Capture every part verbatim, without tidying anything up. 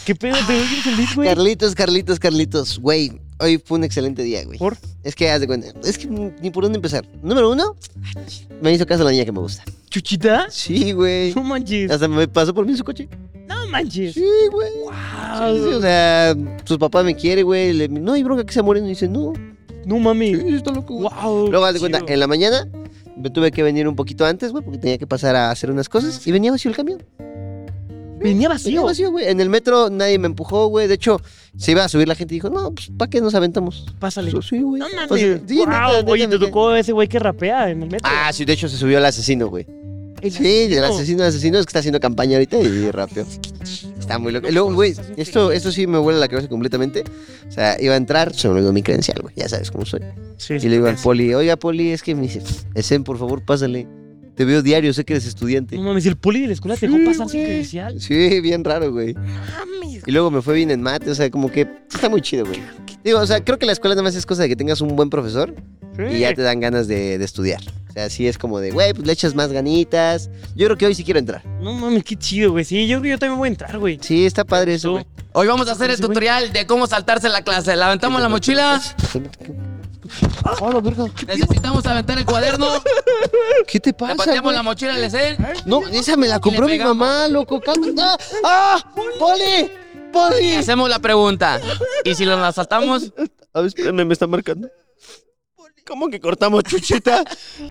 ¿Qué pedo? ¿Te ves bien feliz, güey? Carlitos, Carlitos, Carlitos. Güey, hoy fue un excelente día, güey. ¿Por? Es que, haz de cuenta, es que ni por dónde empezar. Número uno, me hizo caso la niña que me gusta. ¿Chuchita? Sí, güey. No manches. Hasta me pasó por mí en su coche. No manches. Sí, güey. Wow. Sí, sí, o sea, sus papás me quieren, güey. Le- No hay bronca que sea moreno. Y dice, no. No mami. Sí, está loco, güey. Wow. Luego, haz de cuenta, chido. en la mañana me tuve que venir un poquito antes, güey, porque tenía que pasar a hacer unas cosas. Y venía vacío el camión. Venía Venía vacío. vacío, güey. En el metro nadie me empujó, güey. De hecho, se iba a subir la gente y dijo, no, pues, ¿para qué nos aventamos? Pásale. Sí, güey. No mames. Pues, sí, Wow. neta, neta, Oye, te me- tocó ese güey que rapea en el metro. Ah, sí, de hecho se subió el asesino, güey. El Sí, el asesino. asesino, el asesino es que está haciendo campaña ahorita y rápido. Está muy loco. Y luego, güey, esto, esto sí me vuela la cabeza completamente. O sea, iba a entrar, se me olvidó mi credencial, güey. Ya sabes cómo soy. Sí, Y sí, le digo al sí. poli, oiga, poli, es que me dice, Esen, por favor, pásale. Te veo diario, sé que eres estudiante. No mames, el poli de la escuela te Sí, dejó pasar sin güey. credencial. Sí, bien raro, güey. Mames. Y luego me fue bien en mate, o sea, como que está muy chido, güey. Digo, o sea, creo que la escuela nada más es cosa de que tengas un buen profesor y ya te dan ganas de, de estudiar. O sea, sí es como de, güey, pues le echas más ganitas. Yo creo que hoy sí quiero entrar. No mames, qué chido, güey. Sí, yo creo que yo también voy a entrar, güey. Sí, está padre eso, güey. Hoy vamos a hacer el Ese güey. tutorial de cómo saltarse la clase. Le aventamos la mochila, Ah, la verga. ¿Qué, necesitamos aventar el cuaderno, ¿Qué te le pasa, pateamos güey? la mochila al Esen. No, esa me la compró mi pegamos. mamá, loco. Calma. ¡Ah! ¡Ah! ¡Poli! Y ¡Poli! hacemos la pregunta. ¿Y si nos la saltamos? A ver, espérame, me está marcando. ¿Cómo que cortamos, Chuchita?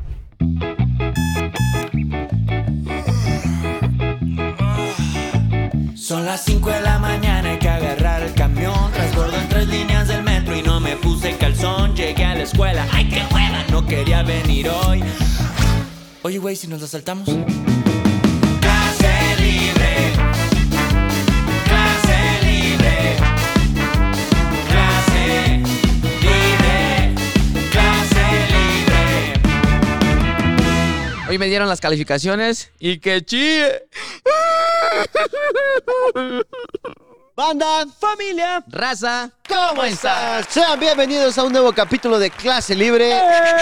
Son las cinco de la mañana, hay que agarrar el camión. Transbordo en tres líneas del metro y no me puse calzón. Llegué a la escuela, ¡ay qué hueva! No quería venir hoy. Oye, güey, si nos la saltamos. Clase libre. Clase libre. Clase libre. Clase libre. Hoy me dieron las calificaciones y que chille. Banda, Familia. Raza, ¿cómo estás? Sean bienvenidos a un nuevo capítulo de Clase Libre.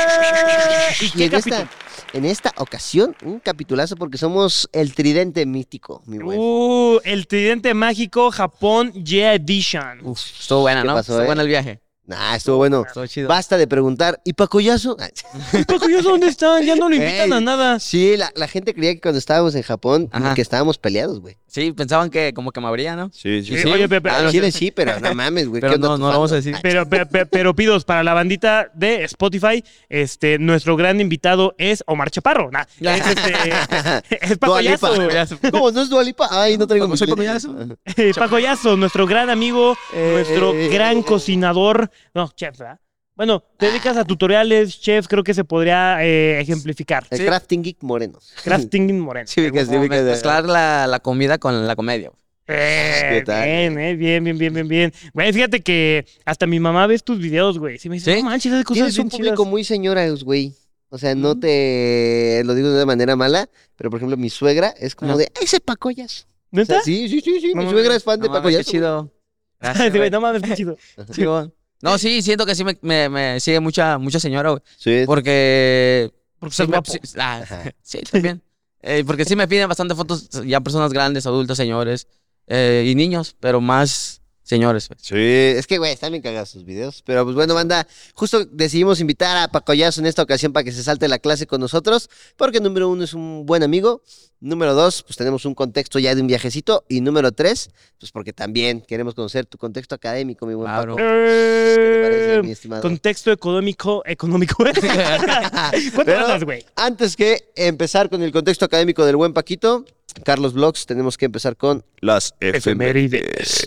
¿Y Y qué en capítulo? esta, en esta ocasión, un capitulazo porque somos el tridente mítico, mi güey. Uh, el tridente mágico Japón Yeah Edition. Uf, estuvo buena, ¿Qué ¿no? pasó, Estuvo eh? bueno el viaje. Nah, estuvo bueno. Estuvo chido. Basta de preguntar, ¿y Pacoyazo? ¿Y Paco, yo dónde están? Ya no lo invitan Ey, a nada. Sí, la, la gente creía que cuando estábamos en Japón, Ajá. que estábamos peleados, güey. Sí, pensaban que como que me habría, ¿no? Sí, Sí, oye, pero, pero- Ah, no, Chile sí, pero no mames, güey. Pero ¿qué onda no, tu no lo vamos a fandom? decir. Pero, pero, pero, pero, pidos, para la bandita de Spotify, este, nuestro gran invitado es Omar Chaparro. Nah, es, este, es Paco Dua Lipa. Yazo. ¿Cómo? ¿No es Dua Lipa? Ay, no traigo mi Soy lente. Pacoyazo. Eh, Paco Yazo, nuestro gran amigo, Eh, nuestro eh, gran eh. cocinador. No, chef, ¿verdad? Bueno, te dedicas a tutoriales, chef, creo que se podría eh, ejemplificar. El Sí. Crafting Geek Moreno. Crafting Moreno. Sí, ubicas, sí, Como ubicas. mezclar la, la comida con la comedia. Eh, ¿Qué tal? bien, eh, bien, bien, bien, bien, bien. Güey, fíjate que hasta mi mamá ve tus videos, güey. Sí me dice, ¿Sí? no manches, hace cosas Tienes bien un público chidas. muy señoras, güey. O sea, no te lo digo de una manera mala, pero por ejemplo, mi suegra es como Ajá. de, ¡ay, ese Pacoyas! O ¿Neta? sea, sí, sí, sí, sí. No mi mames. suegra es fan de No mames, Pacoyas. qué chido. Sí, Gracias, güey, no mames, qué chido. Sí, güey. No, sí, siento que sí me, me, me sigue mucha, mucha señora, güey. Sí. Porque... Porque sí estás me- guapo. sí, ah, Ajá. sí, también. Eh, porque sí me piden bastante fotos ya personas grandes, adultos, señores eh, y niños, pero más señores. Pues. Sí, es que, güey, están bien cagados sus videos. Pero pues bueno, banda, justo decidimos invitar a Pacoyazo en esta ocasión para que se salte la clase con nosotros, porque número uno es un buen amigo, número dos, pues tenemos un contexto ya de un viajecito, y número tres, pues porque también queremos conocer tu contexto académico, mi buen Claro. Paco. ¿Qué te parece, Eh, mi estimado? contexto económico, económico. ¿Cuánto Pero- ganas, güey? Antes que empezar con el contexto académico del buen Paquito, Carlos Vlogs, tenemos que empezar con las efemérides.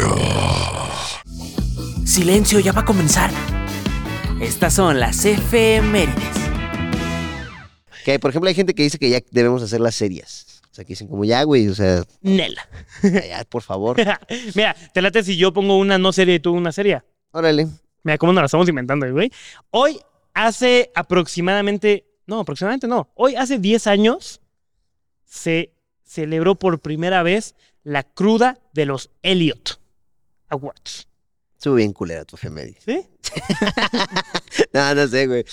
Silencio, ya va a comenzar. Estas son las efemérides. Que, por ejemplo, hay gente que dice que ya debemos hacer las serias. O sea, que dicen como ya, güey, o sea, Nela. ya, ya, por favor. Mira, te late si yo pongo una no serie y tú una serie. Órale. Mira cómo nos la estamos inventando, güey. Hoy hace aproximadamente, no, aproximadamente no, hoy hace diez años se celebró por primera vez la cruda de los Elliot Awards. Estuvo bien culera tu efeméride. ¿Sí? No, no sé, güey.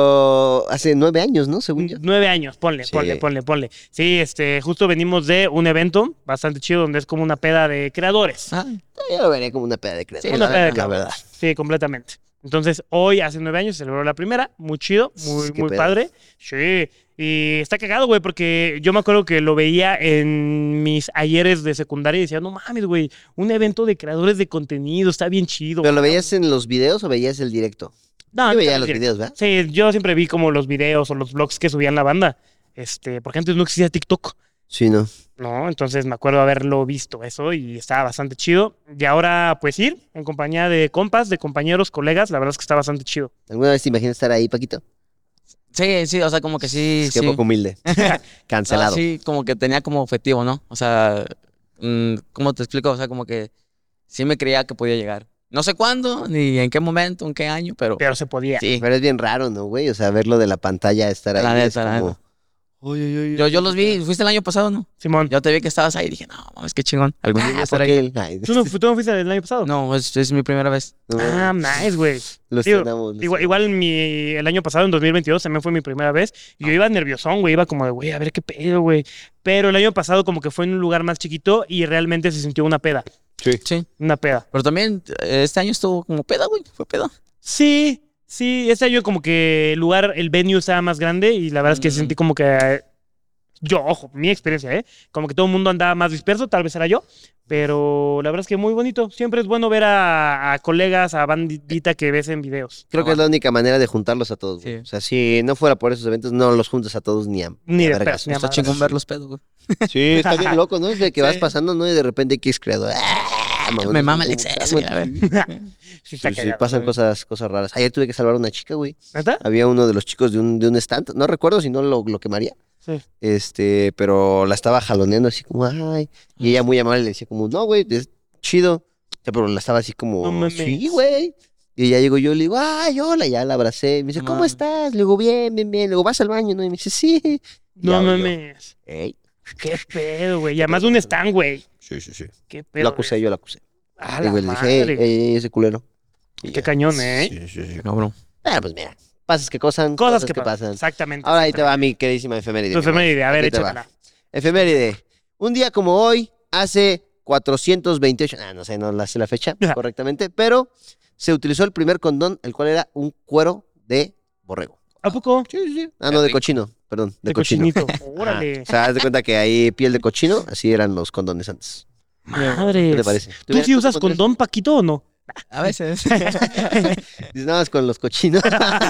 Pero hace nueve años, ¿no? Según yo. Nueve años, ponle, Sí. ponle, ponle, ponle. Sí, este, justo venimos de un evento bastante chido donde es como una peda de creadores. Ah, Yo lo vería como una peda de creas. Sí, una la peda de verdad, creadores. verdad. Sí, completamente. Entonces, hoy, hace nueve años, se celebró la primera. Muy chido, muy, Qué muy pedo. padre. Sí. Y está cagado, güey, porque yo me acuerdo que lo veía en mis ayeres de secundaria y decía, no mames, güey, un evento de creadores de contenido, está bien chido. ¿Pero lo güey". veías en los videos o veías el directo? No, Yo veía no, los sí. videos, ¿verdad? Sí, yo siempre vi como los videos o los vlogs que subían la banda. Este, porque antes no existía TikTok. Sí, no. ¿No? Entonces me acuerdo haberlo visto eso y estaba bastante chido. Y ahora, pues ir en compañía de compas, de compañeros, colegas, la verdad es que está bastante chido. ¿Alguna vez te imaginas estar ahí, Paquito? sí, sí, o sea, como que sí, Es que sí. poco humilde. Cancelado. Ah, sí, como que tenía como objetivo, ¿no? O sea, mm, ¿cómo te explico? O sea, como que sí me creía que podía llegar. No sé cuándo, ni en qué momento, en qué año, pero Pero se podía. sí. Pero es bien raro, ¿no, güey? O sea, verlo de la pantalla, estar ahí. La es neta, la como... neta. Uy, uy, uy, Yo, yo los vi, fuiste el año pasado, ¿no? Simón, Yo te vi que estabas ahí y dije, no, mames, qué chingón. Algún día voy a Ah, estar porque ahí. él- ay, ¿tú no, fu- tú no fuiste el año pasado? No, es, es mi primera vez. no, Ah, nice, güey. lo Digo, estrenamos, lo Igual, igual mi, el año pasado, en dos mil veintidós, también fue mi primera vez. Y yo iba nerviosón, güey. Iba como de, güey, a ver qué pedo, güey. Pero el año pasado como que fue en un lugar más chiquito y realmente se sintió una peda. Sí. Sí. Una peda. Pero también eh, este año estuvo como peda, güey. Fue peda. Sí, sí. Este año como que el lugar, el venue estaba más grande y la verdad es que Mm. sentí como que... eh, Yo, ojo, mi experiencia, ¿eh? Como que todo el mundo andaba más disperso, tal vez era yo. Pero la verdad es que muy bonito. Siempre es bueno ver a, a colegas, a bandita que ves en videos. Creo que es la única manera de juntarlos a todos, güey. Sí. O sea, si no fuera por esos eventos, no los juntas a todos ni a... Ni a de vergas. pedo, ni a Está madres. chingón ver los pedos, güey. Sí, está bien loco, ¿no? Es de que vas Sí. pasando, ¿no? Y de repente X creador. ¡Ah! mamón, Me mama el como- exceso, güey, a ver. Sí, está Sí, sí, cagado, pasan güey. cosas, cosas raras. Ayer tuve que salvar a una chica, güey. ¿Neta? Había uno de los chicos de un, de un stand, no recuerdo si no lo, lo quemaría. Sí. Este, pero la estaba jaloneando así como, ay. Y ella muy amable le decía como, no, güey, es chido. O sea, pero la estaba así como, No mames. sí, güey. Y ya llego yo y le digo, ay, hola, ya la abracé. Y me dice, ¿cómo Mames. estás? Le digo, bien, bien, bien. Le digo, ¿vas al baño? ¿No? Y me dice, sí. Y No ya, güey, yo, mames. "Ey". Qué pedo, güey. Y además de un stand, güey. Sí, sí, sí. Qué pedo. Lo acusé, yo lo acusé. A Y la güey, le dije, madre. ey, ey, ese culero. Y Qué ya. cañón, ¿eh? Sí, sí, sí. Cabrón. Ah, pues mira, pasas que cosas, Cosas que, pasan. pasan. Exactamente. Ahora ahí te va mi queridísima efeméride. Tu mi amor. efeméride, a ver, Aquí te va. échatela. Efeméride. Un día como hoy, hace cuatrocientos veintiocho, ah, no sé, no la sé la fecha correctamente, pero se utilizó el primer condón, el cual era un cuero de borrego. ¿A poco? Sí, sí, sí. Ah, no, de cochino, perdón, de, De cochino. cochinito. Ajá. Órale. O sea, haz de cuenta que ahí piel de cochino, así eran los condones antes. Madre. ¿Qué te parece? ¿Tú sí hubieras- usas tú pondrías- condón, Paquito, o no? A veces. Dices nada más con los cochinos.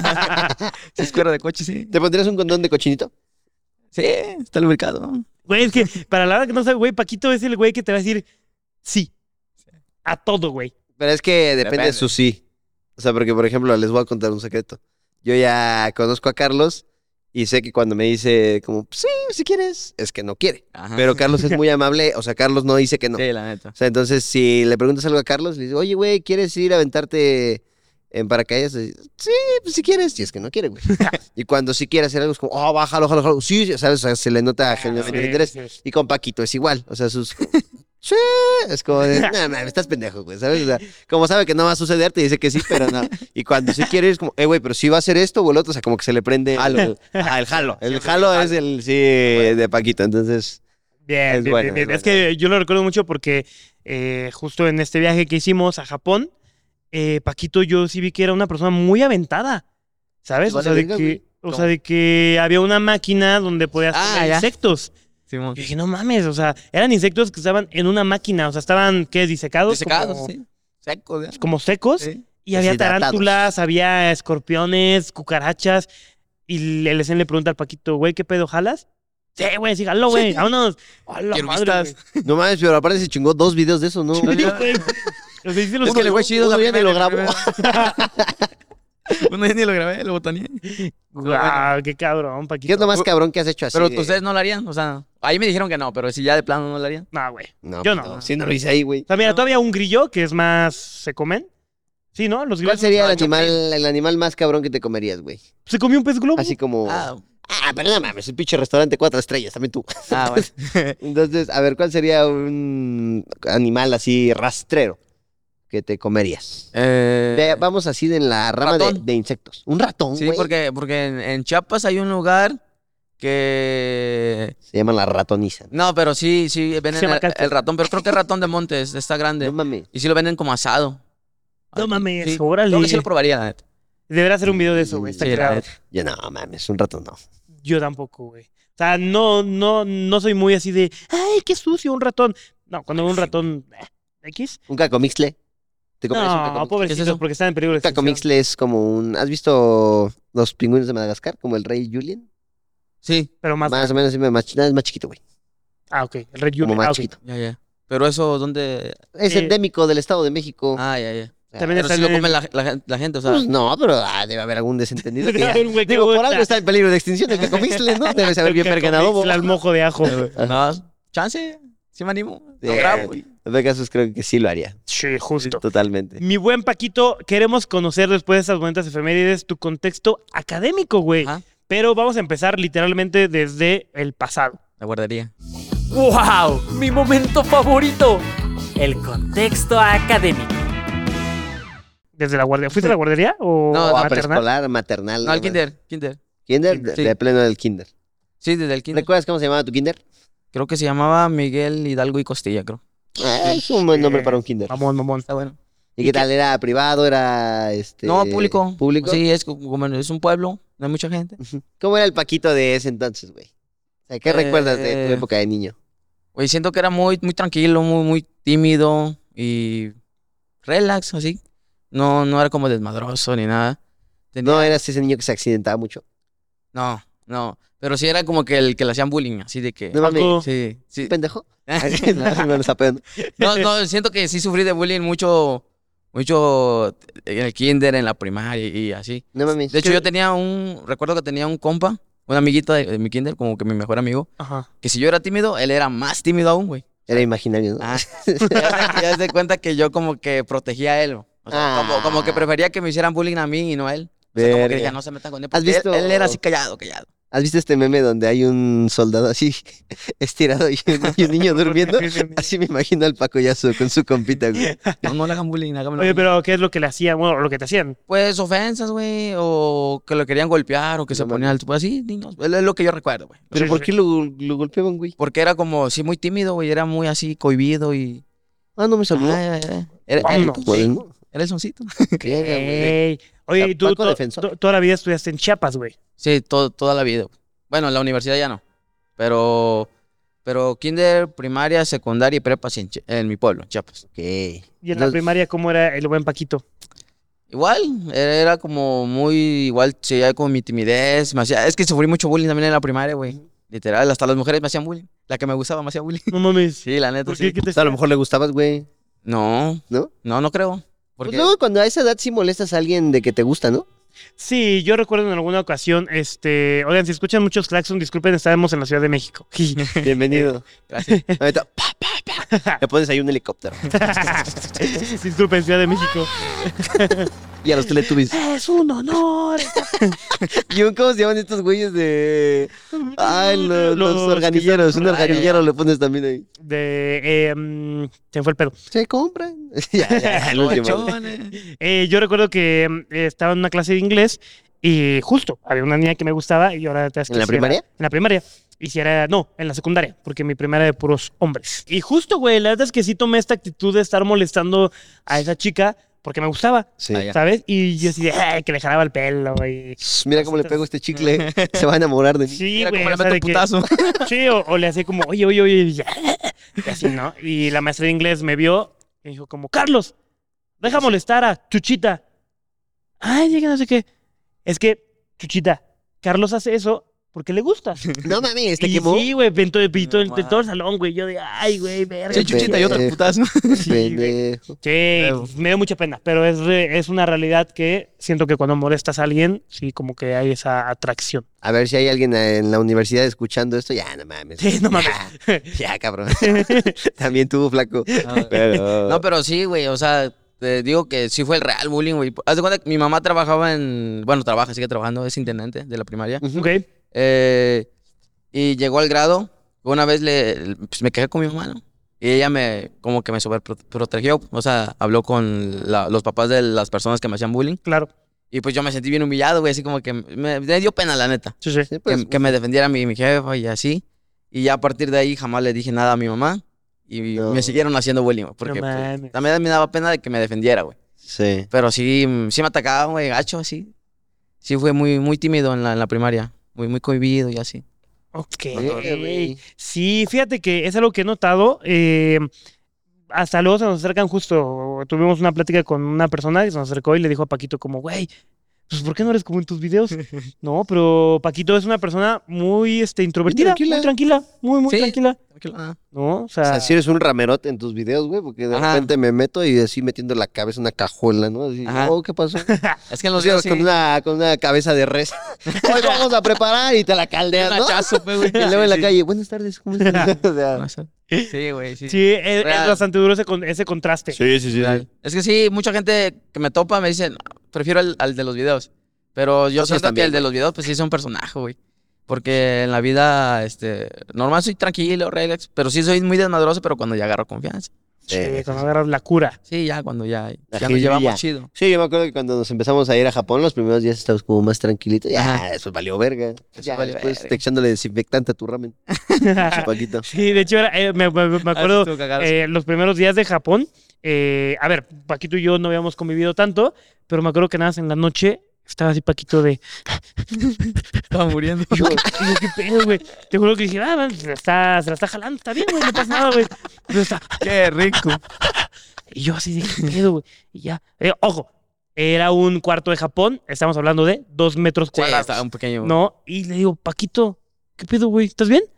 Si es cuero de coche, sí. ¿Te pondrías un condón de cochinito? Sí, está lubricado. Güey, es que para la hora que no sabe, güey, Paquito es el güey que te va a decir sí. A todo, güey. Pero es que depende, Depende. de su sí. O sea, porque, por ejemplo, les voy a contar un secreto. Yo ya conozco a Carlos y sé que cuando me dice como, sí, si quieres, es que no quiere. Ajá. Pero Carlos es muy amable, o sea, Carlos no dice que no. Sí, la neta. O sea, entonces, si le preguntas algo a Carlos, le dices, oye, güey, ¿quieres ir a aventarte en paracaídas? Y dice, sí, pues si quieres. Y es que no quiere, güey. Y cuando sí quiere hacer algo, es como, oh, bájalo, bájalo, bájalo. Sí, sí, ¿sabes? O sea, se le nota genuinamente el Sí, interés. sí. Y con Paquito es igual. O sea, sus... Sí, es como de, no, mames, estás pendejo, güey, ¿sabes? O sea, como sabe que no va a suceder, te dice que sí, pero no. Y cuando sí quiere, es como, eh, güey, pero sí va a hacer esto o el otro, o sea, como que se le prende el Jalo. el- ajá, el jalo. El jalo es el, sí, de Paquito, entonces... Bien, Es bien, bueno, bien, bien. es Es que yo lo recuerdo mucho porque eh, justo en este viaje que hicimos a Japón, eh, Paquito yo sí vi que era una persona muy aventada, ¿sabes? O Vale sea, de verga, que, güey. o sea, de que había una máquina donde podías Ah, poner ya. insectos. Simón. Yo dije, no mames, o sea, eran insectos que estaban en una máquina, o sea, estaban, ¿qué? Disecados. Desecados, como, sí. Secos, ¿eh? como secos. Sí. Y había Deshidratados. tarántulas, había escorpiones, cucarachas. Y el escen le pregunta al Paquito, güey, ¿qué pedo, jalas? Sí, güey, sí, jalo, güey, vámonos. A la Quiero madre, vistas. güey. No mames, pero aparte se chingó dos videos de eso, ¿no? Sí, güey. O sea, sí se los Es que le fue chido. uno la ya ni lo primera, grabó. la primera. Uno ya ni lo grabé, lo botaneé. Guau, qué cabrón, Paquito. ¿Qué es lo más cabrón que has hecho así? Pero de- ustedes no lo harían, o sea, ahí me dijeron que no, pero si ya de plano no lo harían. No, güey. No, Yo pues no. Sí, no lo hice ahí, güey. O sea, mira, No. todavía un grillo que es más... ¿Se comen? Sí, ¿no? Los grillos... ¿Cuál sería el Ah, animal, el animal más cabrón que te comerías, güey? ¿Se comió un pez globo? Así como... Ah, Ah, pero no mames, el pinche restaurante cuatro estrellas, también tú. ah, bueno. Entonces, a ver, ¿cuál sería un animal así rastrero? que te comerías? Eh, Ve, vamos así en la rama de, ratón. de insectos. Un ratón, sí, güey. porque, porque en, en Chiapas hay un lugar que... Se llama la ratoniza. No, pero sí, sí, Se venden llama el, cactus. el ratón, pero creo que es ratón de montes, está grande. No mames. Y sí lo venden como asado. No mames, Sí, órale. creo que sí lo probaría, la neta. Debería hacer un video de eso, güey. Está Sí, la cagado. neta. Yo no mames, un ratón no. Yo tampoco, güey. O sea, no, no, no soy muy así de, ay, qué sucio, un ratón. No, cuando veo un ratón, eh, X. Un cacomixle. ¿Te comerías un No, cacomixle? pobrecitos, ¿Qué es eso? porque están en peligro de Un extinción. cacomixle es como un... ¿Has visto los pingüinos de Madagascar? Como el rey Julien. Sí, Pero más. Más, o menos, sí, más, chi- es más chiquito, güey. Ah, ok. El Red Como Julian. más Ah, ok. chiquito. ya, ya. Pero eso, ¿dónde...? Es Eh, endémico del Estado de México. Ah, ya, ya. También Pero está si lo en el- comen la, la, la gente, o sea... Pues no, pero ah, debe haber algún desentendido. que Debe ya- haber un güey que Digo, por gusta. algo está en peligro de extinción el cacomixle, ¿no? Debe saber bien verga en adobo. El mojo de ajo. No, chance, sí me animo. Sí, Lo grabo, güey. en vez de casos creo que sí lo haría. Sí, justo. Totalmente. Mi buen Paquito, queremos conocer después de estas bonitas efemérides tu contexto académico, güey. Ajá, Pero vamos a empezar literalmente desde el pasado. la guardería. ¡Wow! Mi momento favorito. El contexto académico. Desde la guardería. ¿Fuiste a la guardería o No, O a a maternal? preescolar, maternal. No, al ¿no? kinder, kinder. Kinder, de, Sí. de pleno del kinder. Sí, desde el kinder. ¿Recuerdas cómo se llamaba tu kinder? Creo que se llamaba Miguel Hidalgo y Costilla, creo. Ah, es un buen nombre para un kinder. Mamón, mamón. Está bueno. ¿Y qué tal? ¿Era privado? ¿Era este No, público. ¿Público? Sí, es como como es un pueblo, no hay mucha gente. ¿Cómo era el Paquito de ese entonces, güey? O sea, ¿qué Eh, recuerdas de tu época de niño? Güey, siento que era muy, muy tranquilo, muy, muy tímido y relax, así. No, no era como desmadroso ni nada. Tenía- ¿No eras ese niño que se accidentaba mucho? No, no. Pero sí era como que el que le hacían bullying, así de que... No mames. Paco. Sí, sí. ¿Pendejo? No, me lo sapeando. No, no, siento que sí sufrí de bullying mucho, mucho en el kinder, en la primaria y, y así. No mames. De hecho, yo tenía un, recuerdo que tenía un compa, un amiguito de, de mi kinder, como que mi mejor amigo, Ajá. que si yo era tímido, él era más tímido aún, güey. Era imaginario, ¿no? Ah, ya, ya se da cuenta que yo como que protegía a él. O sea, Ah. como, como que prefería que me hicieran bullying a mí y no a él. O sea, como que Verga. dije, no se metan con él. ¿Has porque visto- Él, él era así callado, callado. ¿Has visto este meme donde hay un soldado así estirado y un, y un niño durmiendo? Así me imagino al Pacoyazo con su compita, güey. No, no le hagan bullying, háganmelo. Oye, pero ¿qué es lo que le hacían? Bueno, lo que te hacían. Pues ofensas, güey, o que lo querían golpear, o que No se ponía mames. al... Pues así, niños. Es lo que yo recuerdo, güey. ¿Pero Sí, por sí. qué lo, lo golpeaban, güey? Porque era como, sí, muy tímido, güey. Era muy así, cohibido y... Ah, no me saludó. Ay, ay, ay. Era, Vámonos. era- Pues, sí, ¿no? era el soncito. Ey. Oye, y tú Paco to- defensor. to- toda la vida estudiaste en Chiapas, güey. Sí, todo, toda la vida. Bueno, en la universidad ya no. Pero... Pero kinder, primaria, secundaria y prepa sí, en, Chi- en mi pueblo, en Chiapas. Ok. Y en la Los- primaria, ¿cómo era el buen Paquito? Igual, era, era como muy, igual, sí, hay como mi timidez, me hacía- es que sufrí mucho bullying también en la primaria, güey. Literal, hasta las mujeres me hacían bullying. La que me gustaba me hacía bullying. No mames. Sí, la neta, ¿Por sí. qué? ¿Qué te O sea, a lo mejor le gustabas, güey. No, ¿No? no, no creo. Pues Porque luego cuando a esa edad sí molestas a alguien de que te gusta, ¿no? Sí, yo recuerdo en alguna ocasión, este, oigan, si escuchan muchos claxon, disculpen, estábamos en la Ciudad de México. Bienvenido. gracias. Ahorita, pa, pa, pa. Le pones ahí un helicóptero. Disculpen, Ciudad de México. Y a los Teletubbies. Es un honor. ¿Y un, cómo se llaman estos güeyes de...? Ay, los, los Los organilleros. que Un son- organillero le pones también ahí. De, eh, mm, se me fue el pedo. Se compran. ya, ya, ya, el último. Ochones. Eh, yo recuerdo que mm, estaba en una clase de inglés y justo había una niña que me gustaba y ahora te das que ¿En la si era- primaria? en la primaria. Y si era, no, en la secundaria, porque mi primaria era de puros hombres. Y justo, güey, la verdad es que sí tomé esta actitud de estar molestando a esa chica porque me gustaba, Sí. Ah, ya. ¿sabes? Y yo así de, "Ay, que le jalaba el pelo y... Mira cómo le pego este chicle. Se va a enamorar de mí. Sí, Mira güey, cómo le o sea, meto de que- putazo. sí, o, o le hacía como, oye, oye, oye, y ya, y así, ¿no? Y la maestra de inglés me vio y dijo como, Carlos, deja molestar a Chuchita. Ay, ya que no sé qué. Es que, Chuchita, Carlos hace eso porque le gusta. No mames, te Y quemó. sí, güey, en todo, en todo el- No, en todo el salón, güey. Yo de, ay, güey, verga. Sí, chuchita y otro Pendejo. putazo. Pendejo. Sí, me dio mucha pena, pero es, re- es una realidad que siento que cuando molestas a alguien, sí, como que hay esa atracción. A ver si hay alguien en la universidad escuchando esto. Ya, no mames. Sí, no mames. Ya, ya, cabrón. También tuvo flaco. Pero... No, pero sí, güey, o sea, te digo que sí fue el real bullying, güey. Haz de cuenta que mi mamá trabajaba en, bueno, trabaja, sigue trabajando, es intendente de la primaria. Ujú. Ok. Eh, y llegó al grado, una vez le, pues me quejé con mi mamá, ¿no? Y ella me, como que me sobreprotegió. O sea, habló con la- los papás de las personas que me hacían bullying. Claro. Y pues yo me sentí bien humillado, güey. Así como que me, me dio pena, la neta. Sí, sí. Sí, pues, que, que me defendiera mi, mi jefa y así. Y ya a partir de ahí jamás le dije nada a mi mamá. Y No. me siguieron haciendo bullying, güey. Porque No pues, mames. también me daba pena de que me defendiera, güey. sí. Pero sí, sí me atacaban, güey, gacho, así. Sí fue muy, muy tímido en la, en la primaria. Muy, muy cohibido y así. Ok. Verga, güey. Sí, fíjate que es algo que he notado. eh, hasta luego se nos acercan justo. Tuvimos una plática con una persona que se nos acercó y le dijo a Paquito como, güey, pues ¿por qué no eres como en tus videos? No, pero Paquito es una persona muy este, introvertida, tranquila. muy tranquila, muy, muy Sí. tranquila. Ah, ¿No? O O sea, sea, si eres un ramerote en tus videos, güey, porque de Ajá. repente me meto y así metiendo la cabeza en una cajuela, ¿no? Así, Ajá. oh, ¿qué pasó? Es que en O los sea, videos sí. con, una, con una cabeza de res. Hoy vamos a preparar y te la caldeas, Un ¿no? hachazo, pues, güey. Y luego en la Sí, calle, buenas tardes, ¿cómo estás? O sea, sí. Sí, güey, sí. sí, es, es Real. bastante duro ese, con- ese contraste. sí, sí, sí. Real. Es que sí, mucha gente que me topa me dice, "No, prefiero al, al de los videos. Pero yo Nosotros siento también, que el de güey. los videos, pues sí es un personaje, güey. Porque en la vida, este, normal soy tranquilo, relax, pero sí soy muy desmadroso, pero cuando ya agarro confianza. Sí, Sí, cuando agarras la cura. Sí, ya cuando ya, La ya nos llevamos jiribilla. chido. Sí, yo me acuerdo que cuando nos empezamos a ir a Japón, los primeros días estábamos como más tranquilitos. Ya, Ajá. eso valió verga. Eso Ya, valió después verga. te echándole desinfectante a tu ramen. Su Paquito. Sí, de hecho, era, eh, me, me- me acuerdo estuvo cagado, sí. eh, los primeros días de Japón. eh, a ver, Paquito y yo no habíamos convivido tanto, pero me acuerdo que nada más en la noche estaba así Paquito de. Estaba muriendo. Y yo, ¿qué, y yo, ¿qué pedo, güey? Te juro que dije, ah, man, se la está, se la está jalando, está bien, güey, no pasa nada, güey. Pero está. Qué rico. Y yo así de, ¿qué pedo, güey? Y ya. Eh, ojo, era un cuarto de Japón, estamos hablando de dos metros Sí, cuadrados. estaba un pequeño. No, y le digo, Paquito, ¿qué pedo, güey? ¿Estás bien?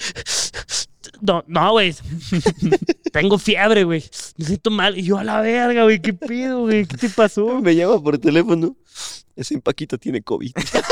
No, no, güey. Tengo fiebre, güey. Me siento mal. Y yo a la verga, güey. ¿Qué pedo, güey? ¿Qué te pasó? Me llama por teléfono. Ese Paquito tiene COVID.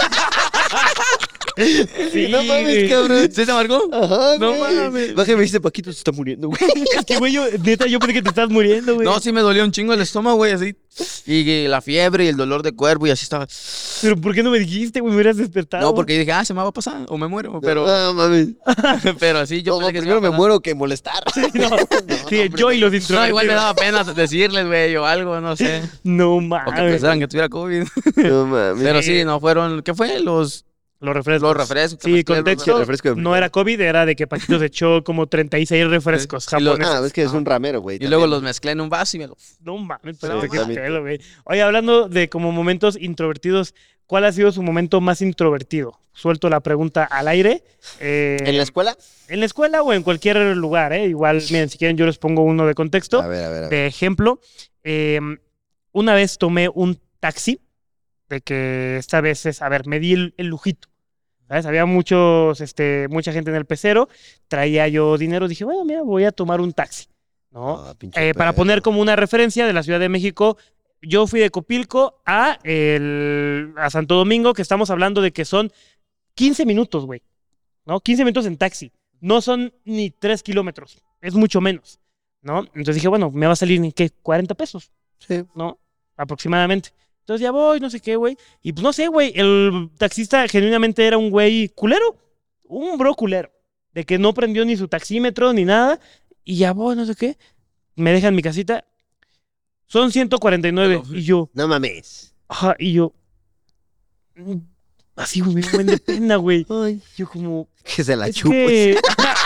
Sí, no mames, güey. cabrón. ¿Sí se marcó? Ajá, No güey. mames. Baja y me dice, Paquito se está muriendo, güey. Es que, güey, yo, neta, yo pensé que te estabas muriendo, güey. No, sí me dolía un chingo el estómago, güey, así. Y, y la fiebre y el dolor de cuerpo y así estaba. Pero ¿por qué no me dijiste, güey? Me hubieras despertado. No, porque dije, ah, se me va a pasar o me muero. Pero, No, mames. pero así yo No, pensé que se primero iba a me pasar. muero que molestar. No, sí, yo y los No, introvertidos. igual me daba pena decirles, güey, o algo, no sé. No O que mames. pensaran que tuviera COVID. No mames. Pero sí, no fueron. ¿Qué fue? Los, Los refrescos. los refrescos. que Sí, mezclé, contexto. Sí, refresco de- No era COVID, era de que Paquito se echó como treinta y seis refrescos Sí, y lo- japoneses. Ah, es que es un ramero, güey. Y luego también. los mezclé en un vaso y me lo. No mames, Sí, pero qué también. pelo, güey. Oye, hablando de como momentos introvertidos, ¿cuál ha sido su momento más introvertido? Suelto la pregunta al aire. Eh, ¿En la escuela? en la escuela o en cualquier lugar, ¿eh? Igual, miren, si quieren yo les pongo uno de contexto. A ver, a ver, a ver. De ejemplo, eh, una vez tomé un taxi, de que esta vez es, a ver, me di el, el lujito. ¿Sabes? Había muchos, este, mucha gente en el pecero, traía yo dinero, dije, bueno, mira, voy a tomar un taxi, ¿no? Ah, pinche Eh, para perro. poner como una referencia de la Ciudad de México, yo fui de Copilco a, el, a Santo Domingo, que estamos hablando de que son quince minutos, güey, ¿no? quince minutos en taxi, no son ni tres kilómetros, es mucho menos, ¿no? Entonces dije, bueno, me va a salir, ¿qué? cuarenta pesos, Sí. ¿no? Aproximadamente. Entonces ya voy, no sé qué, güey. Y pues no sé, güey, el taxista genuinamente era un güey culero, un bro culero, de que no prendió ni su taxímetro ni nada. Y ya voy, no sé qué. Me dejan mi casita. Son ciento cuarenta y nueve. Y yo, No mames. ajá, y yo. mm, Así, güey, me dio un buen de pena, güey. Ay, Yo como. que se la es chupo. que...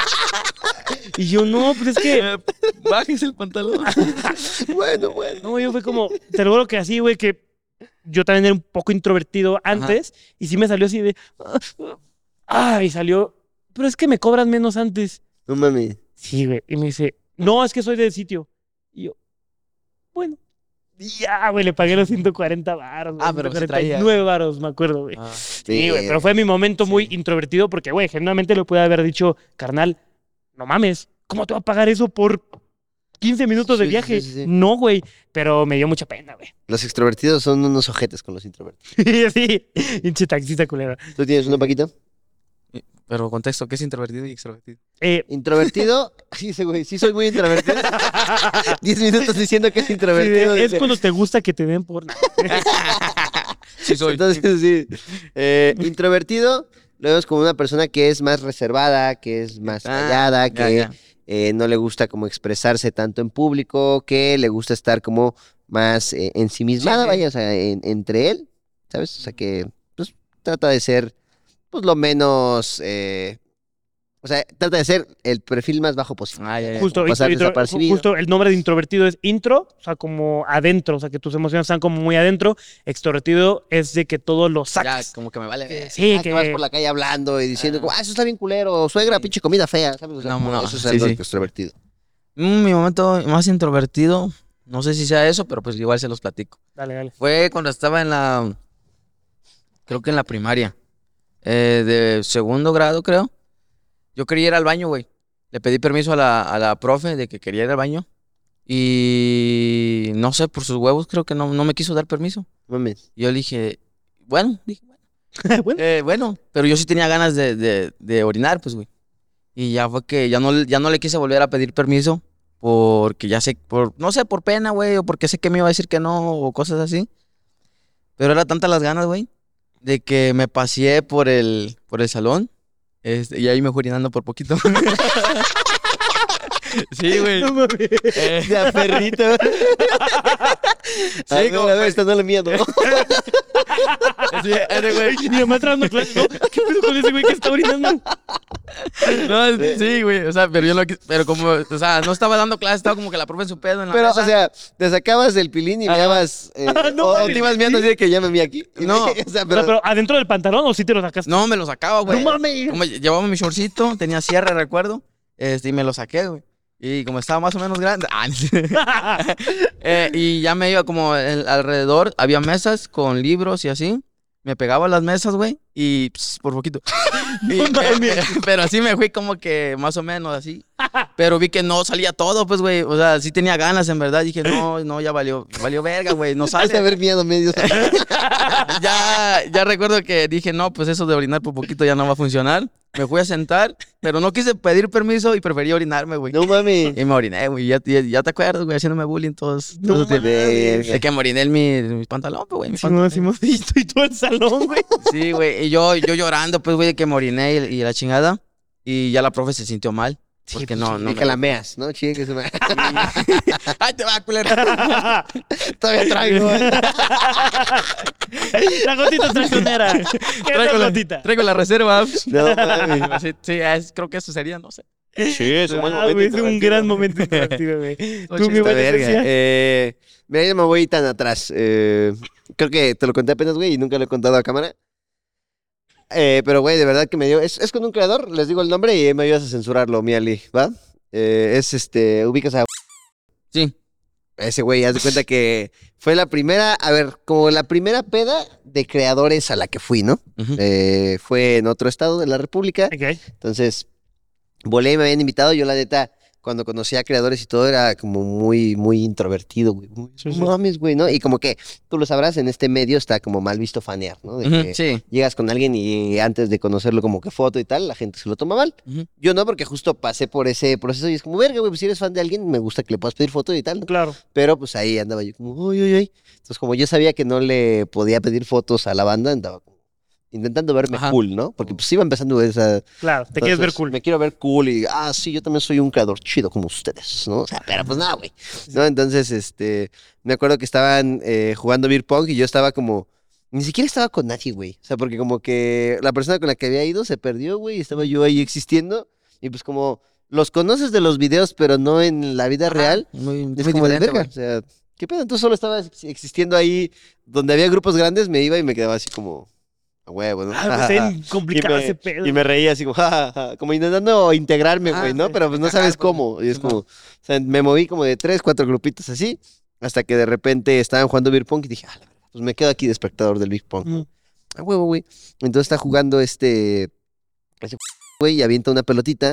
y yo, no, pues es que. Bájese el pantalón. Bueno, bueno. No, yo fue como. Te lo juro que así, güey, que yo también era un poco introvertido antes. Y sí me salió así de. Ah, y salió. Pero es que me cobran menos antes. No mames. Sí, güey. Y me dice, no, es que soy del sitio. Y yo, bueno. Y ya, güey, le pagué los ciento cuarenta varos. Ah, pero sí traía. nueve varos, me acuerdo, güey. Ah, Sí, güey, pero fue mi momento muy introvertido porque, güey, genuinamente le pude haber dicho, carnal, no mames, ¿cómo te va a pagar eso por quince minutos de Sí, sí, viaje? sí, sí. No, güey, pero me dio mucha pena, güey. Los extrovertidos son unos ojetes con los introvertidos. Sí, pinche taxista culero. ¿Tú tienes uno, Paquito? pero contexto, ¿qué es introvertido y extrovertido? Eh, ¿Introvertido? Sí, sí, güey. Sí, soy muy introvertido. Diez minutos diciendo que es sí, introvertido. es dice. cuando te gusta que te den por nada. Sí, soy. Entonces, sí. Eh, introvertido lo vemos como una persona que es más reservada, que es más Ah, callada, ya, que ya. eh, no le gusta como expresarse tanto en público, que le gusta estar como más eh, ensimismada, Sí, sí. vaya, o sea, en- entre él, ¿sabes? O sea, que pues trata de ser pues lo menos, eh, o sea, trata de ser el perfil más bajo posible. Ay, ay, ay. Justo, pasar intro- intro- desapercibido. justo el nombre de introvertido es intro, o sea, como adentro, o sea, que tus emociones están como muy adentro. Extrovertido es de que todo lo Ya, sacas. como que me vale. Que- ver. sí, Ah, que vas que... por la calle hablando y diciendo, Ah. como, ah, eso está bien culero, suegra, Sí. pinche comida fea, ¿sabes? O sea, No, como no, eso es sí, algo sí. extrovertido. Mm, mi momento más introvertido, no sé si sea eso, pero pues igual se los platico. Dale, dale. Fue cuando estaba en la, creo que en la primaria, eh, de segundo grado, creo. Yo quería ir al baño, güey. Le pedí permiso a la, a la profe de que quería ir al baño. Y no sé, por sus huevos creo que no, no me quiso dar permiso. Mames. Y yo le dije, bueno, dije, bueno. Bueno. Eh, bueno, pero yo sí tenía ganas de, de, de orinar, pues, güey. Y ya fue que ya no, ya no le quise volver a pedir permiso porque ya sé, por, no sé, por pena, güey, o porque sé que me iba a decir que no, o cosas así. Pero era tantas las ganas, güey, de que me paseé por el, por el salón, este, y ahí me fui orinando por poquito. Sí, güey. No mames. Eh, Ya, perrito. Sí, Sí, como- como, esta no le miedo. sí, ese güey. Y mi mamá entrando a clase, ¿no? ¿Qué pedo con ese güey que está orinando? No, sí, güey, o sea, pero yo lo quis- pero como, o sea, no estaba dando clase, estaba como que la profe en su pedo en la Pero, mesa. o sea, te sacabas el pilín y Ajá. meabas. Eh, No o, o mames. te ibas viendo así de que ya me vi aquí. No. o sea, Pero, pero. pero ¿adentro del pantalón o sí te lo sacaste? No, me lo sacaba, güey. No mames. Como llevaba mi shortcito, tenía cierre, recuerdo, este, y me lo saqué, güey. Y como estaba más o menos grande, ah, no sé. Eh, y ya me iba como el- alrededor, había mesas con libros y así. Me pegaba a las mesas, güey, y pss, por poquito. Y No me- mames. me- pero así me fui como que más o menos así. Pero vi que no salía todo, pues, güey. O sea, sí tenía ganas, en verdad. Dije, no, no, ya valió, valió verga, güey. No Has de sale. haber miedo medio. ya, ya recuerdo que dije, no, pues eso de orinar por poquito ya no va a funcionar. Me fui a sentar, pero no quise pedir permiso y preferí orinarme, güey. No mames. Y me oriné, güey. Ya, ya, ya te acuerdas, güey, haciéndome bullying todos. No todos los días. mames. De que me oriné en mi, en mi pantalón, pues, güey. mi Simón, pantalón. Simón, y tú, y tú al salón, güey. Sí, güey. Y yo, yo llorando, pues, güey, de que me oriné y, y la chingada. Y ya la profe se sintió mal. Porque no, no. Y me- que la meas, ¿no? Chingue su madre. ¡Ay, te va, culero! Todavía traigo. La gotita traicionera. ¿Qué es Traigo la la, gotita? traigo la reserva. No mames. Sí, sí, es- creo que eso sería, no sé. Sí, es Ah, güey, es un gran momento introvertido, güey. Tú, mi Esta güey, te verga. decías. Eh, mira, yo no me voy tan atrás. Eh, creo que te lo conté apenas, güey, y nunca lo he contado a cámara. Eh, pero, güey, de verdad que me dio. Es, es con un creador, les digo el nombre y me ayudas a censurarlo, Miali, ¿va? Eh, es este. Ubicas a. Sí. Ese güey, haz de cuenta que fue la primera. A ver, como la primera peda de creadores a la que fui, ¿no? Ujú. Eh, fue en otro estado de la República. Ok. Entonces, volé y me habían invitado. Yo, la neta, cuando conocí a creadores y todo, era como muy, muy introvertido, güey. Muy, Sí, no sí. mames, güey, ¿no? Y como que, tú lo sabrás, en este medio está como mal visto fanear, ¿no? De Ujú, que sí. llegas con alguien y antes de conocerlo como que foto y tal, la gente se lo toma mal. Ujú. Yo no, porque justo pasé por ese proceso y es como, verga, güey, pues si eres fan de alguien, me gusta que le puedas pedir foto y tal, ¿no? Claro. Pero pues ahí andaba yo como, uy, uy, uy. Entonces, como yo sabía que no le podía pedir fotos a la banda, andaba como intentando verme Ajá. cool, ¿no? Porque pues iba empezando esa... Claro, te quieres ver Entonces, cool. Me quiero ver cool y, ah, sí, yo también soy un creador chido como ustedes, ¿no? O sea, pero pues nada, güey. ¿No? Entonces, este, me acuerdo que estaban eh, jugando beer pong y yo estaba como, ni siquiera estaba con nadie, güey. O sea, porque como que la persona con la que había ido se perdió, güey, y estaba yo ahí existiendo. Y pues como los conoces de los videos, pero no en la vida real, Muy, es muy como de diferente, verga. güey. O sea, ¿qué pedo? Entonces solo estaba ex- existiendo ahí donde había grupos grandes, me iba y me quedaba así como a huevo, ¿no? Ah, pues está bien complicado ese pedo. Y me reía así como, ja, ja, ja, como intentando integrarme, Ah, güey, ¿no? sí, Pero pues no encajar, sabes pues, cómo. Y es sí, como, o sea, me moví como de tres, cuatro grupitos así, hasta que de repente estaban jugando beer pong y dije, ah, la verdad, pues me quedo aquí de espectador del beer pong. Ujú. A huevo, güey. Entonces está jugando este, ese güey y avienta una pelotita,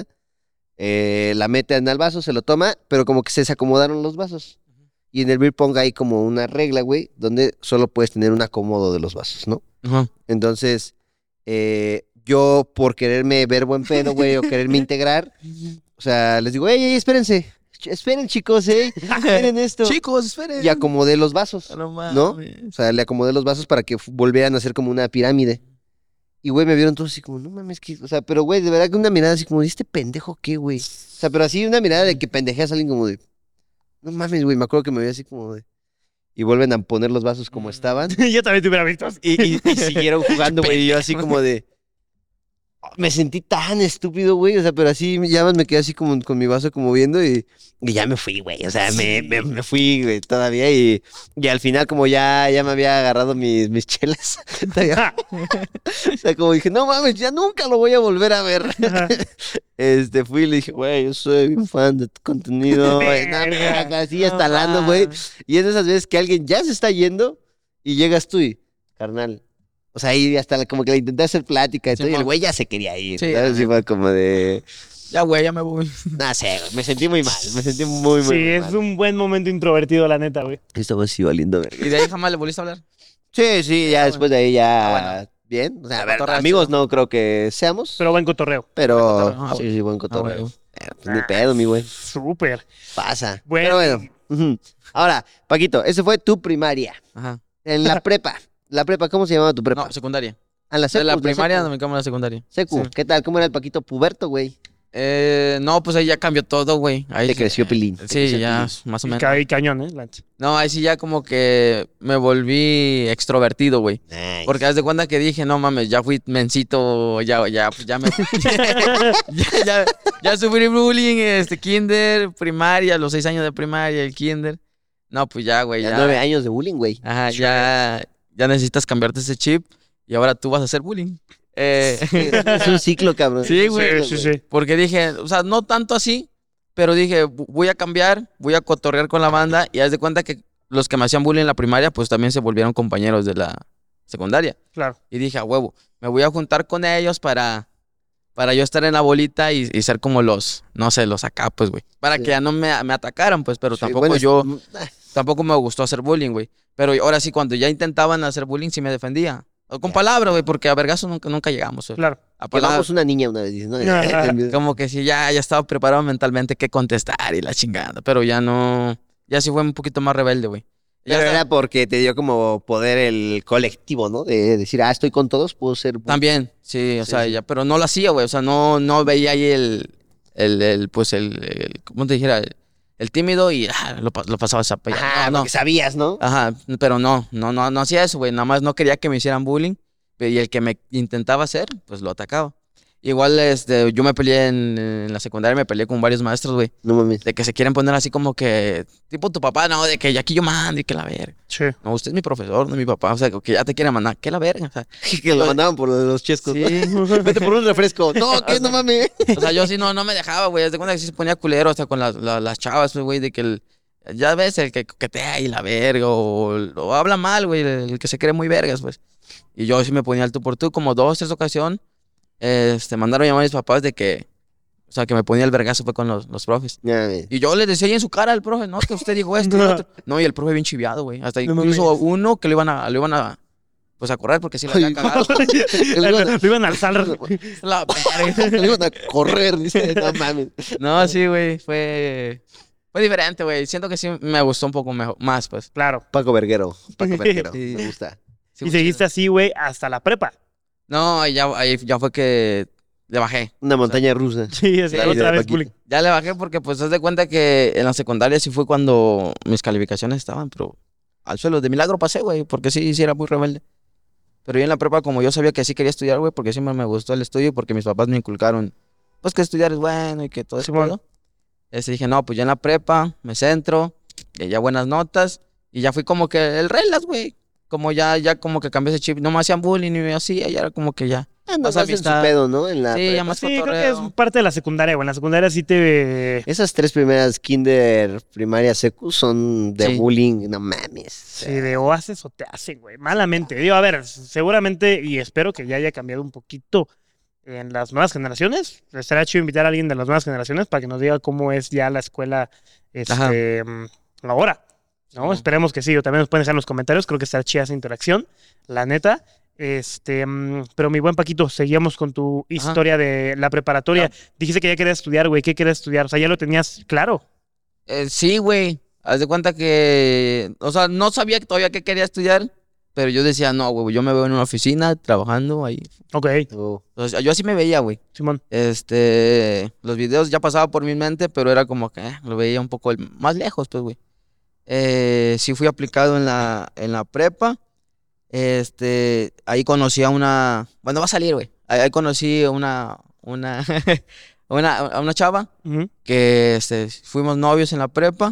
eh, la mete en el vaso, se lo toma, pero como que se desacomodaron los vasos. Y en el beer pong hay como una regla, güey, donde solo puedes tener un acomodo de los vasos, ¿no? Ajá. Entonces, eh, yo por quererme ver buen pedo, güey, o quererme integrar, o sea, les digo, ey, ey, espérense, ch- esperen chicos, eh, esperen esto. Chicos, esperen. Y acomodé los vasos, No, ¿no? mames. O sea, le acomodé los vasos para que fu- volvieran a ser como una pirámide. Y, güey, me vieron todos así como, no mames, que... O sea, pero, güey, de verdad que una mirada así como, ¿y este pendejo qué, güey? O sea, pero así una mirada de que pendejeas a alguien como de... No mames, güey, me acuerdo que me veía así como de... Y vuelven a poner los vasos como estaban. Yo también te hubiera visto. Y, y, y siguieron jugando, güey. Y yo así como de... Me sentí tan estúpido, güey. O sea, pero así ya más me quedé así como con mi vaso como viendo y, y ya me fui, güey. O sea, me, me, me fui, güey, todavía. Y, y al final como ya, ya me había agarrado mis, mis chelas. Todavía- o sea, como dije, no mames, ya nunca lo voy a volver a ver. Este, fui y le dije, güey, yo soy un fan de tu contenido. güey. No, Verga. así hasta hablando, güey. Y es de esas veces que alguien ya se está yendo y llegas tú y, carnal. O sea, ahí hasta la- como que le intenté hacer plática y Sí, todo, y el mo- güey ya se quería ir. Sí, ¿sabes? ajá. Sí, fue como de. Ya, güey, ya me voy. No sé, güey, me sentí muy mal. Me sentí muy, muy, Sí, muy es mal. un buen momento introvertido, la neta, güey. Estaba así valiendo verga. ¿Y de ahí jamás le volviste a hablar? Sí, sí, ya Ah, después de ahí ya. Ah, bueno. Bien. O sea, a ver, Cotorreo amigos chido. no creo que seamos. Pero buen cotorreo. Pero. cotorreo, ah, Sí, sí, buen cotorreo. bueno. Pero, pues, ni pedo, mi güey. Súper. Pasa. Bueno. Pero bueno. Ujú. Ahora, Paquito, ese fue tu primaria. Ajá. En la prepa. La prepa, ¿cómo se llamaba tu prepa? No, secundaria. Ah, la De secu. la la primaria secu. no me cambio a la secundaria. Secu, Sí. ¿qué tal? ¿Cómo era el Paquito puberto, güey? Eh, no, pues ahí ya cambió todo, güey. Ahí Te sí- creció pilín. te Sí, creció ya, pilín. más o Y, menos. ca- y cañón, ¿eh? La neta. No, ahí sí ya como que me volví extrovertido, güey. Nice. Porque haz de cuenta que dije, no mames, ya fui mencito, ya, ya, pues ya me. ya, ya, ya sufrí bullying, este, kinder, primaria, los seis años de primaria, el kinder. No, pues ya, güey, Ya ya. nueve años de bullying, güey. Ajá, ya, ya necesitas cambiarte ese chip y ahora tú vas a hacer bullying. Eh, Es un ciclo, cabrón. Sí, güey. Sí, sí, sí. porque dije, o sea, no tanto así, pero dije, "Bu- voy a cambiar, voy a cotorrear con la banda y haz de cuenta que los que me hacían bullying en la primaria, pues también se volvieron compañeros de la secundaria. Claro. Y dije, a huevo, me voy a juntar con ellos para, para yo estar en la bolita y, y ser como los, no sé, los acá, pues, güey. Para Sí. que ya no me, me atacaran, pues, pero Sí, tampoco bueno, yo, ah, tampoco me gustó hacer bullying, güey. Pero ahora sí, cuando ya intentaban hacer bullying, sí me defendía. O con Ya. palabras, güey, porque a vergazo nunca, nunca llegamos. güey. Claro. A Quemamos palabras, una niña una vez, dices, ¿no? Ajá. como que sí, ya, ya estaba preparado mentalmente qué contestar y la chingada. Pero ya no, ya sí fue un poquito más rebelde, güey. Ya Pero está- era porque te dio como poder el colectivo, ¿no? De decir, ah, estoy con todos, puedo ser... También, sí, o Sí, sea, sí. ya, pero no lo hacía, güey. O sea, no, no veía ahí el, el, el pues el, el- ¿cómo te dijera? El, el tímido y ah, lo, pa- lo pasaba esa Ajá, no, no. porque sabías, ¿no? Ajá, pero no, no, no, no hacía eso, güey. Nada más no quería que me hicieran bullying. Y el que me intentaba hacer, pues lo atacaba. Igual, este, yo me peleé en, en la secundaria, me peleé con varios maestros, güey. No mames. De que se quieren poner así como que, tipo tu papá, no, de que aquí yo mando y que la verga. Sí. No, usted es mi profesor, no es mi papá. O sea, que ya te quieren mandar, que la verga. O sea, Que lo mandaban por lo de los chescos. sí. ¿no? Vete por un refresco. No, ¿qué? No mames. O sea, yo sí no, no me dejaba, güey. Haz de cuenta que sí se ponía culero hasta con las, las, las chavas, pues, güey, de que el, ya ves el que coquetea y la verga, o, o habla mal, güey, el, el que se cree muy vergas, pues. Y yo sí me ponía al tú por tú, como dos, tres ocasiones, este, mandaron a llamar a mis papás de que, o sea, que me ponía el vergazo fue con los, los profes. Ya mames. Y yo les decía ahí en su cara al profe, no, que usted dijo esto y lo otro. No, y el profe bien chiviado, güey. Hasta No incluso mames. uno que lo iban a, lo iban a, pues a correr porque sí le había Ay, cagado. Lo iban a alzar. La verga. Le iban a correr, dice. No mames. No, sí, güey, fue, fue diferente, güey. Siento que sí me gustó un poco mejor, más, pues. Claro. Paco Verguero. Paco Verguero. Sí. Me gusta. Sí, Y fue seguiste chido. así, güey, hasta la prepa. No, ahí ya, ahí ya fue que le bajé. Una montaña rusa. Sí, así, La vida otra de vez Paquito. bullying. Ya le bajé porque, pues, haz de cuenta que en la secundaria sí fue cuando mis calificaciones estaban, pero al suelo. De milagro pasé, güey, porque sí, sí era muy rebelde. Pero yo en la prepa, como yo sabía que sí quería estudiar, güey, porque siempre me gustó el estudio, porque mis papás me inculcaron, pues, que estudiar es bueno y que todo eso. Simón. Este, dije, no, pues ya en la prepa, me centro, y ya buenas notas, y ya fui como que el relax, güey. Como ya, ya como que cambié ese chip, no me hacían bullying ni me hacía, ya era como que ya. Ah, no, Más más en su amistad. pedo, ¿no? En la Sí, prepa. ya más Sí, creo que cotorreo. es parte de la secundaria, güey. En la secundaria sí te... Esas tres primeras kinder, primaria, secu son de Sí. bullying. No mames. Sí, de o haces o te hacen, güey. Malamente. Digo, a ver, seguramente, y espero que ya haya cambiado un poquito en las nuevas generaciones. Estaría chido invitar a alguien de las nuevas generaciones para que nos diga cómo es ya la escuela este, mm, ahora. ¿No? Sí. Esperemos que sí. O también nos pueden dejar en los comentarios. Creo que está chida esa interacción. La neta. Este, mm, pero mi buen Paquito, seguíamos con tu historia de la preparatoria. Dijiste que ya querías estudiar, güey. ¿Qué querías estudiar? O sea, ya lo tenías claro. Eh, sí, güey. Haz de cuenta que, o sea, no sabía todavía qué quería estudiar, pero yo decía, no, güey, yo me veo en una oficina trabajando ahí. Ok, Oh. Entonces, yo así me veía, güey. Simón. Este, los videos ya pasaban por mi mente, pero era como que eh, lo veía un poco el- más lejos, pues, güey. Eh, sí fui aplicado en la, en la prepa. Este, ahí conocí a una, bueno, va a salir, güey. Ahí, ahí conocí a una, una, una, a una chava Ujú. que, este, fuimos novios en la prepa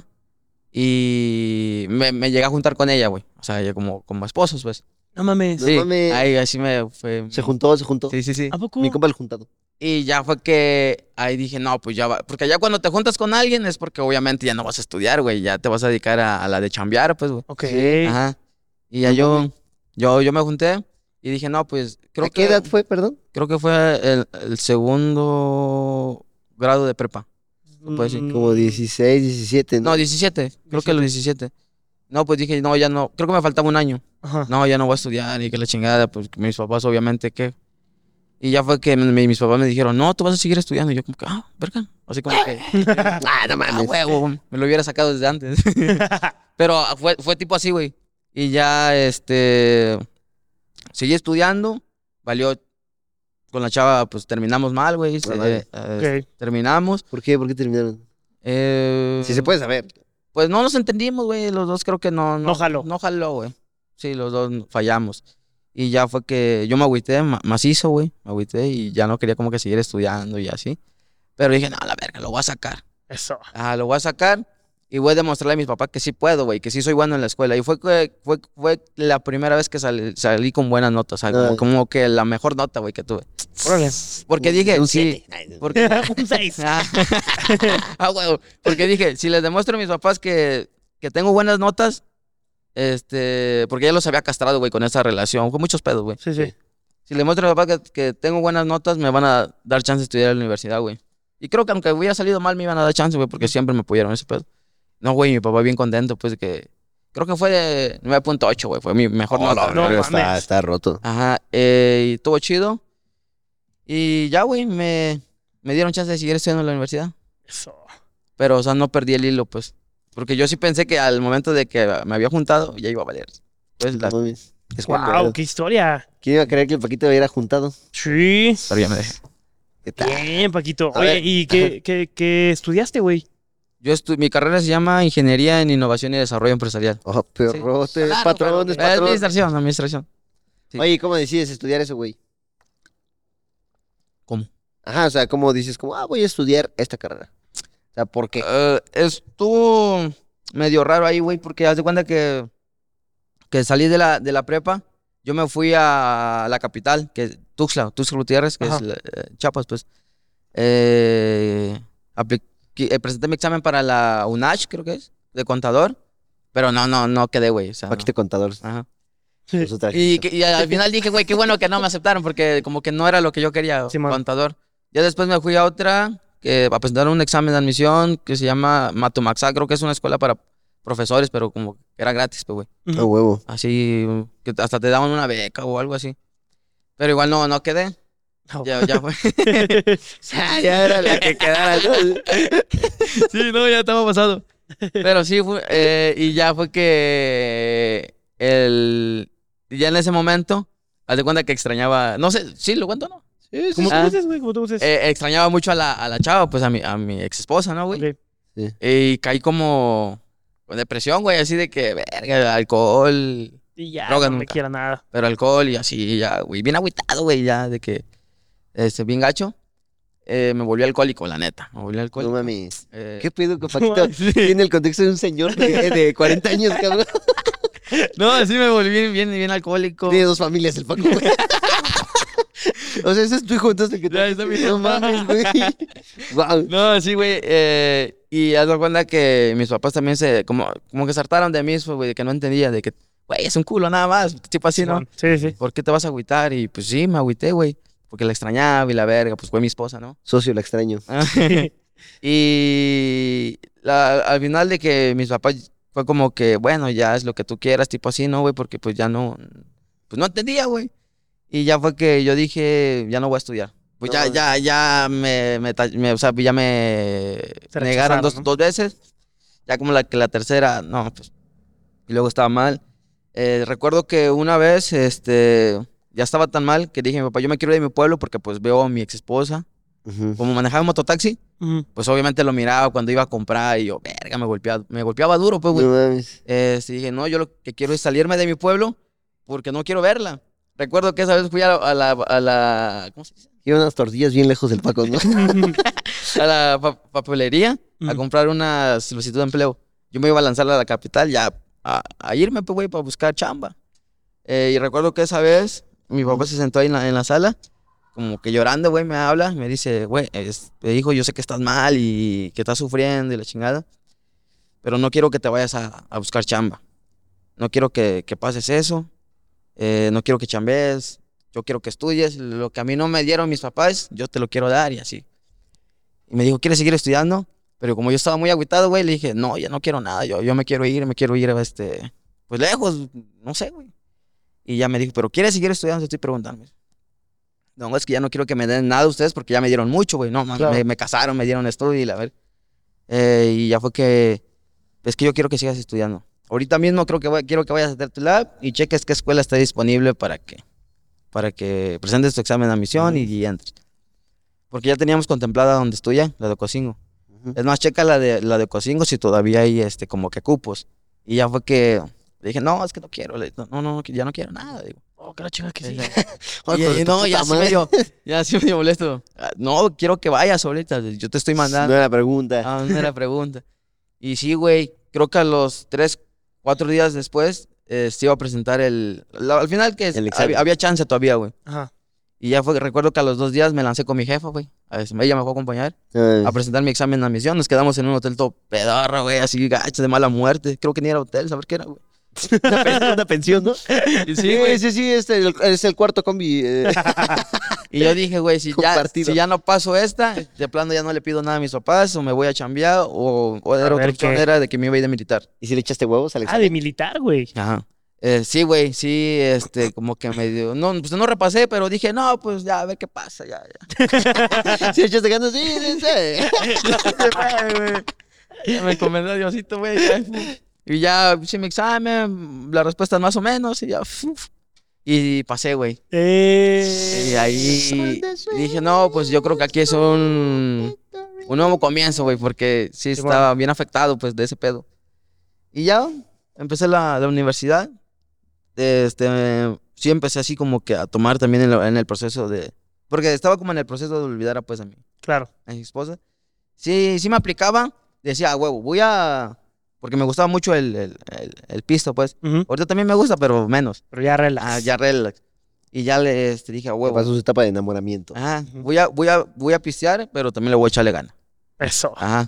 y me, me llegué a juntar con ella, güey. O sea, ya como, como esposos, pues. No mames. No Sí, mames. ahí así me fue. Se juntó, se juntó. Sí, sí, sí. ¿A poco? Mi compa el juntado. Y ya fue que ahí dije, no, pues ya va. Porque ya cuando te juntas con alguien es porque obviamente ya no vas a estudiar, güey. Ya te vas a dedicar a, a la de chambear, pues, güey. Ok. Ajá. Y ya yo, yo, yo me junté y dije, no, pues creo ¿A qué que, edad fue, perdón? creo que fue el, el segundo grado de prepa. Pues sí, Mm, Como dieciséis, diecisiete, ¿no? No, diecisiete. Creo que los diecisiete. No, pues dije, no, ya no. Creo que me faltaba un año. Ajá. No, ya no voy a estudiar y que la chingada. Pues mis papás, obviamente, que. Y ya fue que mi- mis papás me dijeron, no, tú vas a seguir estudiando. Y yo, como que, ah, verga. Así como que. Ah, no Ah, mames. huevo, me lo hubiera sacado desde antes. Pero fue, fue tipo así, güey. Y ya, este, seguí estudiando, valió, con la chava, pues terminamos mal, güey. se- Vale. eh, Ok. Terminamos. ¿Por qué? ¿Por qué terminaron? eh, Si se puede saber. Pues no nos entendimos, güey. Los dos creo que no. No jaló. No jaló, güey. Sí, los dos fallamos. Y ya fue que yo me agüité ma- macizo, güey. Me agüité y ya no quería como que seguir estudiando y así. Pero dije, no, a la verga, lo voy a sacar. Eso. Ah, lo voy a sacar y voy a demostrarle a mis papás que sí puedo, güey, que sí soy bueno en la escuela. Y fue que fue, fue la primera vez que salí, salí con buenas notas, o sea, como, Ah. como que la mejor nota, güey, que tuve. Órale. Porque dije, Un sí, siete. Ay, no. porque... Un seis. Ah, ah, huevo. Porque dije, si les demuestro a mis papás que, que tengo buenas notas, este, porque ya los había castrado, güey, con esa relación, con muchos pedos, güey. Sí, sí. Si les demuestro a mis papás que, que tengo buenas notas, me van a dar chance de estudiar en la universidad, güey. Y creo que aunque hubiera salido mal, me iban a dar chance, güey, porque siempre me apoyaron en ese pedo. No, güey, mi papá bien contento, pues, de que... Creo que fue nueve punto ocho, güey, fue mi mejor Oh, nota. la no verga, mames. está, está roto. Ajá, eh, y estuvo chido. Y ya, güey, me, me dieron chance de seguir estudiando en la universidad. Eso. Pero, o sea, no perdí el hilo, pues. Porque yo sí pensé que al momento de que me había juntado, ya iba a valer. Pues, la... No mames. Es Wow, cuando- qué historia. ¿Quién iba a creer que el Paquito hubiera juntado? Sí. Pero ya me dejé. ¿Qué tal? Bien, Paquito. A Oye, ver. ¿y qué, qué, qué estudiaste, güey? Yo estu... Mi carrera se llama Ingeniería en Innovación y Desarrollo Empresarial. Oh, perrote, Claro, patrón, es pero- patrón. Administración, administración. Sí. Oye, ¿cómo decides estudiar eso, güey? ¿Cómo? Ajá, o sea, ¿cómo dices? Como, ah, voy a estudiar esta carrera. O sea, ¿por qué? Eh, estuvo medio raro ahí, güey, porque haz de cuenta que, que salí de la, de la prepa, yo me fui a la capital, que es Tuxtla, Tuxtla Gutiérrez, que Ajá. es la- eh, Chiapas, pues. Eh, apli- qui- eh, presenté mi examen para la UNACH, creo que es, de contador, pero no, no, no quedé, güey. O sea, no. Paquito contador. Ajá. con su traje. Y, que- y al final dije, güey, qué bueno que no me aceptaron, porque como que no era lo que yo quería, Simón. contador. Ya después me fui a otra, que a presentar un examen de admisión que se llama Matumaxá, creo que es una escuela para profesores, pero como que era gratis, pues, güey. Ujú. A huevo. Así, que hasta te daban una beca o algo así. Pero igual no, no quedé. No. Ya, ya fue. Ah, ya era la que quedara, ¿no? Sí, no, ya estaba pasado. Pero sí, fue, eh, y ya fue que el, ya en ese momento, haz de cuenta que extrañaba, no sé, sí, lo cuento, ¿no? Sí, sí, ¿Cómo sí. tú Ah. dices, güey? ¿Cómo tú dices? Eh, extrañaba mucho a la, a la chava, pues a mi, a mi ex esposa, ¿no, güey? Ok. Y caí como con depresión, güey, así de que, verga, alcohol, Y ya, droga no me nunca. quiera nada. pero alcohol y así, ya, güey, bien agüitado, güey, ya, de que, este, bien gacho. Eh, me volví alcohólico, la neta, me volví No alcohólico. mames. Eh, ¿Qué pedo con Paquito? Tiene el contexto de un señor de, de cuarenta años, cabrón. No, así me volví bien, bien, bien alcohólico. Tiene dos familias el Paco, güey. O sea, ese es tu hijo, entonces el que te... Ya, está mi No papá. mames, güey. Wow. No, sí, güey. Eh, y haz de cuenta que mis papás también se, como, como que se hartaron de mí, güey, de que no entendía, de que, güey, es un culo nada más, tipo así, ¿no? Sí, sí. ¿Por qué te vas a agüitar? Y pues sí, me agüité, güey, porque la extrañaba y la verga, pues fue mi esposa, ¿no? Socio, la extraño. Y la- al final de que mis papás fue como que, bueno, ya es lo que tú quieras, tipo así, ¿no, güey? Porque pues ya no, pues no entendía, güey. Y ya fue que yo dije, ya no voy a estudiar. Pues ya, No. ya, ya me, me, ta- me- o sea, ya me Te negaron rechazaron, dos, ¿no? dos veces. Ya como la que la tercera, no, pues. Y luego estaba mal. Eh, recuerdo que una vez, este, ya estaba tan mal que dije a mi papá, yo me quiero ir de mi pueblo porque pues veo a mi ex esposa. Ujú. Como manejaba un mototaxi, Ujú. pues obviamente lo miraba cuando iba a comprar y yo, verga, me golpeaba, me golpeaba duro, pues, güey. No mames. Este, dije, no, yo lo que quiero es salirme de mi pueblo porque no quiero verla. Recuerdo que esa vez fui a la, a la, a la ¿cómo se dice? Iban unas tortillas bien lejos del Paco, ¿no? A la pa- papelería a Mm. comprar una solicitud de empleo. Yo me iba a lanzar a la capital ya a, a irme, pues, güey, para buscar chamba. Eh, y recuerdo que esa vez mi papá se sentó ahí en la, en la sala, como que llorando, güey, me habla, me dice, güey, este, hijo, yo sé que estás mal y que estás sufriendo y la chingada, pero no quiero que te vayas a, a buscar chamba. No quiero que, que pases eso, eh, no quiero que chambees, yo quiero que estudies, lo que a mí no me dieron mis papás, yo te lo quiero dar y así. Y me dijo, ¿quieres seguir estudiando? Pero como yo estaba muy agüitado, güey, le dije, no, ya no quiero nada, yo, yo me quiero ir, me quiero ir, este, pues lejos, no sé, güey. Y ya me dijo, ¿pero quieres seguir estudiando? Te estoy preguntando. No, es que ya no quiero que me den nada ustedes porque ya me dieron mucho, güey. No, man, Claro. me, me casaron, me dieron estudio y la ver. Eh, y ya fue que, es que yo quiero que sigas estudiando. Ahorita mismo creo que voy- quiero que vayas a hacer tu lab y cheques qué escuela está disponible para que, para que presentes tu examen de admisión y, y entres. Porque ya teníamos contemplada donde estudia, la de Ocosingo. Ujú. Es más, checa la de, la de Ocosingo si todavía hay este, como que cupos. Y ya fue que le dije, no, es que no quiero. Le- no, no, que ya no quiero nada. Digo. Oh, que la chinga que sí. Ay, Y- hijo de y tu no, puta ya sí madre. medio, ya sí medio molesto. Ah, no, quiero que vayas ahorita. Yo te estoy No mandando. era pregunta. Ah, no era pregunta. Y sí, güey, creo que a los tres, cuatro días después eh, se iba a presentar el... la- al final que es- El examen. había, había chance todavía, güey. Ajá. Y ya fue, recuerdo que a los dos días me lancé con mi jefa, güey. A ver, ella me fue a acompañar Ay. a presentar mi examen de admisión. Nos quedamos en un hotel todo pedorro, güey, así gacho de mala muerte. Creo que ni era hotel, ¿saber qué era, güey? Una, pen- una pensión, ¿no? Y Sí, sí, sí, este, el- es el cuarto combi. eh. Y yo dije, güey, si ya, Compartido. si ya no paso esta, de plano ya no le pido nada a mis papás, o me voy a chambear, o, o era A otra ver opción, qué. era de que me iba a ir de militar. ¿Y si le echaste huevos, Alex? Ah, de militar, güey. Ajá. Eh, sí, güey, sí, este, como que me dio, no, pues no repasé, pero dije, no, pues ya, a ver qué pasa, ya, ya. ¿Sí le echaste ganas? Sí, sí, sí. Ya me encomendó Diosito, güey. ya. Y ya hice mi examen, las respuestas más o menos, y ya, uf, y pasé, güey. Eh... Y ahí dije, no, pues yo creo que aquí es un, un nuevo comienzo, güey, porque sí Sí, estaba bueno. bien afectado, pues, de ese pedo. Y ya empecé la, la universidad. Este, sí empecé así como que a tomar también en, lo- en el proceso de... Porque estaba como en el proceso de olvidar a, pues, a mi, Claro. a mi esposa. Sí, sí me aplicaba. Decía, a huevo, voy a... Porque me gustaba mucho el, el, el, el pisto, pues. Ujú. Ahorita también me gusta, pero menos. Pero ya relax. Ah, ya relax. Y ya le este, dije, a ¿Qué huevo. pasó su etapa de enamoramiento? Ajá, Ujú. voy a, voy a, voy a pistear, pero también le voy a echarle gana. Eso. Ajá.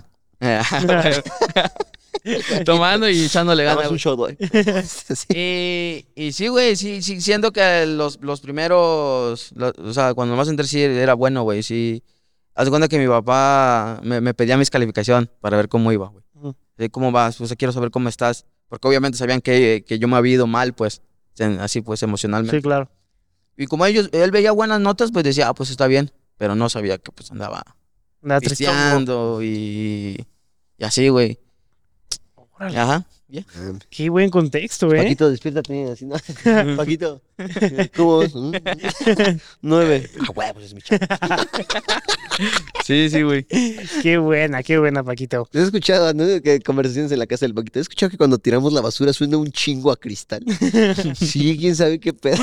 Tomando y echándole Nada ganas. más un shot, güey. Sí. Y, y sí, güey, sí, sí, siento que los, los primeros, lo- o sea, cuando más entré sí era bueno, güey, sí. Haz de cuenta que mi papá me, me pedía mis calificación para ver cómo iba, güey. Ujú. Sí, ¿cómo vas? Pues quiero saber cómo estás. Porque obviamente sabían que, que yo me había ido mal, pues, en- así pues emocionalmente. Sí, claro. Y como ellos, él veía buenas notas, pues decía, ah, pues está bien. Pero no sabía que pues andaba Nada tristón. pisteando y, y así, güey. Órale. Ajá. ya. Qué buen contexto, ¿eh? Paquito, despiértate. Así, ¿no? Paquito. ¿Cómo vas? Mm. Nueve. Ah, güey, pues es mi chavo. Sí, sí, güey. Qué buena, qué buena, Paquito. ¿Has escuchado, no? Que conversaciones en la casa del Paquito? ¿Has escuchado que cuando tiramos la basura suena un chingo a cristal? Sí, quién sabe qué pedo.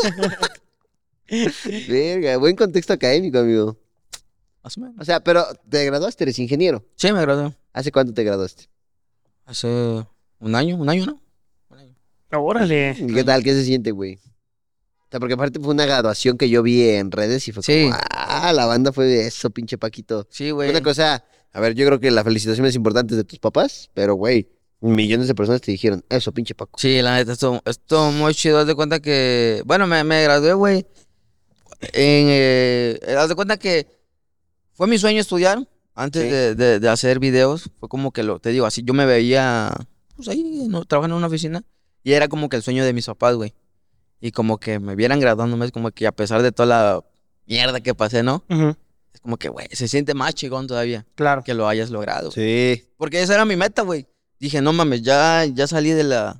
Verga, buen contexto académico, amigo. Más o menos. O sea, pero ¿te graduaste? ¿Eres ingeniero? Sí, me gradué. ¿Hace cuánto te graduaste? Hace un año, un año, ¿no? Un año. Órale. ¿Qué tal? ¿Qué se siente, güey? O sea, porque aparte fue una graduación que yo vi en redes y fue Sí. como, ah, la banda fue de eso, pinche Paquito. Sí, güey. Una cosa, a ver, yo creo que la felicitación es importante de tus papás, pero, güey, millones de personas te dijeron, eso, pinche Paco. Sí, la neta, esto, esto muy chido. Haz de cuenta que, bueno, me, me gradué, güey. En, eh, haz de cuenta que fue mi sueño estudiar antes Sí. de, de- de hacer videos. Fue como que, lo, te digo, así yo me veía, pues ahí, ¿no? Trabajando en una oficina. Y era como que el sueño de mis papás, güey. Y como que me vieran graduándome, es como que a pesar de toda la mierda que pasé, ¿no? Ujú. Es como que, güey, se siente más chingón todavía Claro. que lo hayas logrado. Sí. Porque esa era mi meta, güey. Dije, no mames, ya, ya salí de la,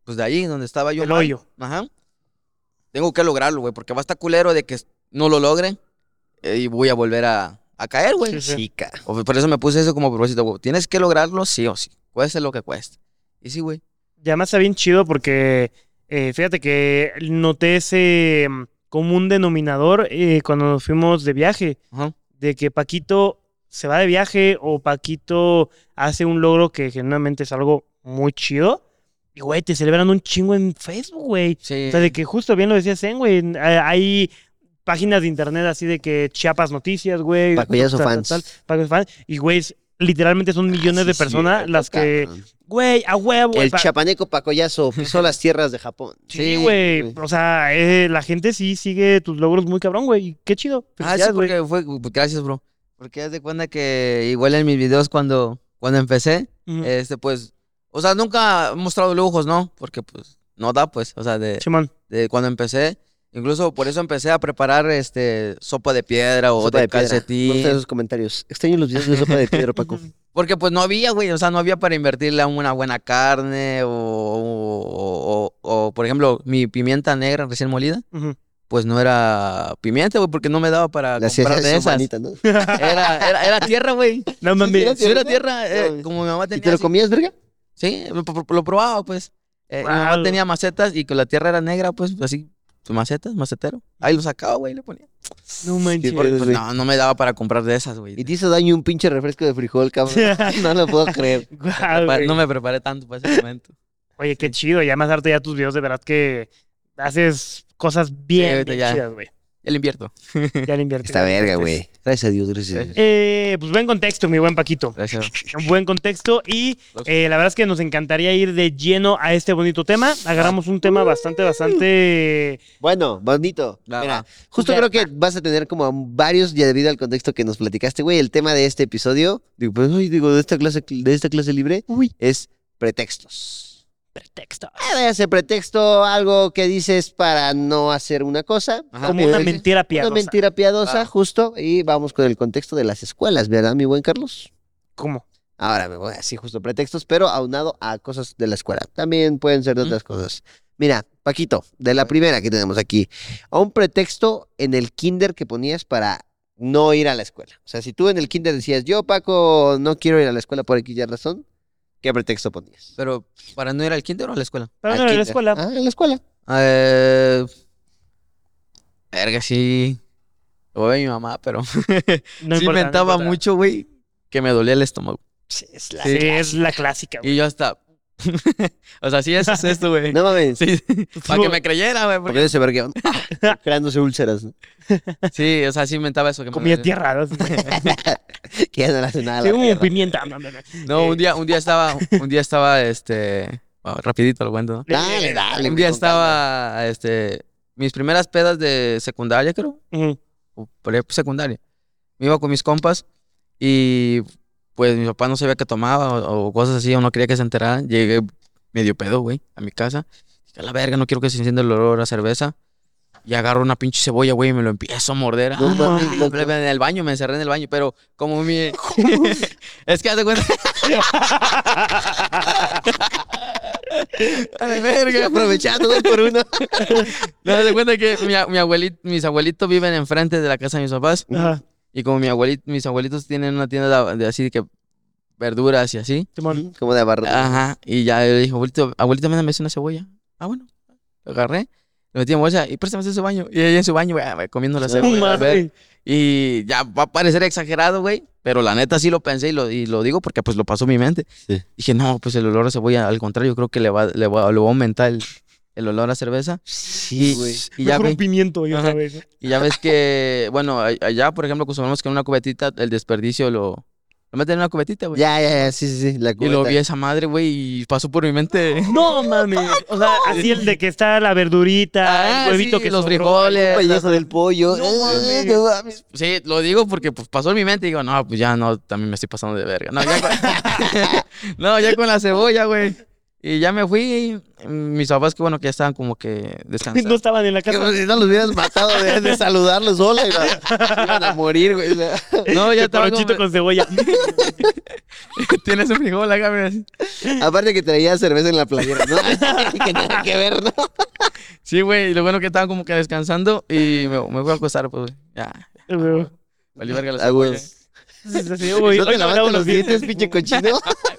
pues de ahí donde estaba yo. El mal. hoyo. Ajá. Tengo que lograrlo, güey, porque va a estar culero de que no lo logre eh, y voy a volver a, a caer, güey. Sí, sí. Chica. O- Por eso me puse eso como propósito, güey. Tienes que lograrlo sí o sí, cueste lo que cueste. Y sí, güey. Y además está bien chido porque eh, fíjate que noté ese mm, común denominador eh, cuando nos fuimos de viaje, Ajá. de que Paquito se va de viaje o Paquito hace un logro que genuinamente es algo muy chido. Y, güey, te celebran un chingo en Facebook, güey. Sí. O sea, de que justo bien lo decías, Zen, güey. eh, Hay páginas de internet así de que Chiapas Noticias, güey. Pacoyazo tal, tal, fans. tal, Pacoyazo fans. Y, güey, es- literalmente son millones Sí, de personas cierto, las que, cabrón. güey, a huevo. El pa- chapaneco Pacoyazo pisó las tierras de Japón. Sí, güey. O sea, eh, la gente sí sigue tus logros muy cabrón, güey. Y qué chido. Ah, sí, Felicidades, güey. porque fue, pues, gracias, bro. Porque haz de cuenta que igual en mis videos cuando, cuando empecé, Ujú. este, pues, o sea, nunca he mostrado lujos, ¿no? Porque, pues, no da, pues, o sea, de, Simón. de cuando empecé, incluso por eso empecé a preparar, este, sopa de piedra o Sopa de, de piedra. calcetín. Me gustan esos comentarios. Extraño los videos de sopa de piedra, Paco. Porque, pues, no había, güey, o sea, no había para invertirle a una buena carne o, o, o, o, por ejemplo, mi pimienta negra recién molida, Ujú. pues, no era pimienta, güey, porque no me daba para La comprar de su esas. manita, ¿no? Era, era, era tierra, güey. No Sí, mames. era Si era ¿Tierra? tierra, eh, No. como mi mamá ¿Y tenía. te lo así- comías, verga? Sí, lo, lo probaba, pues. Eh, Mi Wow. mamá tenía macetas y con la tierra era negra, pues, así, macetas, macetero. Ahí lo sacaba, güey, y le ponía. No manches. Sí, Pues, Sí. no, no me daba para comprar de esas, güey. Y te hizo daño un pinche refresco de frijol, cabrón. No lo puedo creer. Guau, Prepa- güey. No me preparé tanto para ese momento. Oye, qué chido. Y además darte ya tus videos de verdad que haces cosas bien, Sí, ahorita bien ya. chidas, güey. El invierto. Ya le invertí. Esta verga, güey. Gracias a Dios, gracias a Dios. Eh, pues buen contexto, mi buen Paquito. Gracias. Un buen contexto y eh, la verdad es que nos encantaría ir de lleno a este bonito tema. Agarramos un tema bastante, bastante... Bueno, bonito. Va, Mira, va. justo Ya, creo que vas a tener como varios, ya debido al contexto que nos platicaste, güey. El tema de este episodio, digo, pues, ay, digo, de esta clase, de esta clase libre, Uy, es pretextos. pretexto. Ah, ese pretexto, algo que dices para no hacer una cosa. Ajá. Como Eh, una sí. mentira piadosa. Una mentira piadosa, Ah. justo. Y vamos con el contexto de las escuelas, ¿verdad, mi buen Carlos? ¿Cómo? Ahora me voy así, justo pretextos, pero aunado a cosas de la escuela. También pueden ser de Ujú. otras cosas. Mira, Paquito, de la primera que tenemos aquí, a un pretexto en el kinder que ponías para no ir a la escuela. O sea, si tú en el kinder decías, yo, Paco, no quiero ir a la escuela por aquella razón, ¿qué pretexto ponías? Pero, ¿para no ir al kinder o a la escuela? Pero Al no, en la kinder. escuela. Ah, en la escuela. Eh... Verga, sí. Lo ve mi mamá, pero No sí importa, no inventaba importa. mucho, güey, que me dolía el estómago. Sí, es la, Sí. sí, es la clásica, güey. Y yo hasta... o sea, sí, eso es esto, güey. No mames. Sí, para que me creyera, güey. Porque porque- ese vergueo. Creándose úlceras, ¿no? Sí, o sea, sí inventaba eso. Que me Comía dolía. tierra. ¿no? Que ya no le hace nada a Sí, la uh, tierra. pimienta. No, no, no. No, un día, un día estaba, un día estaba, este... bueno, rapidito lo cuento, ¿no? Dale, dale. Un güey, día con calma. estaba, este... mis primeras pedas de secundaria, creo. Ujú. O pre-secundaria. Me iba con mis compas y pues mi papá no sabía que tomaba o, o cosas así, o no quería que se enteraran. Llegué medio pedo, güey, a mi casa. Dije, a la verga, no quiero que se encienda el olor a cerveza. Y agarro una pinche cebolla, güey, y me lo empiezo a morder. No Ah, mames, loco. en el baño, me encerré en el baño, pero como mi... es que haz de cuenta... a la verga. Aprovechando dos por uno. No, haz de cuenta que mi, a- mi abuelito, mis abuelitos viven enfrente de la casa de mis papás. Ajá. Y como mi abuelito, mis abuelitos tienen una tienda de, de así que verduras y así. Simón. Como de abarro. Ajá. Y ya le dije, abuelito, abuelito, me una cebolla. Ah, bueno. Lo agarré, lo metí en bolsa y préstame ese baño. Y ella en su baño, güey, comiendo la No cebolla. mames. a ver. Y ya va a parecer exagerado, güey. Pero la neta sí lo pensé y lo, y lo digo porque pues lo pasó mi mente. Sí. Dije, no, pues el olor a cebolla, al contrario, creo que le va, le va, le va a aumentar el, el olor a cerveza. Sí, güey. Y ya, Mejor ve- un pimiento, yo Ajá. sabes. y ya ves que, bueno, a- allá, por ejemplo, acostumbramos que en una cubetita el desperdicio lo, lo meten en una cubetita, güey. Ya, ya, ya, sí, sí, sí. La Y lo cubeta. vi esa madre, güey, y pasó por mi mente. No mames. O sea, así el de que está la verdurita, Ah, el huevito sí, que los sobró. frijoles. Un pellejo del pollo. No Ah, mames. no mames. Sí, lo digo porque pues, pasó en mi mente y digo, no, pues ya no, también me estoy pasando de verga. No, ya con, no, ya con la cebolla, güey. Y ya me fui. Y mis papás, que bueno, que ya estaban como que No descansando. estaban en la Que casa. si no los hubieras matado de, de saludarlos sola, iban, iban a morir, güey. O sea, No, ya De estaba porochito como... con cebolla. Tienes un frijol acá, mira. así. aparte que traía cerveza en la playera, ¿no? que nada que ver, ¿no? Sí, güey. Y lo bueno que estaban como que descansando. Y me, me fui a acostar, pues, güey. Ya. Valí verga la Ah, güey. cebolla. Así, hoy- ¿No hoy te me lavo lavaste los dientes, dientes. pinche cochino?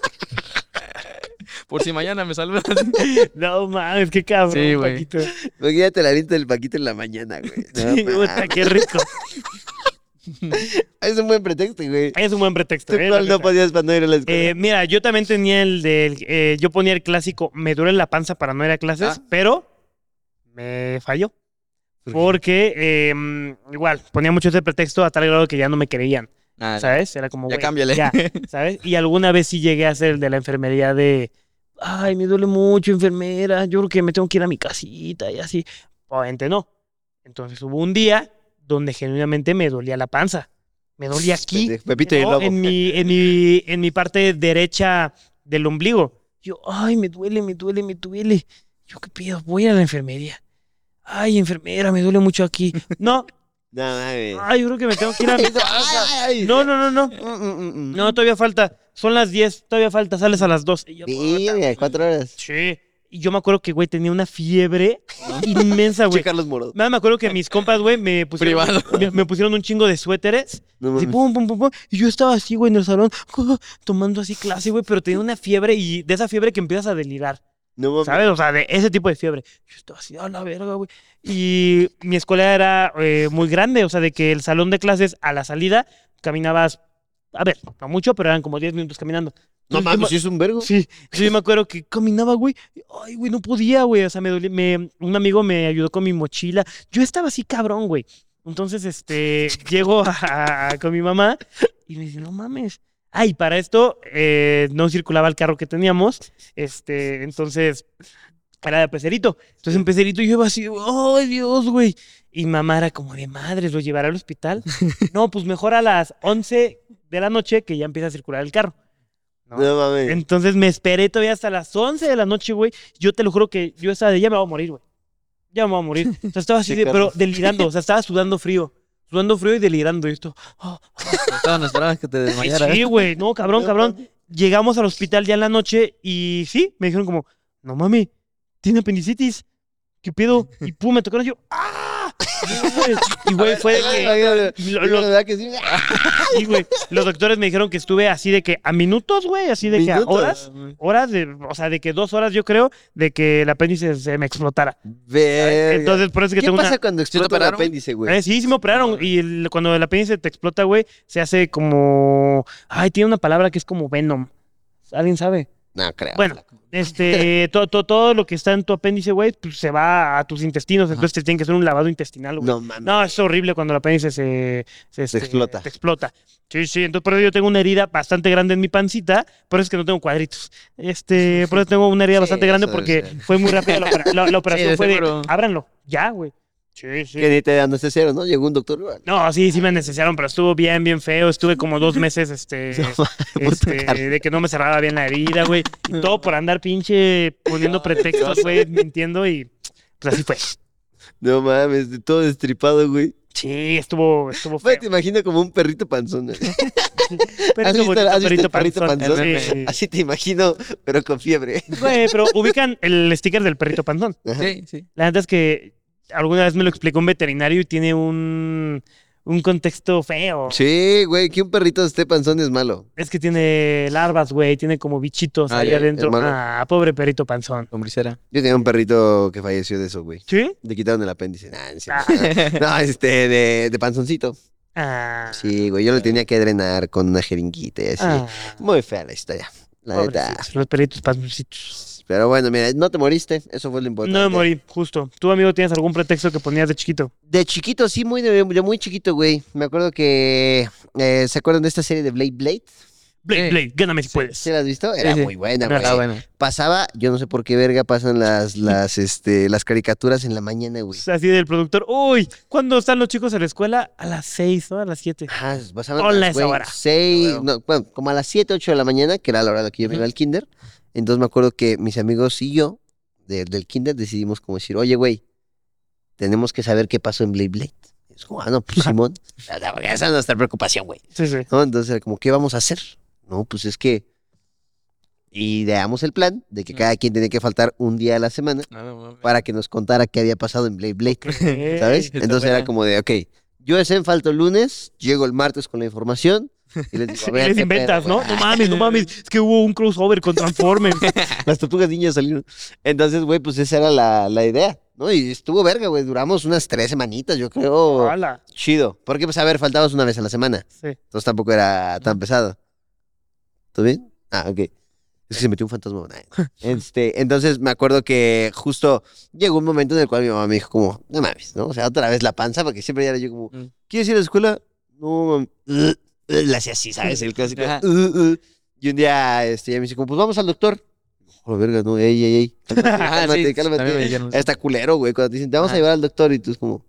Por si mañana me saludas. No mames, qué cabrón, Sí, güey. Paquito. Imagínate la vista del Paquito en la mañana, güey. No, Sí, puta, mames. qué rico. Es un buen pretexto, güey. Es un buen pretexto. ¿Tú eh, cuál la no neta. podías para no ir a la escuela? Eh, mira, yo también tenía el del. eh, yo ponía el clásico, me duele la panza para no ir a clases, Ah. pero me falló. Porque eh, mm, igual, ponía mucho ese pretexto a tal grado que ya no me creían, Ah, ¿sabes? Era como, Ya güey, cámbiale. ya, ¿sabes? Y alguna vez sí llegué a hacer el de la enfermería de, ay, me duele mucho, enfermera, yo creo que me tengo que ir a mi casita y así. Obviamente no. Entonces hubo un día donde genuinamente me dolía la panza. Me dolía aquí, Pendejo, Pepito y el ¿no? lobo. en mi, en mi, en mi parte derecha del ombligo. Yo, ay, me duele, me duele, me duele. Yo, ¿qué pido? Voy a la enfermería. Ay, enfermera, me duele mucho aquí. No, No, mames. ay, yo creo que me tengo que ir a mi casa. Ay, No, no, no, no. Mm, mm, mm, mm. No, todavía falta. Son las diez, todavía falta, sales a las dos. Y yo, puta, Verga, cuatro horas. sí. Y yo me acuerdo que, güey, tenía una fiebre inmensa, güey. Che, Carlos Moro. Nada, me acuerdo que mis compas, güey, me pusieron, Privado. me, me pusieron un chingo de suéteres. No Así, mames. pum, pum, pum, pum. Y yo estaba así, güey, en el salón, tomando así clase, güey, pero tenía una fiebre y de esa fiebre que empiezas a delirar, No mames. ¿sabes? O sea, de ese tipo de fiebre. Yo estaba así, a la verga, güey. Y mi escuela era eh, muy grande, o sea, de que el salón de clases a la salida caminabas, a ver, no mucho, pero eran como diez minutos caminando. No Entonces, yo mames, me- sí es un vergo. Sí, sí, yo me acuerdo que caminaba, güey. Ay, güey, no podía, güey. O sea, me dolía. Me, un amigo me ayudó con mi mochila. Yo estaba así cabrón, güey. Entonces, este, llego a- a- con mi mamá y me dice, no mames. Ay, para esto eh, no circulaba el carro que teníamos. Este, entonces, era de pecerito. Entonces, en pecerito yo iba así, ay, Dios, güey. Y mamá era como de madres, ¿lo llevará al hospital? No, pues mejor a las once de la noche que ya empieza a circular el carro. ¿no? No mames. Entonces me esperé todavía hasta las once de la noche, güey. Yo te lo juro que yo estaba de, ya me voy a morir, güey. Ya me voy a morir. O sea, estaba así, Sí, de, pero Carlos. delirando. O sea, estaba sudando frío. Sudando frío y delirando. Y esto. ah, Estaban esperando que te desmayaras. sí, güey. No, cabrón, No cabrón. mames. Llegamos al hospital ya en la noche y sí, me dijeron como, no mami, tiene apendicitis. ¿Qué pedo? Y pum, me tocaron yo. ¡Ah! Y güey, fue de que. que... lo- La lo- verdad que sí. sí, güey. Los doctores me dijeron que estuve así de que a minutos, güey, así de que a Minutos. horas. Horas, de, o sea, de que dos horas yo creo, de que el apéndice se me explotara. Verga. Entonces, por eso es que ¿Qué tengo pasa una... cuando te explota el operaron? apéndice, güey? Eh, sí, sí me operaron. Y el- cuando el apéndice te explota, güey, se hace como... Ay, tiene una palabra que es como Venom. ¿Alguien sabe? No, creo. Bueno, este, todo, todo, todo lo que está en tu apéndice, güey, pues se va a tus intestinos. Entonces te tienen que hacer un lavado intestinal, güey. No mames. No, es horrible cuando el apéndice se, se, este, explota. te explota. Sí, sí, entonces por eso yo tengo una herida bastante grande en mi pancita, por eso es que no tengo cuadritos. Este, por eso tengo una herida Sí, bastante grande eso porque es, eh. fue muy rápida la, opera- la- la operación. de fue de, seguro. ábranlo, ya, güey. Sí, sí. Que ni te anestesiaron, ¿no? Llegó un doctor. güey. No, sí, sí me anestesiaron, pero estuvo bien, bien feo. Estuve como dos meses, este, este, de que no me cerraba bien la herida, güey. Y todo por andar pinche poniendo pretextos, güey, mintiendo y pues así fue. No mames, de todo destripado, güey. Sí, estuvo, estuvo Güey, feo. te imagino como un perrito panzón. güey. Perrito ¿Has visto- bonito, has visto perrito el perrito panzón. panzón? Sí. Así te imagino, pero con fiebre. Güey, pero ubican el sticker del perrito panzón. Sí, sí. La neta es que alguna vez me lo explicó un veterinario y tiene un, un contexto feo. Sí, güey, que un perrito esté panzón es malo. Es que tiene larvas, güey, tiene como bichitos Ah, ahí ya, adentro. hermano. Ah, pobre perrito panzón. Lombricera. Yo tenía un perrito que falleció de eso, güey. ¿Sí? Le quitaron el apéndice. Nah, no, es cierto. No, este, de, de panzoncito. Ah. Sí, güey, yo lo tenía que drenar con una jeringuita y así. Ah, Muy fea la historia, la neta. pobrecitos, los perritos panzoncitos. Pero bueno, mira, no te moriste, eso fue lo importante. No me morí, justo. ¿Tú, amigo, tienes algún pretexto que ponías de chiquito? De chiquito, sí, muy de, de muy chiquito, güey. Me acuerdo que... eh, ¿se acuerdan de esta serie de Blade Blade? Blade, Sí. Blade, gáname si puedes. ¿Sí la has visto? Era Sí, sí. muy buena, Era güey. Ah, bueno. Pasaba, yo no sé por qué verga pasan las, las, este, las caricaturas en la mañana, güey. Así del productor. Uy, ¿cuándo están los chicos en la escuela? A las seis, ¿no? A las siete. Ajá, pasaban Hola, las, esa güey, hora. seis, Ah, bueno. no, bueno, como a las siete, ocho de la mañana, que era la hora de que yo me iba al kinder. Entonces me acuerdo que mis amigos y yo, de- del kinder, decidimos como decir, oye, güey, tenemos que saber qué pasó en Blade Blade. Y es como, ah, no, pues Simón, esa es nuestra preocupación, güey. Sí, sí. ¿No? Entonces era como, ¿qué vamos a hacer? No, pues es que ideamos el plan de que cada quien tenía que faltar un día a la semana para que nos contara qué había pasado en Blade Blade, ¿sabes? Está Entonces era buena. como de, ok, yo ese falto el lunes, llego el martes con la información y les digo, a Y ver, les qué inventas, pedo, ¿no? güey. No mames, no mames. Es que hubo un crossover con Transformers. Las tortugas niñas salieron. Entonces, güey, pues esa era la, la idea, ¿no? Y estuvo verga, güey, duramos unas tres semanitas, yo creo. Hola. Chido. Porque, pues, a ver, faltabas una vez a la semana. Sí. Entonces tampoco era tan pesado. ¿Todo bien? Ah, ok. Es que se metió un fantasma. Nah. Este, entonces me acuerdo que justo llegó un momento en el cual mi mamá me dijo como, no mames, ¿no? O sea, otra vez la panza, porque siempre ya era yo como, Mm. ¿quieres ir a la escuela? No, mami. Uh, uh, la hacía así, ¿sabes? El clásico. Ajá. uh, uh. Y un día, este, ya me dice como, pues vamos al doctor. Oh, verga, no, ey, ey, ey. Cálmate, Ajá, cálmate, sí, cálmate. también me dijeron eso. Está culero, güey, cuando te dicen, te vamos a Ajá. llevar al doctor y tú es como,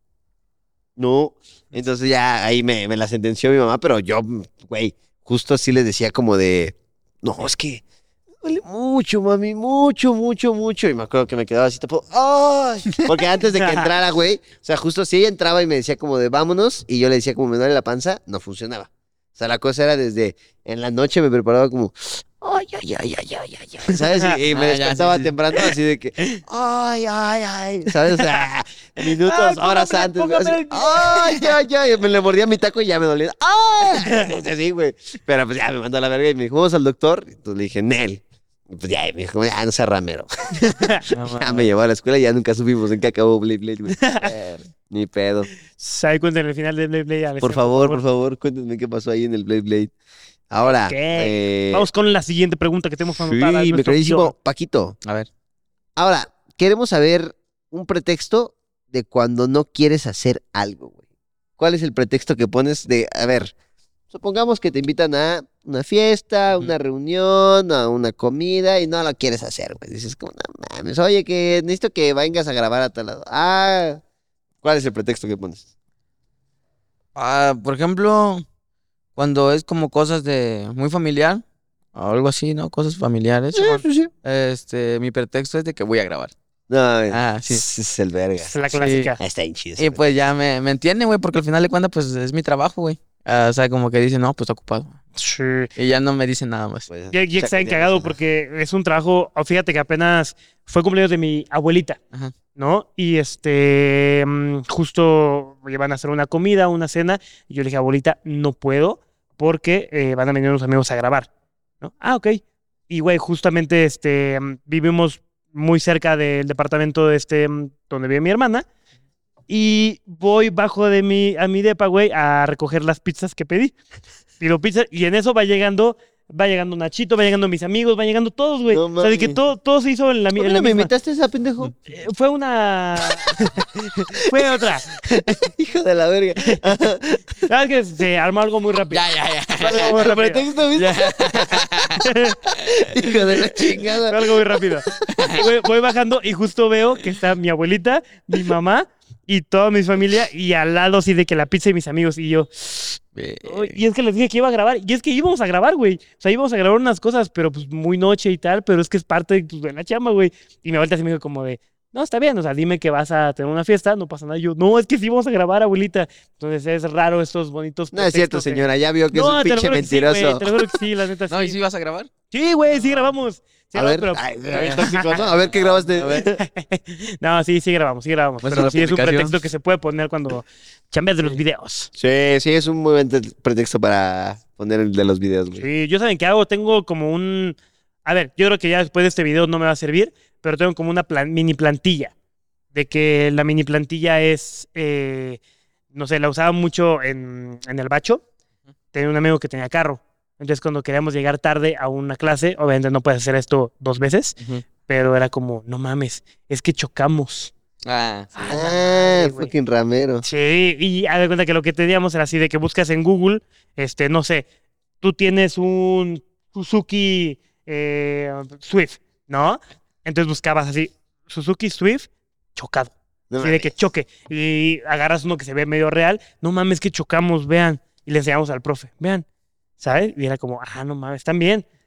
no. Entonces ya ahí me, me la sentenció mi mamá, pero yo, güey, justo así les decía como de, no, es que duele mucho, mami, mucho, mucho, mucho. Y me acuerdo que me quedaba así, tipo, ¡ay! Porque antes de que entrara, güey, o sea, justo si ella entraba y me decía como de, vámonos, y yo le decía como me duele la panza, no funcionaba. O sea, la cosa era desde, en la noche me preparaba como, ¡ay, ay, ay, ay, ay, ay! ay", ¿sabes? Y, y me Ah, ya, despertaba sí, sí. temprano así de que, ¡ay, ay, ay! ¿Sabes? O sea, minutos, Ay, horas póngame, antes. póngame así, el- ¡ay, ay, ay! Me le mordía mi taco y ya me dolía. ¡Ay! Así, güey. Pero pues ya me mandó a la verga y me dijo, vamos al doctor. Entonces le dije, Nel. Y pues ya, me dijo, ya no sea ramero. No, Ya me llevó a la escuela y ya nunca supimos en qué acabó Blade Blade, güey. Eh, Ni pedo. Ahí cuenten el final de Blade Blade. Alessandro, Por favor, por favor, cuéntenme qué pasó ahí en el Blade Blade. Ahora, Ok. eh, Vamos con la siguiente pregunta que tenemos sí, anotada. en mi nuestro queridísimo guión. Paquito. A ver. Ahora, queremos saber un pretexto de cuando no quieres hacer algo, güey. ¿Cuál es el pretexto que pones de, a ver, supongamos que te invitan a una fiesta, a una reunión, a una comida y no lo quieres hacer, güey? Dices como, no mames, oye, que necesito que vengas a grabar a tal lado. Ah, ¿cuál es el pretexto que pones? Ah, por ejemplo, cuando es como cosas de muy familiar o algo así, ¿no? Cosas familiares. Sí, sí, sí. Este, mi pretexto es de que voy a grabar. No, Ah, sí. ese es el verga. Es la clásica. Ah, está bien chido. Y pues ya me, me entiende, güey, porque al final de cuentas, pues es mi trabajo, güey. Ah, o sea, como que dice, no, pues está ocupado. Sí. Y ya no me dicen nada más. Pues, Y, y está encargado porque es un trabajo. oh, Fíjate que apenas fue cumpleaños de mi abuelita, Ajá. ¿no? Y este, mm, justo iban a hacer una comida, una cena. Y yo le dije, abuelita, no puedo porque eh, van a venir unos amigos a grabar, ¿no? Ah, ok. Y güey, justamente este, mm, vivimos muy cerca del departamento de este, mm, donde vive mi hermana. Y voy bajo de mi, a mi depa, güey, a recoger las pizzas que pedí. Pido pizza y en eso va llegando, va llegando Nachito, va llegando mis amigos, va llegando todos, güey. No o sea, de que mames. todo, todo se hizo en la, mi- ¿Por en qué la no me misma. invitaste a esa, pendejo? Eh, Fue una... Fue otra. Hijo de la verga. Ah, es que se armó algo muy rápido. Ya, ya, ya. Algo muy ¿El rápido. pretexto, viste? Hijo de la chingada. Fue algo muy rápido. Voy, voy bajando y justo veo que está mi abuelita, mi mamá y toda mi familia y al lado así de que la pizza y mis amigos y yo... Uy, y es que les dije que iba a grabar. Y es que íbamos a grabar, güey. O sea, íbamos a grabar unas cosas, pero pues muy noche y tal. Pero es que es parte pues, de la chamba, güey. Y mi abuelita se me dijo como de, no, está bien. O sea, dime que vas a tener una fiesta, no pasa nada. Y yo, no, es que sí vamos a grabar, abuelita. Entonces es raro estos bonitos No es cierto, pretextos que- señora. Ya vio que No, es te un lo pinche juro que sí, mentiroso. güey, te lo juro que sí, la neta sí. No, ¿y si vas a grabar? Sí, güey, sí grabamos. Sí a grabamos, ver, pero- ay, ay, tóxico, ¿no? A ver qué grabaste. A ver. No, sí, sí grabamos, sí grabamos. Muestra Pero la sí es un publicación. pretexto que se puede poner cuando chambeas de los videos. Sí, sí, es un muy buen te- pretexto para poner el de los videos, güey. Sí, yo saben qué hago, tengo como un... A ver, yo creo que ya después de este video no me va a servir, pero tengo como una plan- mini plantilla. De que la mini plantilla es, eh, no sé, la usaba mucho en, en el bacho. Tenía un amigo que tenía carro. Entonces cuando queríamos llegar tarde a una clase, obviamente no puedes hacer esto dos veces, Ujú. pero era como, no mames, es que chocamos. Ah, sí. Ah, Ah, madre, güey. fucking ramero. Sí, y haz de cuenta que lo que teníamos era así de que buscas en Google, este, no sé, tú tienes un Suzuki eh, Swift, ¿no? Entonces buscabas así, Suzuki Swift chocado. No Así de que choque. Y agarras uno que se ve medio real, no mames que chocamos, vean. Y le enseñamos al profe, vean. ¿Sabes? Y era como, ah, no mames, están bien.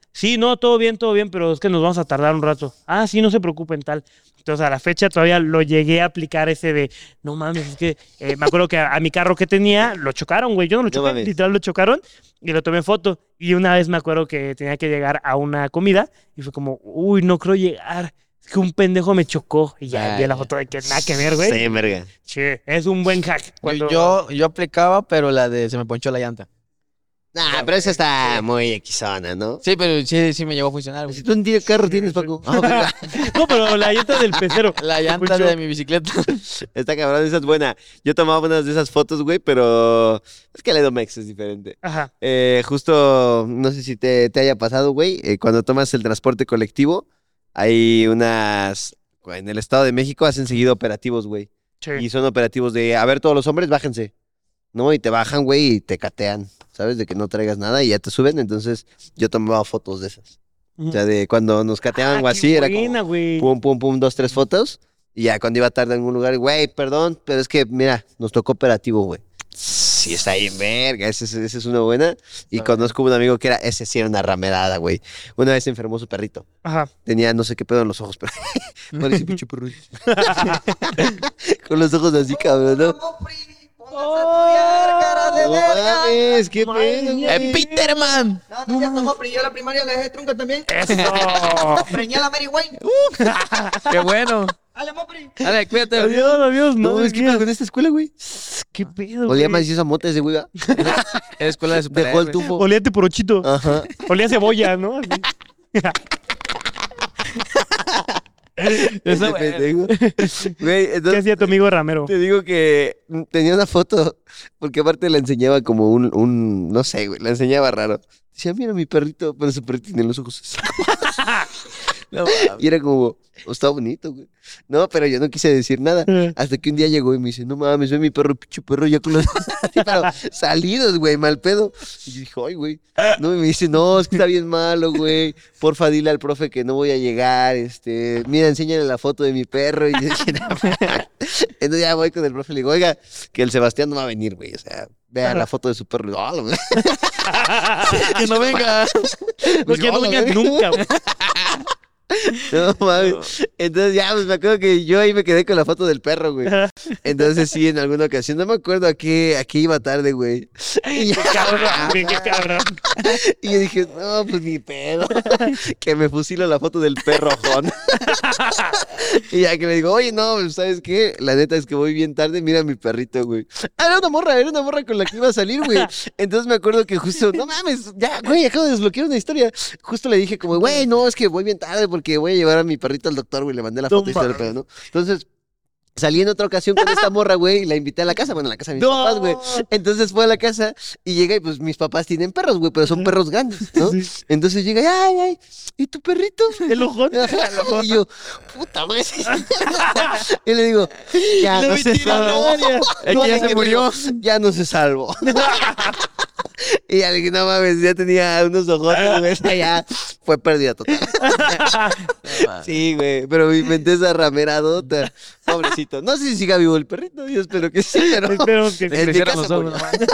Sí, no, todo bien, todo bien, pero es que nos vamos a tardar un rato. Ah, sí, no se preocupen, tal. Entonces, a la fecha todavía lo llegué a aplicar ese de, no mames, es que eh, me acuerdo que a, a mi carro que tenía lo chocaron, güey. Yo no lo No choqué, mames. literal lo chocaron y lo tomé foto. Y una vez me acuerdo que tenía que llegar a una comida y fue como, uy, no creo llegar. Es que un pendejo me chocó y ya Ah, vi la ya. foto de que nada que ver, güey. Sí, verga. Sí, es un buen hack. Cuando... Yo, yo aplicaba, pero la de se me ponchó la llanta. Nah, pero esa está muy equisona, ¿no? Sí, pero sí, sí me llegó a funcionar, Si güey. tú un carro tienes, Paco. Ah, verga. No, pero la llanta del pecero. La llanta Poncho. de mi bicicleta. Está cabrón, esa es buena. Yo tomaba unas de esas fotos, güey, pero es que el Edomex es diferente. Ajá. Eh, justo, no sé si te, te haya pasado, güey, eh, cuando tomas el transporte colectivo, hay unas... En el Estado de México hacen seguido operativos, güey. Sí. Y son operativos de, a ver, todos los hombres, bájense. ¿No? Y te bajan, güey, y te catean, ¿sabes? De que no traigas nada y ya te suben. Entonces, yo tomaba fotos de esas. O sea, de cuando nos cateaban Ah, o qué así, era buena, como güey. pum, pum, pum, dos, tres fotos. Y ya cuando iba tarde en algún lugar, güey, perdón, pero es que, mira, nos tocó operativo, güey. Sí, está ahí, verga, esa es, esa es una buena. Y Está conozco un amigo que era, ese sí era una ramerada, güey. Una vez se enfermó su perrito. Ajá. Tenía no sé qué pedo en los ojos, pero parecía pinche perro. Con los ojos así, cabrón, ¿no? No mames, qué pedo, güey. ¡Eh, Peterman! No, no, ya tomó, pero yo la primaria le dejé trunca también. Eso. Preñé a la Mary Wayne. ¡Qué bueno! Dale, Mopri. Dale, cuídate. Adiós, adiós. No, No, es que mira, con esta escuela, güey. qué pedo, Olía güey. macizo a mota ese güey, ¿va? Es escuela de Dejó el superhéroes. tufo. Olíate por ochito. Ajá. Olía a cebolla, ¿no? Así. Eso, Ese güey. pendejo. Güey, ¿Qué entonces hacía tu amigo Ramero? te digo que tenía una foto, porque aparte la enseñaba como un, un, no sé, güey, la enseñaba raro. Decía, mira mi perrito, pero su perrito tiene los ojos así. No, mames. Y era como, oh, está bonito, güey. No, pero yo no quise decir nada. Hasta que un día llegó y me dice, no mames, ve mi perro, pinche perro, ya con los así, pero salidos, güey, mal pedo. Y yo dije, ay, güey. No, y me dice, no, es que está bien malo, güey. Porfa, dile al profe que no voy a llegar. Este, mira, enséñale la foto de mi perro. Y yo dije, no, entonces ya voy con el profe y le digo, oiga, que el Sebastián no va a venir, güey. O sea, vea la foto de su perro. Y digo, "Ah, la verdad". Que no venga. No, que no vengas nunca, güey. No mames. Entonces ya, pues me acuerdo que yo ahí me quedé con la foto del perro, güey. Entonces sí, en alguna ocasión, no me acuerdo a qué, a qué iba tarde, güey. Y, ya- Qué cabrón, güey, qué cabrón. y yo dije, no, pues ni pedo. Que me fusilo la foto del perro Jón. Y ya que le digo, oye, no, pues, ¿sabes qué? La neta es que voy bien tarde, mira a mi perrito, güey. Ah, era una morra, era una morra con la que iba a salir, güey. Entonces me acuerdo que justo, no mames, ya, güey, acabo de desbloquear una historia. Justo le dije como, güey, no, es que voy bien tarde porque voy a llevar a mi perrito al doctor, güey. Le mandé la No foto y todo el mames. pedo, ¿no? Entonces, salí en otra ocasión con esta morra, güey, y la invité a la casa, bueno, a la casa de mis No. papás, güey. Entonces fue a la casa y llega y pues mis papás tienen perros, güey, pero son perros grandes, ¿no? Entonces llega, y, ay, ay, ¿y tu perrito? El ojón. Y yo, puta madre. Y le digo, ya no se salvó. Es que ya se murió. Ya no se salvó. Y ya le dije, no mames, ya tenía unos ojotes, güey. esa Ya fue pérdida total. Sí, güey, pero me inventé esa rameradota. Pobrecito. No sé si siga vivo el perrito, yo espero que sí, pero. Esperemos que En sí. mi crecieron casa los ojos, murió.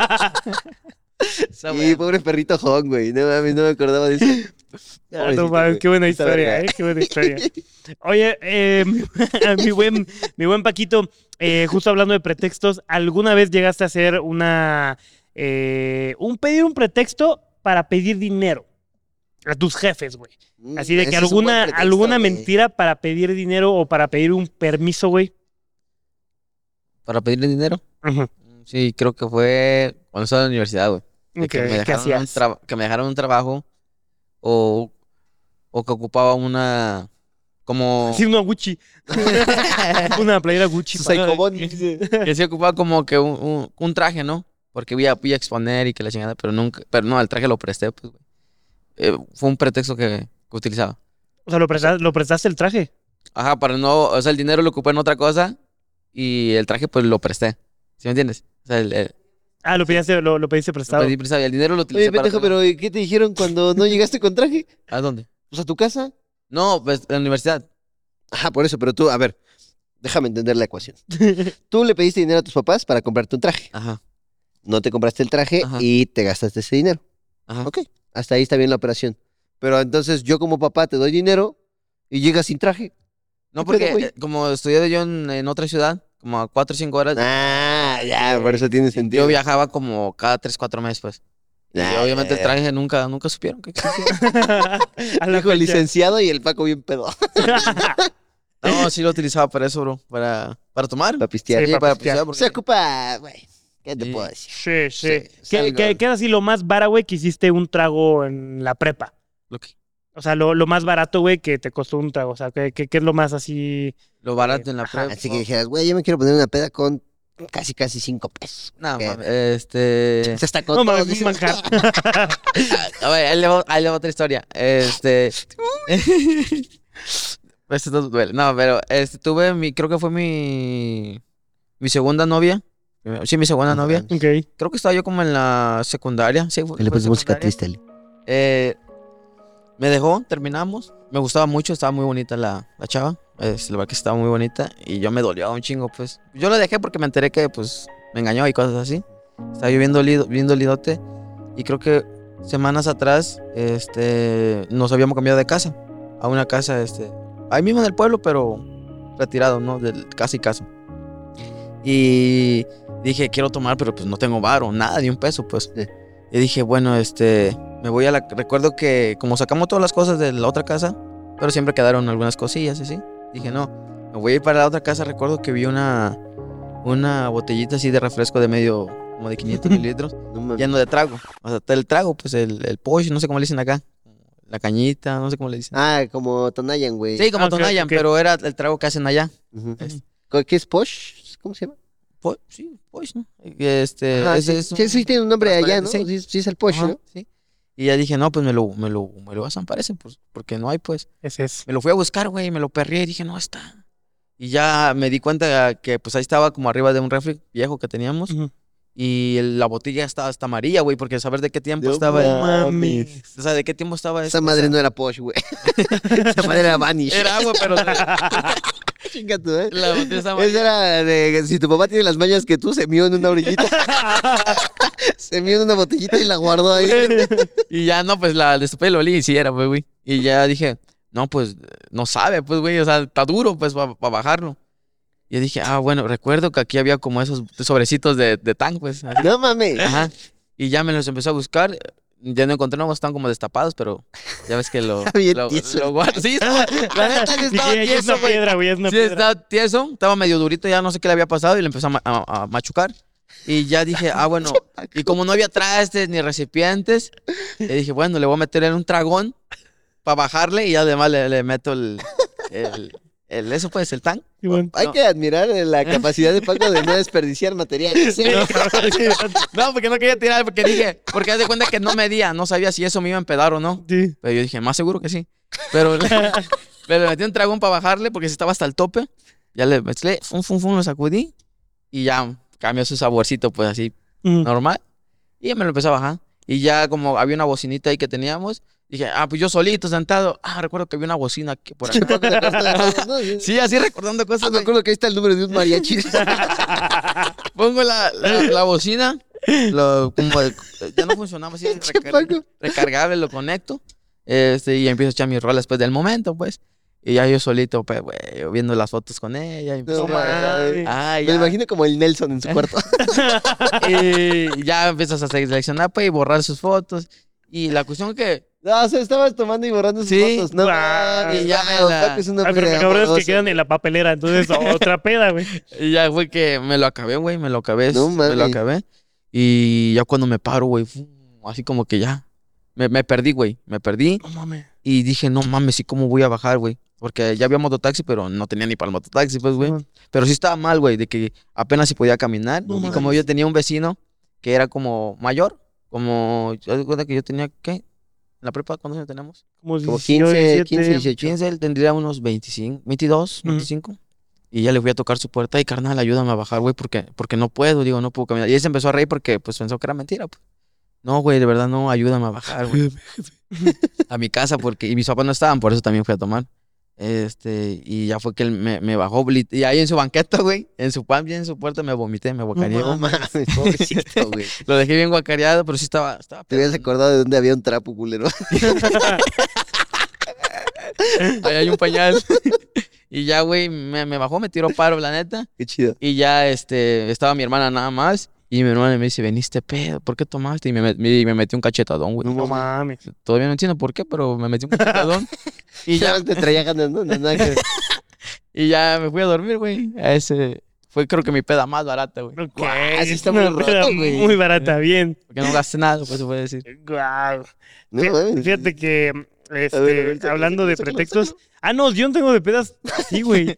Está Sí, bueno. pobre perrito Hong, güey. No mames, no me acordaba de eso. Ah, no Pobrecito, mames, güey. qué buena Está historia, verga. ¿eh? Qué buena historia. Oye, eh, mi, mi buen, mi buen Paquito, eh, justo hablando de pretextos, ¿alguna vez llegaste a hacer una. Eh, un pedir un pretexto para pedir dinero a tus jefes, güey? Mm, Así de que ese es un buen alguna, pretexto, alguna güey. mentira para pedir dinero o para pedir un permiso, güey. ¿Para pedirle dinero? Ujú. Sí, creo que fue cuando estaba en la universidad, güey. De Ok, que, me ¿qué dejaron un hacías? traba- que me dejaron un trabajo o, o que ocupaba una... Como... Sí, una Gucci. Una playera Gucci. Su para- Saikobon, dice. Que sí ocupaba como que un, un, un traje, ¿no? Porque voy a, voy a exponer y que la chingada, pero nunca... Pero no, el traje lo presté, pues, güey. Eh, fue un pretexto que, que utilizaba. O sea, ¿lo prestaste, ¿lo prestaste el traje? Ajá, para no... O sea, el dinero lo ocupé en otra cosa y el traje, pues, lo presté. ¿Sí me entiendes? O sea, el, el- Ah, lo pediste, lo, lo pediste lo prestado. pedí prestado y el dinero lo utilicé Oye, para pendejo, otra cosa. pero ¿y ¿qué te dijeron cuando no llegaste con traje? ¿A dónde? Pues a tu casa. No, pues, en la universidad. Ajá, por eso, pero tú, a ver, déjame entender la ecuación. Tú le pediste dinero a tus papás para comprarte un traje. Ajá, No te compraste el traje Ajá. y te gastaste ese dinero. ajá. Ok, hasta ahí está bien la operación. Pero entonces yo como papá te doy dinero y llegas sin traje. No, ¿Qué porque pedo, güey? eh, como estudié yo en, en otra ciudad, como a cuatro o cinco horas, Ah, ya, por eso tiene sentido. yo viajaba como cada tres, cuatro meses, pues. Y Ah, obviamente el ya. traje nunca, nunca supieron que existía. A la Dijo fecha. el licenciado y el Paco bien pedo. No, sí lo utilizaba para eso, bro. Para, para tomar. Para pistear. Sí, Sí, para para pistear. pistear, porque- Se ocupa, güey. ¿Qué te Sí. puedo decir? Sí, sí. Sí, ¿Qué, salgo. qué, qué es así lo más vara, güey, que hiciste un trago en la prepa? Lo, que- O sea, lo, lo más barato, güey, que te costó un trago. O sea, ¿qué, qué, qué es lo más así? lo barato en la Ajá, prepa. Así que dijeras, güey, yo me quiero poner una peda con casi, casi cinco pesos. No, ¿Qué? mames, este... Se está con No todo, mames, dice. un manjar. A ver, ahí le va, ahí le va otra historia. Este... Esto no duele. No, pero este, tuve mi... Creo que fue mi... Mi segunda novia. Sí, mi segunda Ajá. novia. Ok. Creo que estaba yo como en la secundaria. Sí, fue, Y le fue puse música secundaria. triste. Ale. Eh, me dejó, terminamos. Me gustaba mucho, estaba muy bonita la, la chava. Es, la verdad que estaba muy bonita. Y yo me dolió un chingo, pues. Yo la dejé porque me enteré que, pues, me engañó y cosas así. Estaba yo bien dolido, bien dolidote. Y creo que semanas atrás, este, nos habíamos cambiado de casa. A una casa, este, ahí mismo en el pueblo, pero retirado, ¿no? Del casa y casa. Y dije, quiero tomar, pero pues no tengo varo, nada, ni un peso, pues. Sí. Y dije, bueno, este, me voy a la... Recuerdo que como sacamos todas las cosas de la otra casa, pero siempre quedaron algunas cosillas, así. Dije, no, me voy a ir para la otra casa. Recuerdo que vi una, una botellita así de refresco de medio, como de quinientos mililitros, No mames. lleno de trago. O sea, el trago, pues el, el posh, no sé cómo le dicen acá. La cañita, no sé cómo le dicen. Ah, como Tonayan, güey. Sí, como Ah, ok, Tonayan, ok. pero era el trago que hacen allá. Ujú. Es- ¿Qué es Posh? ¿Cómo se llama? Po- sí, posh, ¿no? Este, Ajá, ese sí, es sí, un- sí tiene un nombre allá, ¿no? transparente, Sí, sí es el Posh, Ajá, ¿no? sí. Y ya dije, no, pues me lo, me lo, me lo vas a ese, pues, porque no hay, pues. Ese es. Me lo fui a buscar, güey, me lo perrié y dije, no está. Y ya me di cuenta que, pues, ahí estaba como arriba de un refri viejo que teníamos. Ujú. Y el- la botella estaba hasta amarilla, güey, porque saber de qué tiempo No estaba. mames. O sea, de qué tiempo estaba Esa este- madre no era Posh, güey. Esa madre era Vanish. Era agua, pero Chinga tú, ¿eh? la botella estaba Esa era de si tu papá tiene las mañas que tú, se mió en una orillita. Se mió en una botellita y la guardó ahí. Y ya, no, pues la destapé y lo olí y sí era, pues, güey. Y ya dije, no, pues, no sabe, pues, güey, o sea, está duro, pues, para bajarlo. Y yo dije, ah, bueno, recuerdo que aquí había como esos sobrecitos de, de tan, pues. así. No mames. Ajá. Y ya me los empecé a buscar. Ya no encontré nuevos, están como destapados, pero ya ves que lo, Está bien lo, tieso. lo guardo. Sí, estaba, la neta sí estaba Dije, es una tieso, güey. piedra, güey, es una Sí, piedra. estaba tieso, estaba medio durito, ya no sé qué le había pasado y le empezó a, ma- a- a machucar. Y ya dije, ah, bueno, y como no había trastes ni recipientes, le dije, bueno, le voy a meter en un tragón para bajarle y además le, le meto el, el, el- eso pues, el tan. Sí, bueno. Hay No. que admirar la capacidad de Paco de no desperdiciar materiales. ¿eh? No, porque no quería tirar, porque dije, porque haz de cuenta que no medía, no sabía si eso me iba a empedar o no. Sí. Pero yo dije, más seguro que sí. Pero le, pero le metí un tragón para bajarle porque si estaba hasta el tope. Ya le mezclé, fum, fum, fum, lo sacudí y ya cambió su saborcito, pues así, Mm. normal. Y ya me lo empecé a bajar. Y ya como había una bocinita ahí que teníamos, dije, ah, pues yo solito, sentado. Ah, recuerdo que había una bocina aquí por acá. No, sí. Sí, así recordando Ah, cosas. me güey. acuerdo que ahí está el número de un mariachi. Pongo la, la, la bocina, lo, como, ya no funcionaba así, Pinche recar- Paco. recargable, lo conecto. Este, y empiezo a echar mis rolas después del momento, pues. Y ya yo solito, pues, güey, viendo las fotos con ella. Y, No, mames. mames. Ay, Me ya. lo imagino como el Nelson en su cuarto. Y ya empiezas a seleccionar, pues, y borrar sus fotos. Y la cuestión que, No, o sea, estabas tomando y borrando sus Sí. fotos. No, Guau. mames, Y ya Paco, la- Paco es una Ah, pero lo cabrón es que fregamosa. quedan en la papelera, entonces otra peda, güey. y ya fue que me lo acabé, güey, me lo acabé. No me lo mames. acabé. Y ya cuando me paro, güey, fu- así como que ya, me, me perdí, güey, me perdí. No mames. Y dije, no mames, ¿y cómo voy a bajar, güey? Porque ya había mototaxi, pero no tenía ni para el mototaxi, pues, güey. Pero sí estaba mal, güey, de que apenas si podía caminar. No y mames. como yo tenía un vecino que era como mayor, como, haz de cuenta que yo tenía, ¿qué? ¿En la prepa cuántos años tenemos? Como, Como dieciocho, quince, diecisiete. quince, dieciocho. quince, él tendría unos veinticinco, veintidós, Ujú. veinticinco. Y ya le fui a tocar su puerta y carnal, ayúdame a bajar, güey, porque, porque no puedo, digo, no puedo caminar. Y él se empezó a reír porque pues pensó que era mentira, pues. No, güey, de verdad no, ayúdame a bajar, güey. A mi casa porque, y mis papás no estaban, por eso también fui a tomar. Este, y ya fue que él me, me bajó. lit- Y ahí en su banqueta, güey, en su pan, en su puerta, me vomité, me guacareé. No mames, pobrecito, güey. Lo dejé bien guacareado, pero sí estaba. estaba Te hubieras acordado de dónde había un trapo, culero. Ahí hay un pañal. Y ya, güey, me, me bajó, me tiró paro, la neta. Qué chido. Y ya, este, estaba mi hermana nada más. Y mi hermana me dice, veniste pedo, ¿por qué tomaste? Y me, met- y me metí un cachetadón, güey. No mames. Todavía no entiendo por qué, pero me metí un cachetadón. Y ya te traía ganas, ¿no? No, nada que- Y ya me fui a dormir, güey. A ese fue creo que mi peda más barata, güey. Ok, Guau, sí está una muy peda roto, güey. muy barata, bien. Porque no gasté nada, pues se puede decir. Guau. No, Fí- mames. Fíjate que, este, A ver, a ver, sácalo, hablando de sácalo, pretextos. Ah, no, yo no tengo de pedas. Sí, güey.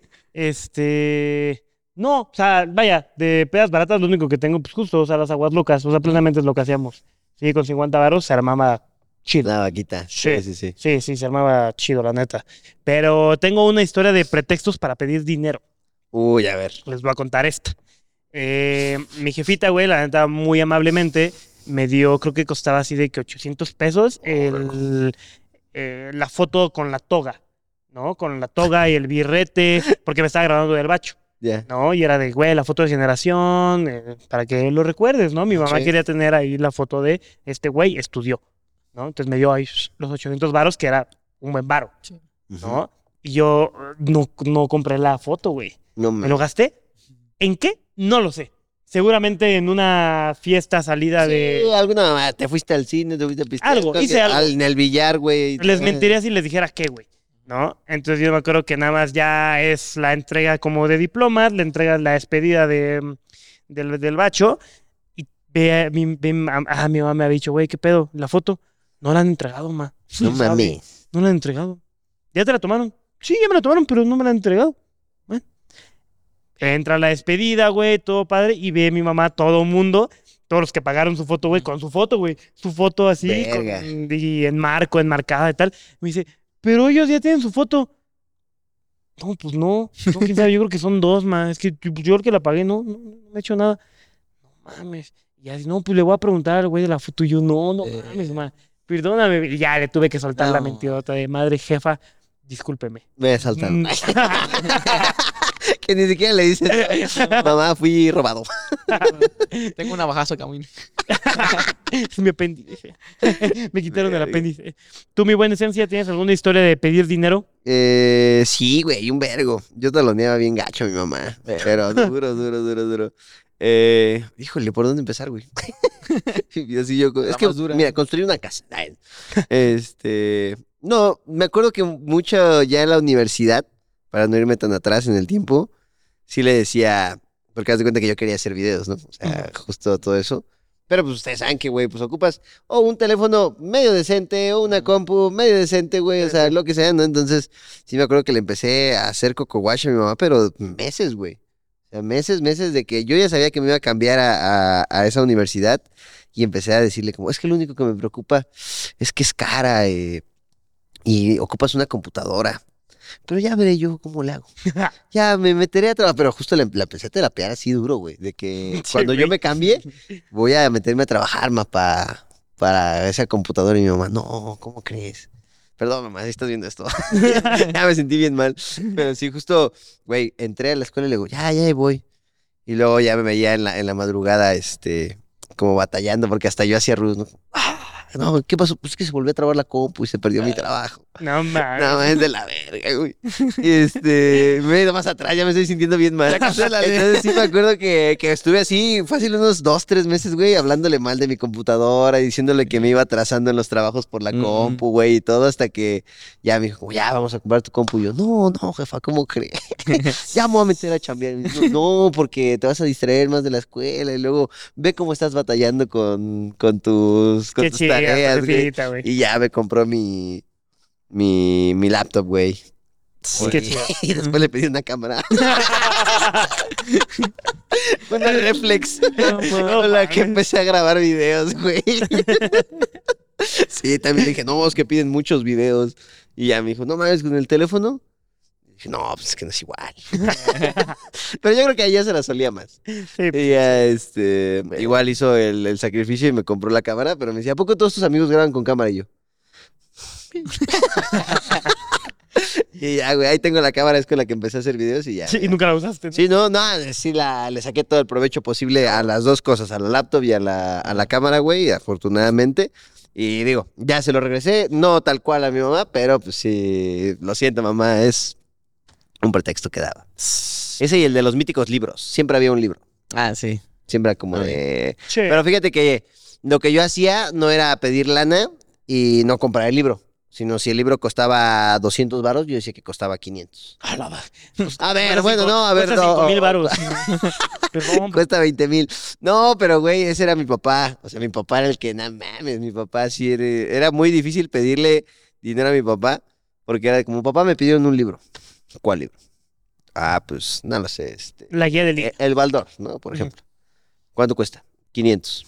Este. No, o sea, vaya, de pedas baratas, lo único que tengo, pues justo, o sea, las aguas locas. O sea, plenamente es lo que hacíamos. Sí, con cincuenta varos se armaba chido. La vaquita. Sí. Sí, sí, sí. Sí, sí, se armaba chido, la neta. Pero tengo una historia de pretextos para pedir dinero. Uy, a ver. Les voy a contar esta. Eh, mi jefita, güey, la neta, muy amablemente, me dio, creo que costaba así de que ochocientos pesos el, eh, la foto con la toga, ¿no? Con la toga y el birrete, porque me estaba grabando del bacho, Ya. ¿no? Y era de, güey, la foto de generación, eh, para que lo recuerdes, ¿no? Mi mamá Sí. quería tener ahí la foto de este güey, estudió, ¿no? Entonces me dio ahí los ochocientos varos, que era un buen varo, ¿no? Y yo eh, no, no compré la foto, güey. No ¿Me me lo gasté? ¿En qué? No lo sé. Seguramente en una fiesta salida Sí, de... alguna mamá, te fuiste al cine, te fuiste a pistear. Algo, creo hice que algo. al- en el billar, güey. Les mentiría si les dijera qué, güey, ¿no? Entonces yo me acuerdo que nada más ya es la entrega como de diplomas, le entregas la despedida de, del, del bacho y ve, a- mi, ve a- ah, mi mamá me había dicho, güey, ¿qué pedo? La foto no la han entregado, ma. No ¿Sabe? mames. No la han entregado. ¿Ya te la tomaron? Sí, ya me la tomaron, pero no me la han entregado. Bueno. Entra la despedida, güey, todo padre, y ve mi mamá, todo mundo, todos los que pagaron su foto, güey, con su foto, güey, su foto así, Verga. con, y en marco, enmarcada y tal. Me dice, pero ellos ya tienen su foto. No, pues no, no, quién sabe, yo creo que son dos, ma, es que yo, yo el que la pagué, no, no, no me he hecho nada. No mames. Y así, no, pues le voy a preguntar al güey de la foto, y yo, no, no Eh. mames, ma, perdóname. Y ya le tuve que soltar la No. mentirota de madre jefa, discúlpeme. Me asaltaron. Mm. Que ni siquiera le dices, mamá, fui robado. Tengo un navajazo camino. Es mi apéndice. Me quitaron el apéndice. ¿Tú, mi buena esencia, tienes alguna historia de pedir dinero? Eh, sí, güey, un vergo. Yo taloneaba bien gacho a mi mamá. Pero duro, duro, duro, duro. Eh, híjole, ¿por dónde empezar, güey? Y así yo, es La que, más dura. mira, construí una casa. Ay, Este, no, me acuerdo que mucho ya en la universidad, para no irme tan atrás en el tiempo, sí le decía, porque haz de cuenta que yo quería hacer videos, ¿no? O sea, justo todo eso. Pero pues ustedes saben que, güey, pues ocupas o un teléfono medio decente o una compu medio decente, güey, o sea, lo que sea, ¿no? Entonces, sí me acuerdo que le empecé a hacer coco wash a mi mamá, pero meses, güey. O sea, meses, meses de que yo ya sabía que me iba a cambiar a, a- a esa universidad y empecé a decirle como, es que lo único que me preocupa es que es cara eh, y ocupas una computadora. Pero ya veré yo cómo le hago. Ya me meteré a trabajar, pero justo la, la empecé a terapiar así duro, güey, de que Sí, cuando yo güey. me cambie, voy a meterme a trabajar, ma, pa- para esa computadora. Y mi mamá, no, ¿cómo crees? Perdón, mamá, si estás viendo esto. Ya me sentí bien mal. Pero sí, justo, güey, entré a la escuela y le digo, ya, ya ahí voy. Y luego ya me veía en la, en la madrugada, este, como batallando, porque hasta yo hacía ruidos, ¿no? Ah, no, ¿qué pasó? Pues que se volvió a trabar la compu y se perdió mi trabajo. No mames. No, es de la verga, güey. Y este, me he ido más atrás, ya me estoy sintiendo bien mal. Entonces sí me acuerdo que, que estuve así, fácil unos dos, tres meses, güey, hablándole mal de mi computadora y diciéndole que me iba atrasando en los trabajos por la Mm. compu, güey, y todo, hasta que ya me dijo, como, ya vamos a comprar tu compu. Y yo, no, no, jefa, ¿cómo crees? Ya me voy a meter a chambear. Y me dice, no, no, porque te vas a distraer más de la escuela y luego ve cómo estás batallando con, con tus, con Qué tus chida, tareas, güey. jefita, güey. Y ya me compró mi, mi, mi laptop, güey. Qué Y- chido. Y después le pedí una cámara. Una reflex. Con la que empecé a grabar videos, güey. Sí, también le dije, no, es que piden muchos videos. Y ya me dijo, no mames, con el teléfono. Y dije, no, pues es que no es igual. Pero yo creo que a ella se la solía más. Sí, Y ya, este, igual hizo el, el sacrificio y me compró la cámara, pero me decía, ¿a poco todos tus amigos graban con cámara? Y yo. Y ya, güey, ahí tengo la cámara, es con la que empecé a hacer videos y ya. Sí, y ya. nunca la usaste. ¿no? Sí, no, no, sí la, le saqué todo el provecho posible a las dos cosas, a la laptop y a la, a la cámara, güey, afortunadamente. Y digo, ya se lo regresé, no tal cual a mi mamá, pero pues sí, lo siento, mamá, es un pretexto que daba. Ese y el de los míticos libros, siempre había un libro, Ah, sí. siempre era como Ay. de... Sí. Pero fíjate que lo que yo hacía no era pedir lana y no comprar el libro. Sino si el libro costaba doscientos varos, yo decía que costaba quinientos. A la madre. A ver, Cuesta bueno, cinco- no, a ver, cuesta no. cinco mil varos. Perdón. Cuesta veinte mil. No, pero güey, ese era mi papá. O sea, mi papá era el que, no mames, mi papá sí era, era muy difícil pedirle dinero a mi papá, porque era como, papá, me pidieron un libro. ¿Cuál libro? Ah, pues, no lo sé, este. La guía del eh, libro. El Baldor, ¿no? Por Ujú. ejemplo. ¿Cuánto cuesta? quinientos.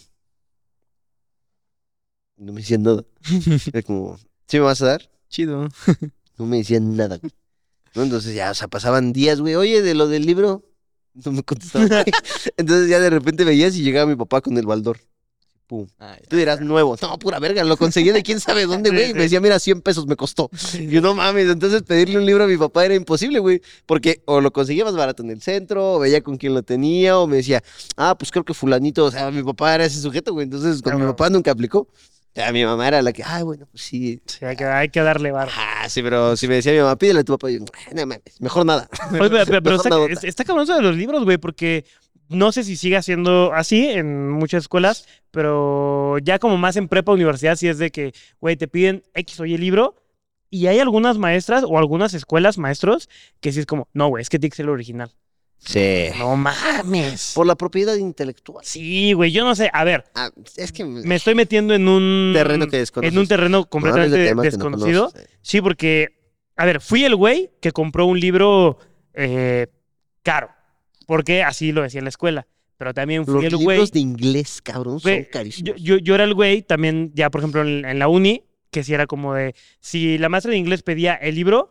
No me decían nada. Era como, ¿sí me vas a dar? Chido. No me decían nada, güey. ¿No? Entonces ya, o sea, pasaban días, güey. Oye, de lo del libro. No me contestaban. güey. Entonces ya de repente veías y llegaba mi papá con el baldor. Pum. Ay, Tú dirás nuevo. No, pura verga, lo conseguí de quién sabe dónde, güey. Y me decía, mira, cien pesos me costó. Y yo, no mames. Entonces pedirle un libro a mi papá era imposible, güey. Porque o lo conseguía más barato en el centro, o veía con quién lo tenía, o me decía, ah, pues creo que fulanito. O sea, mi papá era ese sujeto, güey. Entonces con Ah, mi bueno. papá nunca aplicó. O sea, mi mamá era la que, ah, bueno, pues sí. Sí, hay que, hay que darle bar. Ah, sí, pero si me decía mi mamá, pídele a tu papá, yo, no mames, mejor nada. Oye, pero, pero- pero Mejor está, nadota. es- está cabrón eso de los libros, güey, porque no sé si sigue siendo así en muchas escuelas, pero ya como más en prepa, universidad, sí es de que, güey, te piden X o Y libro y hay algunas maestras o algunas escuelas, maestros, que sí es como, no, güey, es que tiene que ser el original. Sí. No mames. Por la propiedad intelectual. Sí, güey, yo no sé. A ver, Ah, es que me estoy metiendo en un terreno que desconoces. en un terreno No hables completamente de temas que no desconocido. conoces. Sí, porque, a ver, fui el güey que compró un libro eh, caro, porque así lo decía en la escuela. Pero también fui Los el güey. libros de inglés, cabrón, son güey, carísimos. yo, yo, yo era el güey también, ya por ejemplo en, en la uni, que si era como de, si la maestra de inglés pedía el libro,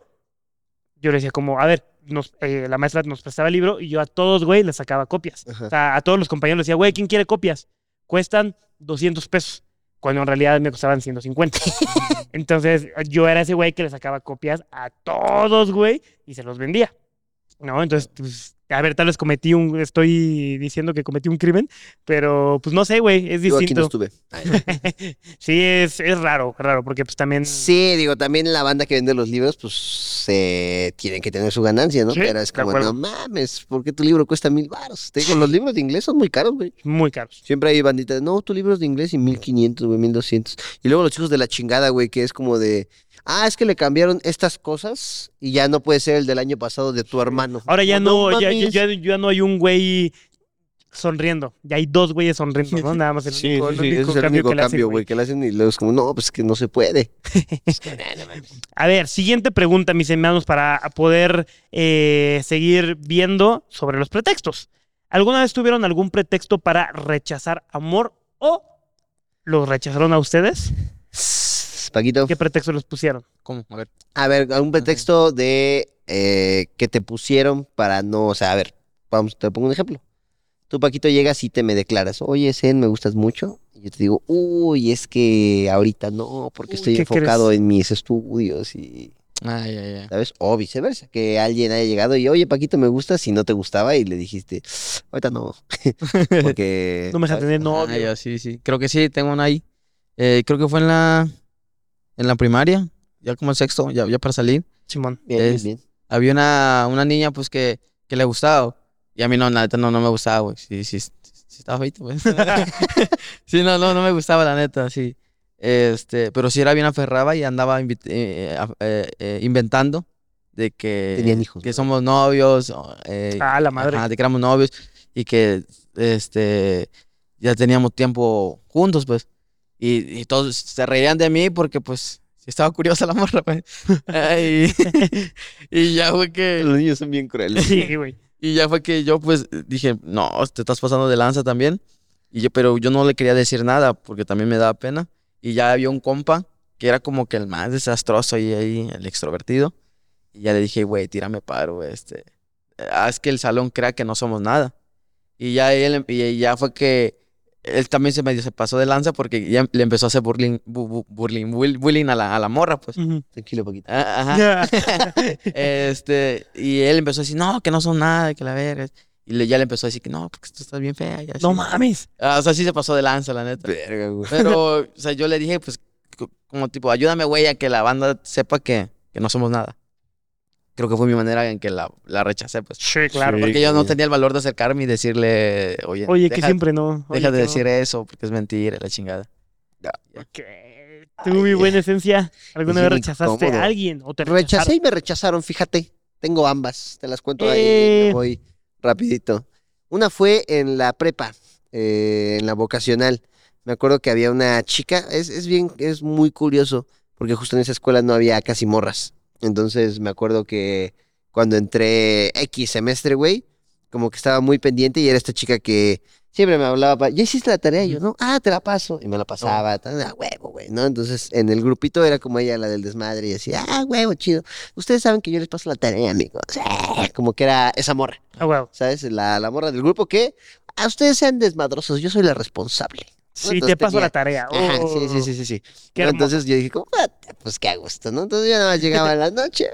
yo le decía como, a ver, nos, eh, la maestra nos prestaba el libro y yo a todos, güey, les sacaba copias. Ajá. O sea, a todos los compañeros les decía, güey, ¿quién quiere copias? Cuestan doscientos pesos, cuando en realidad me costaban ciento cincuenta. Entonces, yo era ese güey que le sacaba copias a todos, güey, y se los vendía. ¿No? Entonces, pues, a ver, tal vez cometí un, estoy diciendo que cometí un crimen, pero pues no sé, güey, es Yo aquí no distinto. estuve. Ay, no. Sí, es, es raro, raro, porque pues también... Sí, digo, también la banda que vende los libros, pues eh, tienen que tener su ganancia, ¿no? Sí, Pero es de como, acuerdo. no mames, ¿por qué tu libro cuesta mil baros? Te digo, los libros de inglés son muy caros, güey. Muy caros. Siempre hay banditas, no, tu libro es de inglés y mil quinientos, güey, mil doscientos. Y luego los hijos de la chingada, güey, que es como de, ah, es que le cambiaron estas cosas y ya no puede ser el del año pasado de tu hermano. Ahora ya Como, no, ya, ya, mames. ya- ya no hay un güey sonriendo, ya hay dos güeyes sonriendo, ¿no? Nada más el Sí, único, sí, el sí, ese único es el cambio único que le hacen, cambio, güey. güey, que le hacen y luego es como, no, pues que no se puede. A ver, siguiente pregunta, mis hermanos, para poder eh, seguir viendo sobre los pretextos. ¿Alguna vez tuvieron algún pretexto para rechazar amor o los rechazaron a ustedes? Paquito. ¿Qué pretexto les pusieron? ¿Cómo? A ver. A ver, algún pretexto de eh, que te pusieron para no, o sea, a ver, vamos, te pongo un ejemplo. Tú, Paquito, llegas y te me declaras, oye, Zen, me gustas mucho. Y yo te digo, uy, es que ahorita no, porque Uy, estoy ¿qué enfocado crees? en mis estudios y, Ay, ay, ay. ¿sabes? O viceversa, que alguien haya llegado y, oye, Paquito, me gustas, si no te gustaba y le dijiste, ahorita no, porque... No me deja ¿sabes? tener Ah, novio. ya, sí, sí. Creo que sí, tengo una ahí. Eh, creo que fue en la en la primaria, ya como el sexto, ya, ya para salir. Simón. Bien, bien, es- bien. Había una, una niña, pues, que, que le gustaba. Y a mí no, la neta, no, no me gustaba, güey. Sí, sí, sí, sí estaba feito, pues. Sí, no, no, no me gustaba, la neta, sí. Este, pero sí era bien aferrada y andaba invi- eh, eh, eh, eh, inventando de que, Tenían hijos, que ¿no? somos novios. o, eh, Ah, la madre. ajá, de que éramos novios y que este ya teníamos tiempo juntos, pues. Y, y todos se reían de mí porque, pues, sí estaba curiosa la morra, pues. Ay, y, y ya fue que. Los niños son bien crueles. Sí, güey. Y ya fue que yo, pues, dije, no, te estás pasando de lanza también. Y yo, pero yo no le quería decir nada porque también me daba pena. Y ya había un compa que era como que el más desastroso y ahí, el extrovertido. Y ya le dije, güey, tírame paro, este. Haz que el salón crea que no somos nada. Y ya él, y ya fue que él también se medio se pasó de lanza porque ya le empezó a hacer burling, bu- bu- burling, bull- bullying a la, a la morra, pues. Ujú. Tranquilo, poquito. Ah, Ajá. Este, y él empezó a decir, no, que no son nada, que la verga. Y le- ya le empezó a decir que no, porque tú estás bien fea. Y así. No mames. Ah, o sea, sí se pasó de lanza, la neta. Verga, güey. Pero, o sea, yo le dije, pues, co- como tipo, ayúdame, güey, a que la banda sepa que, que no somos nada. Creo que fue mi manera en que la, la rechacé, pues. Sí, claro. Sí. Porque yo no tenía el valor de acercarme y decirle, oye, Oye, que deja, siempre no. Oye, deja de que no. decir eso, porque es mentira, la chingada. Ok. Tú, mi buena esencia, ¿alguna Es vez bien rechazaste incómodo. a alguien? ¿O te Rechacé rechazaron? y me rechazaron, fíjate. Tengo ambas, te las cuento ahí. Eh. Me voy rapidito. Una fue en la prepa, eh, en la vocacional. Me acuerdo que había una chica, es, es bien, es muy curioso, porque justo en esa escuela no había casi morras. Entonces me acuerdo que cuando entré X semestre, güey, como que estaba muy pendiente y era esta chica que siempre me hablaba, pa- ¿ya hiciste la tarea? Y yo, no, ah, te la paso. Y me la pasaba, tan a huevo, güey, ¿no? Entonces en el grupito era como ella la del desmadre y decía, ah, huevo, chido. Ustedes saben que yo les paso la tarea, amigos. Como que era esa morra, Ah, wow. ¿sabes? La, la morra del grupo que a ustedes sean desmadrosos, yo soy la responsable. Sí, Entonces te paso tenía- la tarea. Ajá, Oh. sí, sí, sí, sí, sí. Qué ¿No? hermoso. Entonces yo dije, como, "Ah, pues qué a gusto, ¿no? Entonces yo nada más llegaba en la noche.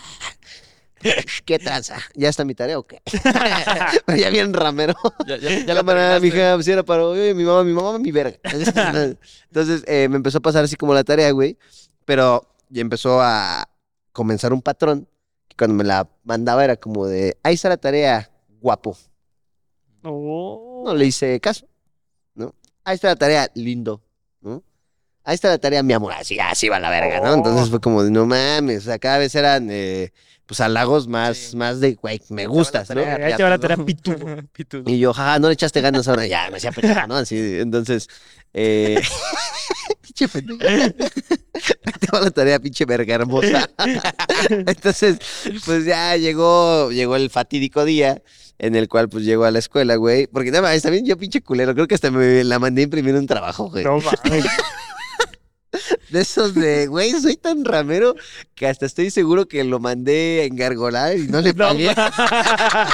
¿Qué tranza? ¿Ya está mi tarea o qué? Pero ya bien ramero. Ya, ya, Ya la manera, mi hija, pues era para, oye, mi mamá, mi mamá, mi verga. Entonces eh, me empezó a pasar así como la tarea, güey. Pero ya empezó a comenzar un patrón que cuando me la mandaba era como de, ahí está la tarea, guapo. Oh. No le hice caso, ¿no? Ahí está la tarea, lindo, ¿no? Ahí está la tarea, mi amor, así, así va la verga, ¿no? Entonces fue como de, no mames, o sea, cada vez eran, eh, pues, halagos más, Sí. más de, güey, me gustas, ¿no? Ahí te va la tarea pitudo. Pitudo. Y yo, jaja, no le echaste ganas ahora, ya, me hacía pendejo, ¿no? Así, entonces, eh... pinche pendejo. Ahí te va la tarea, pinche verga hermosa. Entonces, pues ya llegó, llegó el fatídico día en el cual, pues, llego a la escuela, güey. Porque nada más, también yo pinche culero, creo que hasta me la mandé a imprimir un trabajo, güey. No mames. De esos de, güey, soy tan ramero que hasta estoy seguro que lo mandé a engargolar y no le No pagué. mames.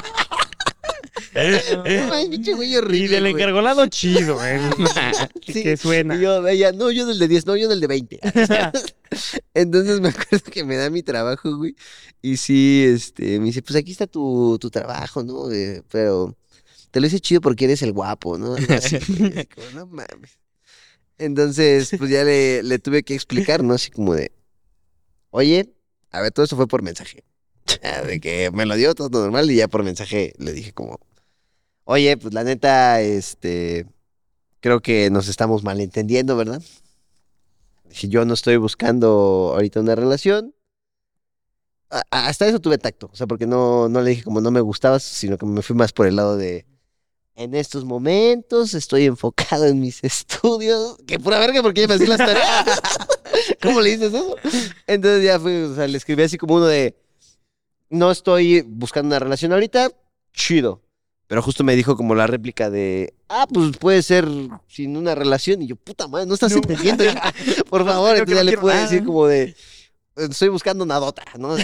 No, mames, pinche güey horrible, Y del güey. encargolado chido, eh. Sí, Que suena. Y yo, ella, no, yo del de diez, no, yo del de veinte. Entonces me acuerdo que me da mi trabajo, güey. Y sí, este, me dice, pues aquí está tu, tu trabajo, ¿no? Eh, pero te lo hice chido porque eres el guapo, ¿no? Algo así, güey. Como, no mames. Entonces, pues ya le, le tuve que explicar, ¿no? Así como de, oye, a ver, todo eso fue por mensaje. De que me lo dio todo normal y ya por mensaje le dije como, oye, pues la neta, este, creo que nos estamos malentendiendo, ¿verdad? Dije, yo no estoy buscando ahorita una relación. A- a- hasta eso tuve tacto, o sea, porque no, no le dije como no me gustabas, sino que me fui más por el lado de, en estos momentos estoy enfocado en mis estudios. Que pura verga, porque ya me hacía las tareas. ¿Cómo le dices eso? Entonces ya fui, o sea, le escribí así como uno de, no estoy buscando una relación ahorita, chido. Pero justo me dijo como la réplica de, ah, pues puede ser sin una relación. Y yo, puta madre, no estás No. entendiendo, hija. Por favor. Creo que Entonces ya no le quiero pude nada. decir como de, estoy buscando una dota, ¿no?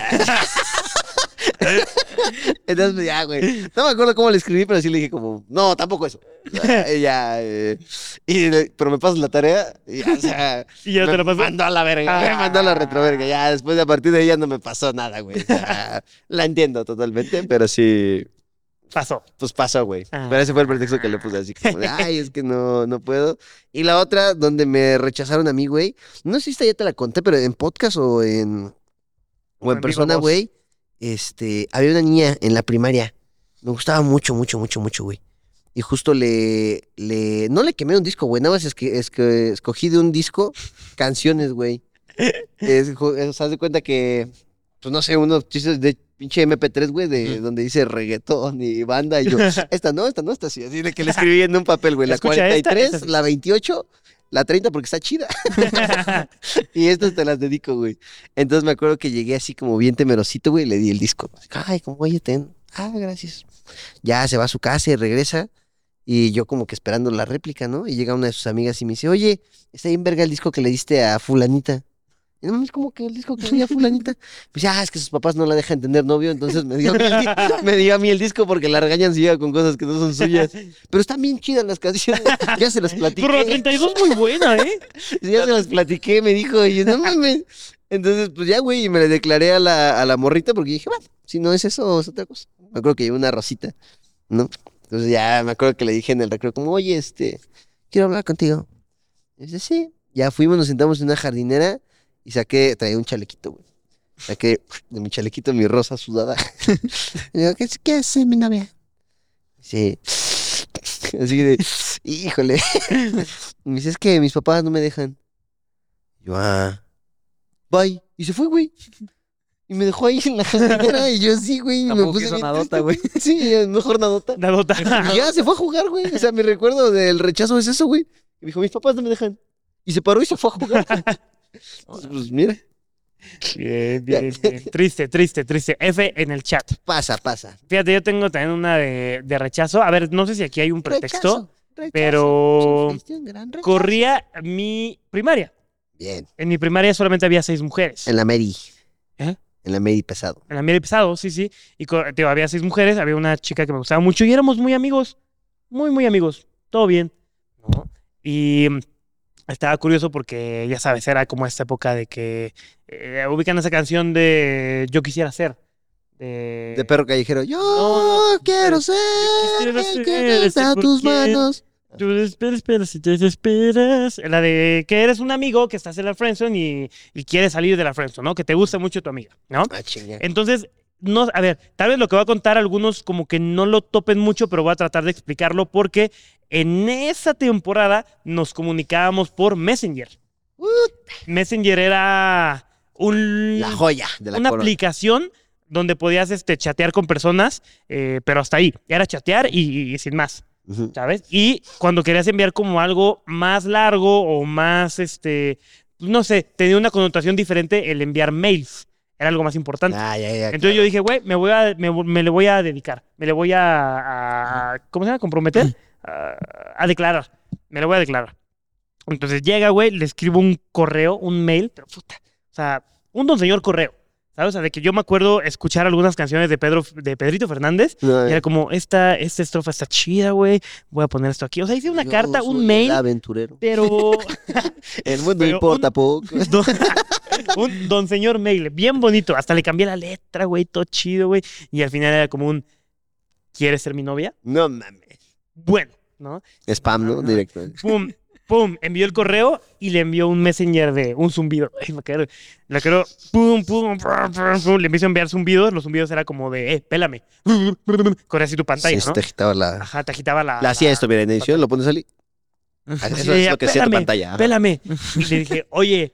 Entonces ya, güey. No me acuerdo cómo le escribí, pero sí le dije como, no, tampoco eso. O sea, ella, eh, y, pero me pasas la tarea y ya, o sea, Y ya me te la pasó. mandó a la verga, me Ah. mandó a la retroverga. Ya después de a partir de ella no me pasó nada, güey. O sea, la entiendo totalmente, pero sí, Pasó. pues pasó, güey. Ah. Pero ese fue el pretexto que le puse así como de, ay, es que no, no puedo. Y la otra, donde me rechazaron a mí, güey, no sé si esta ya te la conté, pero en podcast o en, o O en en persona, viva voz. güey, este, había una niña en la primaria. Me gustaba mucho, mucho, mucho, mucho, güey. Y justo le, le, no le quemé un disco, güey, nada más es que, es que escogí de un disco canciones, güey. Es, jo- es, haz de cuenta que, pues no sé, unos chistes de pinche eme pe tres, güey, de donde dice reggaetón y banda. Y yo, esta no, esta no, esta sí. Así de que le escribí en un papel, güey, la Escucha cuarenta y esta, tres, esta sí. la veintiocho, la treinta porque está chida. Y estas te las dedico, güey. Entonces me acuerdo que llegué así como bien temerosito, güey, y le di el disco. Ay, como, oye, ten. Ah, gracias. Ya se va a su casa y regresa. Y yo como que esperando la réplica, ¿no? Y llega una de sus amigas y me dice, oye, está bien verga el disco que le diste a fulanita. Y no mames, como que el disco que había fulanita. Pues ya, es que sus papás no la dejan tener novio, entonces me dio, a mí el, di- me dio a mí el disco porque la regañan si llega con cosas que no son suyas. Pero están bien chidas las canciones. Ya se las platiqué. Pero la treinta y dos muy buena, ¿eh? Ya se las platiqué, me dijo, y yo, no mames. Entonces, pues ya, güey, y me le declaré a la, a la morrita porque dije, bueno, si no es eso, es otra cosa. Me acuerdo que llevé una rosita, ¿no? Entonces ya me acuerdo que le dije en el recreo, como, oye, este, quiero hablar contigo. Y dice, sí. Ya fuimos, nos sentamos en una jardinera y saqué, traía un chalequito, güey. Saqué de mi chalequito mi rosa sudada. Y digo, ¿qué, qué hace mi novia? Sí. Así de, híjole. Y me dice, es que mis papás no me dejan. Yo, ah, bye. Y se fue, güey. Y me dejó ahí en la jardinera y yo sí, güey. y Me Tampoco puse quiso bien nadota, triste, güey. Sí, mejor nadota. La nota. Y ya se fue a jugar, güey. O sea, mi recuerdo del rechazo es eso, güey. Y me dijo, mis papás no me dejan. Y se paró y se fue a jugar. Entonces, pues mira, Bien, bien, bien. Triste, triste, triste. F en el chat. pasa, pasa. Fíjate, yo tengo también una de, de rechazo. A ver, no sé si aquí hay un pretexto. Rechazo, rechazo. pero Sufriste un gran rechazo. Corría mi primaria. Bien. En mi primaria solamente había seis mujeres. En la Mary. ¿Eh? En la Mary pesado. En la media pesado, sí, sí. Y co- digo, había seis mujeres, había una chica que me gustaba mucho y éramos muy amigos. Muy, muy amigos. Todo bien. ¿No? Y mm, estaba curioso porque, ya sabes, era como esta época de que eh, ubican esa canción de Yo quisiera ser. De, De perro callejero. Yo No, no, quiero yo ser quisiera el ser que ese está a tus porque- manos. Tú esperas, esperas y te desesperas. La de que eres un amigo que estás en la friendzone y, y quieres salir de la friendzone, ¿no? Que te gusta mucho tu amiga, ¿no? Ah, chinga. Entonces, no, a ver, tal vez lo que voy a contar algunos como que no lo topen mucho, pero voy a tratar de explicarlo porque en esa temporada nos comunicábamos por Messenger. Uh, Messenger era un, La joya de la una corona. aplicación donde podías este, chatear con personas, eh, pero hasta ahí. Era chatear y- y sin más. Ujú. ¿Sabes? Y cuando querías enviar como algo más largo o más, este, no sé, tenía una connotación diferente el enviar mails. Era algo más importante. Ah, ya, ya. Entonces yo dije, güey, me voy a, me, me le voy a dedicar. Me le voy a, a- ¿cómo se llama? Comprometer. A, a declarar. Me le voy a declarar. Entonces llega, güey, le escribo un correo, un mail, pero puta. O sea, un don señor correo. ¿Sabes? O sea, de que yo me acuerdo escuchar algunas canciones de Pedro, de Pedrito Fernández. No, Y era como, esta, esta estrofa está chida, güey. Voy a poner esto aquí. O sea, hice una yo carta, soy un el mail, aventurero. pero. El mundo pero importa un- poco. don, un don señor mail, bien bonito. Hasta le cambié la letra, güey, todo chido, güey. Y al final era como un. ¿Quieres ser mi novia? No mames. Bueno, ¿no? Spam, ¿no? Ajá. Directo. Pum, pum, envió el correo y le envió un messenger de un zumbido. Ay, me quedo. La quiero, pum, pum, pum, pum, pum. Le empiezo a enviar zumbidos. Los zumbidos era como de, eh, pélame. Corre así tu pantalla, Sí, ¿no? te agitaba la... Ajá, te agitaba la. La hacía la- esto, mira, en edición, lo pones ahí. Eso Sí, es lo que hacía tu pélame, pantalla. ajá. Pélame. Y le dije, oye,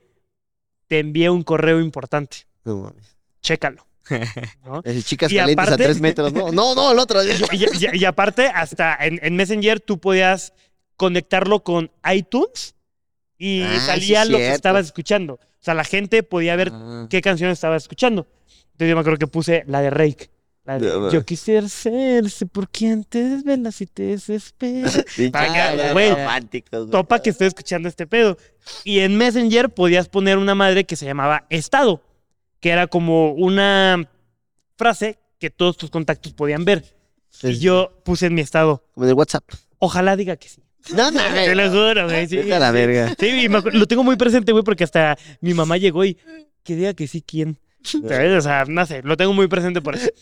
te envié un correo importante. No mames. Chécalo. ¿No? Esas chicas Y calientes aparte- a tres metros. No, no, no, el otro. Y, y- y aparte, hasta en, en Messenger tú podías conectarlo con iTunes y Ah, salía sí, lo que cierto. estabas escuchando. O sea, la gente podía ver Ah. qué canción estaba escuchando. Entonces yo me acuerdo que puse la de Rake. La de, No, man. yo quisiera ser, sé por quién te desvelas y te desesperas. Para que- Pinche güey, románticos, güey. Topa que estoy escuchando este pedo. Y en Messenger podías poner una madre que se llamaba estado, que era como una frase que todos tus contactos podían ver. Y Es yo puse en mi estado, Como en el WhatsApp. ojalá diga que sí. No, no, Te lo juro, güey. Sí, Vete a la sí. verga. Sí, y me acu- lo tengo muy presente, güey, porque hasta mi mamá llegó y que diga que sí, ¿quién? ¿Sabes? O sea, no sé, lo tengo muy presente por eso.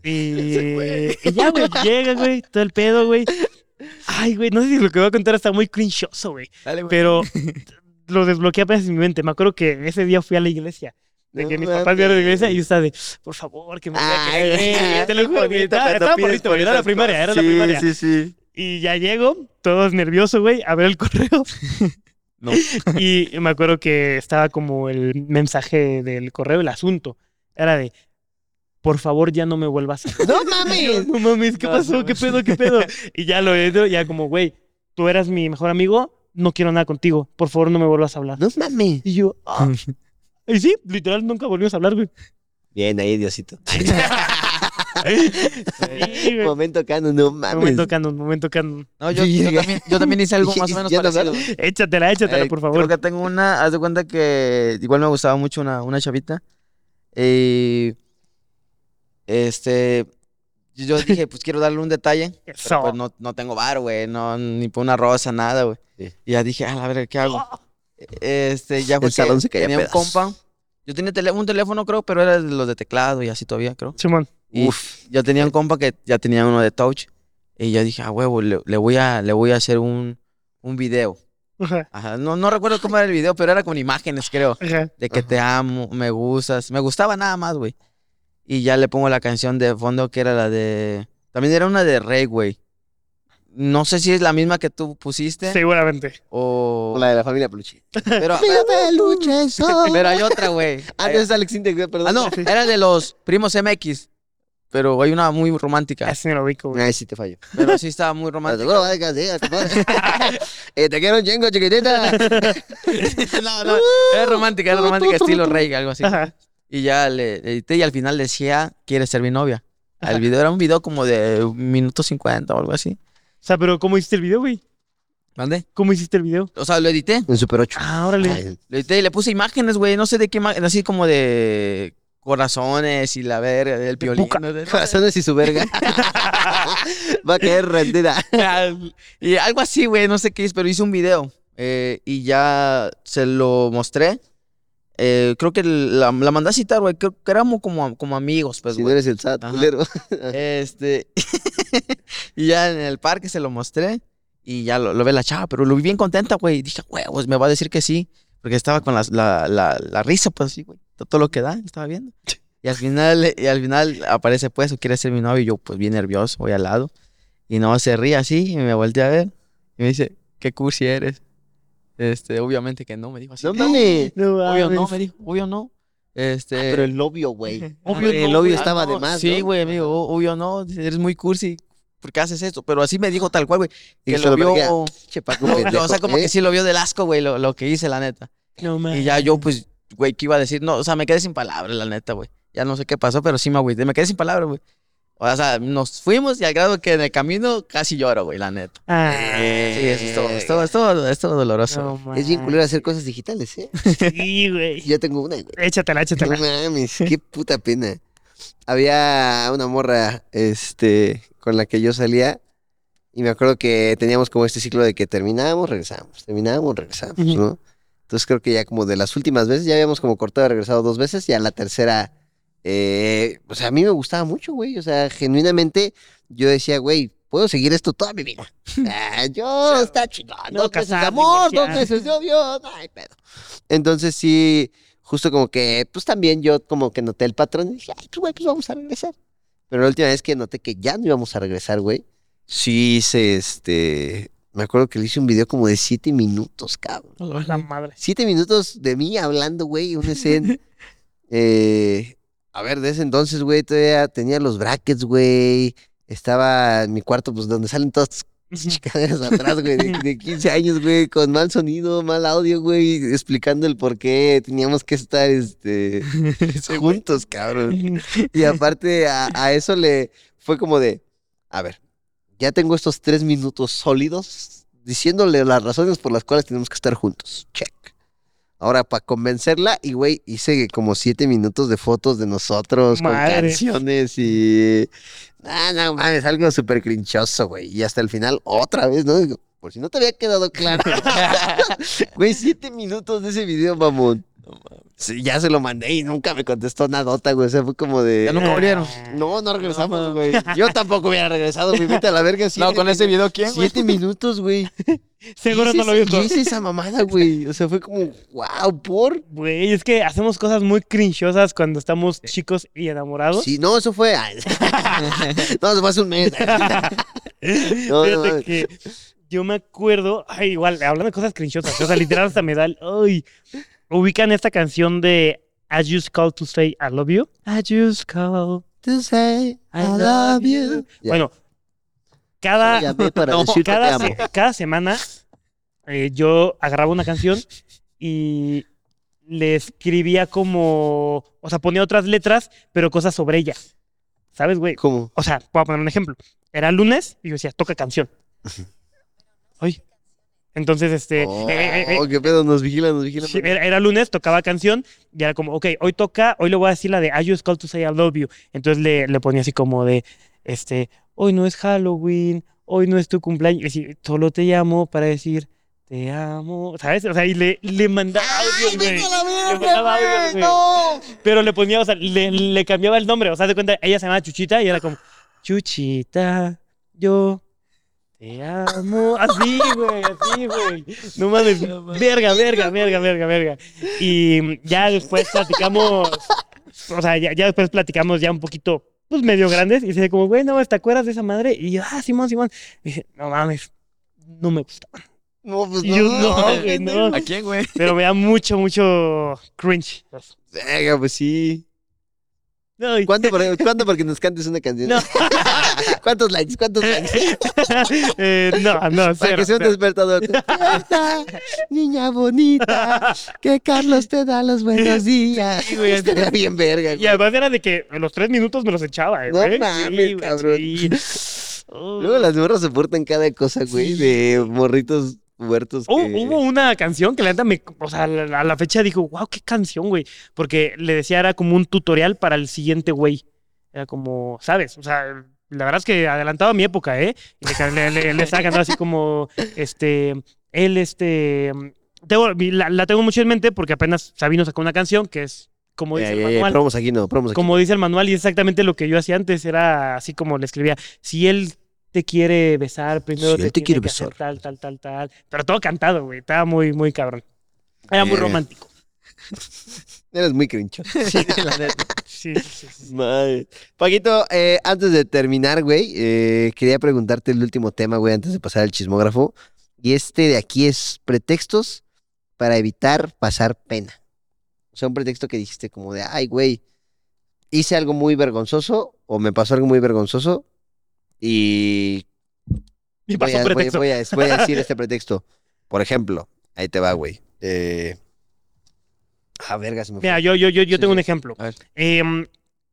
Y, y ya, güey, llega, güey, todo el pedo, güey. Ay, güey, no sé si lo que voy a contar está muy crinchoso, güey. Dale, güey. Pero lo desbloqueé apenas en mi mente. Me acuerdo que ese día fui a la iglesia. De que No mis papás vieron la mames. iglesia y yo estaba de, por favor, que me diga que Ay, sí, güey. Te lo juro, güey. Estaba, cuando estaba pides bonito, por güey. Era la esas primaria, era cosas. la primaria. Sí, sí, sí. Y ya llego, todos nervioso, güey, a ver el correo. No. Y me acuerdo que estaba como el mensaje del correo, el asunto. Era de, por favor, ya no me vuelvas a... No Y yo, mames. no mames, ¿qué No, pasó? no ¿Qué pedo? ¿Qué pedo? Y ya lo he ya como, güey, tú eras mi mejor amigo, no quiero nada contigo. Por favor, no me vuelvas a hablar. No mames. Y yo, ah. Y sí, literal, nunca volvimos a hablar, güey. Bien, ahí, Diosito. Sí, güey. Momento canon, no mames. Momento canon, momento canon. No, yo, yo, también, yo también hice algo más o menos Ya no parecido. sabes. Échatela, échatela, Eh, por favor. Creo que tengo una, haz de cuenta que igual me gustaba mucho una, una chavita. Y este, yo dije, pues quiero darle un detalle. Pero Eso. pues no, no tengo varo, güey, no, ni por una rosa, nada, güey. Sí. Y ya dije, a la verga, ¿qué hago? Este, ya fue El salón que se caía a tenía un pedazos. compa. Yo tenía tele- un teléfono, creo, pero era de los de teclado y así todavía, creo. Simón. Y Uf. yo tenía un compa que ya tenía uno de touch. Y yo dije, a huevo, le, le voy a, le voy a hacer un, un video. Ajá, Ajá, no, no recuerdo cómo era el video, pero era con imágenes, creo. ajá. De que te amo, me gustas. Me gustaba nada más, güey. Y ya le pongo la canción de fondo que era la de... También era una de Rey, güey. No sé si es la misma que tú pusiste Seguramente. o... O la de la familia Peluche. Pero, Mi peluche soy. pero hay otra, güey. Ah, no, es Alex Intec, perdón. Ah, no, era de los primos M X. Pero hay una muy romántica. Así me lo ubico, güey. Ay, sí te fallo. Pero sí estaba muy Pero romántica. seguro va a descansar, te pones. Eh, te quiero un chingo, chiquitita. No, no, era romántica, era romántica estilo Rey, algo así. Ajá. Y ya le edité y al final decía, ¿quieres ser mi novia? El video era un video como de un minuto cincuenta o algo así. O sea, pero ¿cómo hiciste el video, güey? ¿Mande? ¿Cómo hiciste el video? O sea, lo edité. En Super ocho. Ah, órale. Ay, Lo edité y le puse imágenes, güey. No sé de qué imágenes, así como de corazones y la verga, del piolín. puca. no sé, no sé. corazones y su verga. Va a caer rendida. Y algo así, güey, no sé qué es, pero hice un video. eh, y ya se lo mostré. Eh, creo que la, la mandé a citar, güey. Creo que éramos como, como amigos, pues, Si no güey. eres el S A T, Ajá. culero. Este. Y ya en el parque se lo mostré. Y ya lo, lo ve la chava, pero lo vi bien contenta, güey. Y dije, huevos, me va a decir que sí. Porque estaba con la, la, la, la risa, pues así, güey. Todo, todo lo que da, estaba viendo. Y al final, y al final aparece, pues, o quiere ser mi novio. Y yo, pues, bien nervioso, voy al lado. Y no, se ríe así. Y me volteé a ver. Y me dice, qué cursi eres. Este, obviamente que no, me dijo así. No mames. No Obvio no, mames. me dijo, obvio no. Este. Pero el obvio, güey. Obvio El no, obvio güey. estaba Ah, de no, más, Sí, ¿no? güey, amigo, o- obvio no, eres muy cursi. ¿Por qué haces esto? Pero así me dijo tal cual, güey. Y Que se lo lo vio. verguea. Che, Paco, lo- pendejo, o sea, como ¿eh? que sí lo vio del asco, güey, lo, lo que hice, la neta. No mames. Y ya yo, pues, güey, ¿qué iba a decir? No, o sea, me quedé sin palabras, la neta, güey. Ya no sé qué pasó, pero sí me agüité. Me quedé sin palabras, güey. O sea, nos fuimos y al grado que en el camino casi lloro, güey, la neta. Ah, Sí, eso es todo, es todo, es todo, es todo doloroso. no güey. mames. Es bien culero hacer cosas digitales, ¿eh? Sí, güey. Yo tengo una, güey. Échatela, No échatela. mames, qué puta pena. Había una morra, este, con la que yo salía y me acuerdo que teníamos como este ciclo de que terminábamos, regresábamos, terminábamos, regresábamos, Ujú. ¿no? Entonces creo que ya como de las últimas veces ya habíamos como cortado y regresado dos veces y a la tercera, eh, o sea, a mí me gustaba mucho, güey, o sea, genuinamente yo decía, güey, puedo seguir esto toda mi vida. Ah, yo, está chingón, no, dos meses de casar, amor, dos divorciar. meses de odio, no hay pedo. Entonces sí, justo como que, pues también yo como que noté el patrón y dije, ay, pues güey, pues vamos a regresar. Pero la última vez que noté que ya no íbamos a regresar, güey, sí hice este, me acuerdo que le hice un video como de siete minutos, cabrón. La madre. Siete minutos de mí hablando, güey, una escena. eh, a ver, de ese entonces, güey, todavía tenía los brackets, güey. Estaba en mi cuarto, pues, donde salen todas las chicaderas atrás, güey, de, de quince años, güey, con mal sonido, mal audio, güey, explicando el por qué teníamos que estar, este, juntos, cabrón. Y aparte a, a eso le fue como de, a ver, ya tengo estos tres minutos sólidos diciéndole las razones por las cuales tenemos que estar juntos. Check. Ahora, para convencerla, y güey, hice como siete minutos de fotos de nosotros Madre. con canciones y... Ah, no mames, algo súper crinchoso, güey. Y hasta el final, otra vez, ¿no? Digo, por si no te había quedado claro. Güey, siete minutos de ese video, mamón. Sí, ya se lo mandé y nunca me contestó nadota, güey. O sea, fue como de... Ya nunca volvieron. No, no regresamos, güey. Yo tampoco hubiera regresado, güey. Vete a la verga. No, siete con ese video, ¿quién, güey? Siete minutos, güey. Seguro Yo no hice lo vio esa- todo. Yo hice esa mamada, güey. O sea, fue como, wow, ¿por? Güey, es que hacemos cosas muy crinchosas cuando estamos chicos y enamorados. Sí, no, eso fue... ay. No, eso fue hace un mes. No, no, Fíjate mames. que yo me acuerdo, ay, igual, hablando de cosas crinchosas, o sea, literal hasta me da el, ay, ubican esta canción de I Just Called to Say I Love You. I Just Called To say I love you. Ya. Bueno, cada, Llamé para No, decirte cada, te amo. se- cada semana eh, yo agarraba una canción y le escribía como, o sea, ponía otras letras, pero cosas sobre ella. ¿Sabes, güey? ¿Cómo? O sea, voy a poner un ejemplo. Era lunes y yo decía, toca canción. Ay. Entonces, este... Oh, eh, eh, eh, qué pedo, nos vigilan, nos vigilan. sí, era, era lunes, tocaba canción y era como, ok, hoy toca, hoy le voy a decir la de I just called to say I love you. Entonces le, le ponía así como de, este, hoy no es Halloween, hoy no es tu cumpleaños, y así, solo te llamo para decir, te amo, ¿sabes? O sea, y le, le mandaba audios, güey. Le mandaba audios, güey. Pero le ponía, o sea, le, le cambiaba el nombre, o sea, de cuenta, ella se llamaba Chuchita y era como, Chuchita, yo... te amo. Así, güey, así, güey. No mames. Verga, verga, verga, verga, verga. Y ya después platicamos. O sea, ya, ya después platicamos ya un poquito, pues medio grandes. Y dice como, güey, no, ¿te acuerdas de esa madre? Y yo, ah, Simón, Simón. Y dice, no mames, no me gustaban. No, pues Y no. yo, no, güey, no. ¿A quién, güey? Pero me da mucho, mucho cringe. Venga, pues sí. No, y- ¿Cuánto, por- ¿Cuánto porque nos cantes una canción? No. ¿Cuántos likes? ¿Cuántos likes? eh, no, no, Para cero, que sea un cero. despertador. Despierta, niña bonita, que Carlos te da los buenos días. Sí, güey, Estaría bien verga, Y güey. además era de que en los tres minutos me los echaba, eh, No güey. mames, Sí, güey, cabrón. sí. Oh. Luego las morras se portan cada cosa, güey, de morritos huertos. Hubo, que... hubo una canción que la neta me, o sea, a la, a la fecha dijo, wow, qué canción, güey. Porque le decía era como un tutorial para el siguiente güey. Era como, ¿sabes? O sea, la verdad es que adelantaba mi época, ¿eh? Y le, le, le- le estaba cantando así como, este, él, este, tengo, la, la tengo mucho en mente porque apenas Sabino sacó una canción que es, como Ya, dice ya, el ya, manual, promos aquí no, promos aquí. como dice el manual y es exactamente lo que yo hacía antes, era así como le escribía, si él te quiere besar, primero Si él te tiene quiere que hacer besar. tal, tal, tal, tal. Pero todo cantado, güey. Estaba muy, muy cabrón. Era muy Verga. romántico. Eres muy crincho. Sí, la neta. Sí, sí, sí, sí. Madre. Paquito, eh, antes de terminar, güey, eh, quería preguntarte el último tema, güey, antes de pasar al chismógrafo. Y este de aquí es pretextos para evitar pasar pena. O sea, un pretexto que dijiste como de, ay, güey, hice algo muy vergonzoso o me pasó algo muy vergonzoso y Y voy pasó a, voy- pretexto. voy a- voy a decir este pretexto. Por ejemplo, ahí te va, güey. Eh... Ah, verga, se me fue. Mira, yo, yo, yo, yo Sí, tengo un sí. ejemplo. A ver. Em,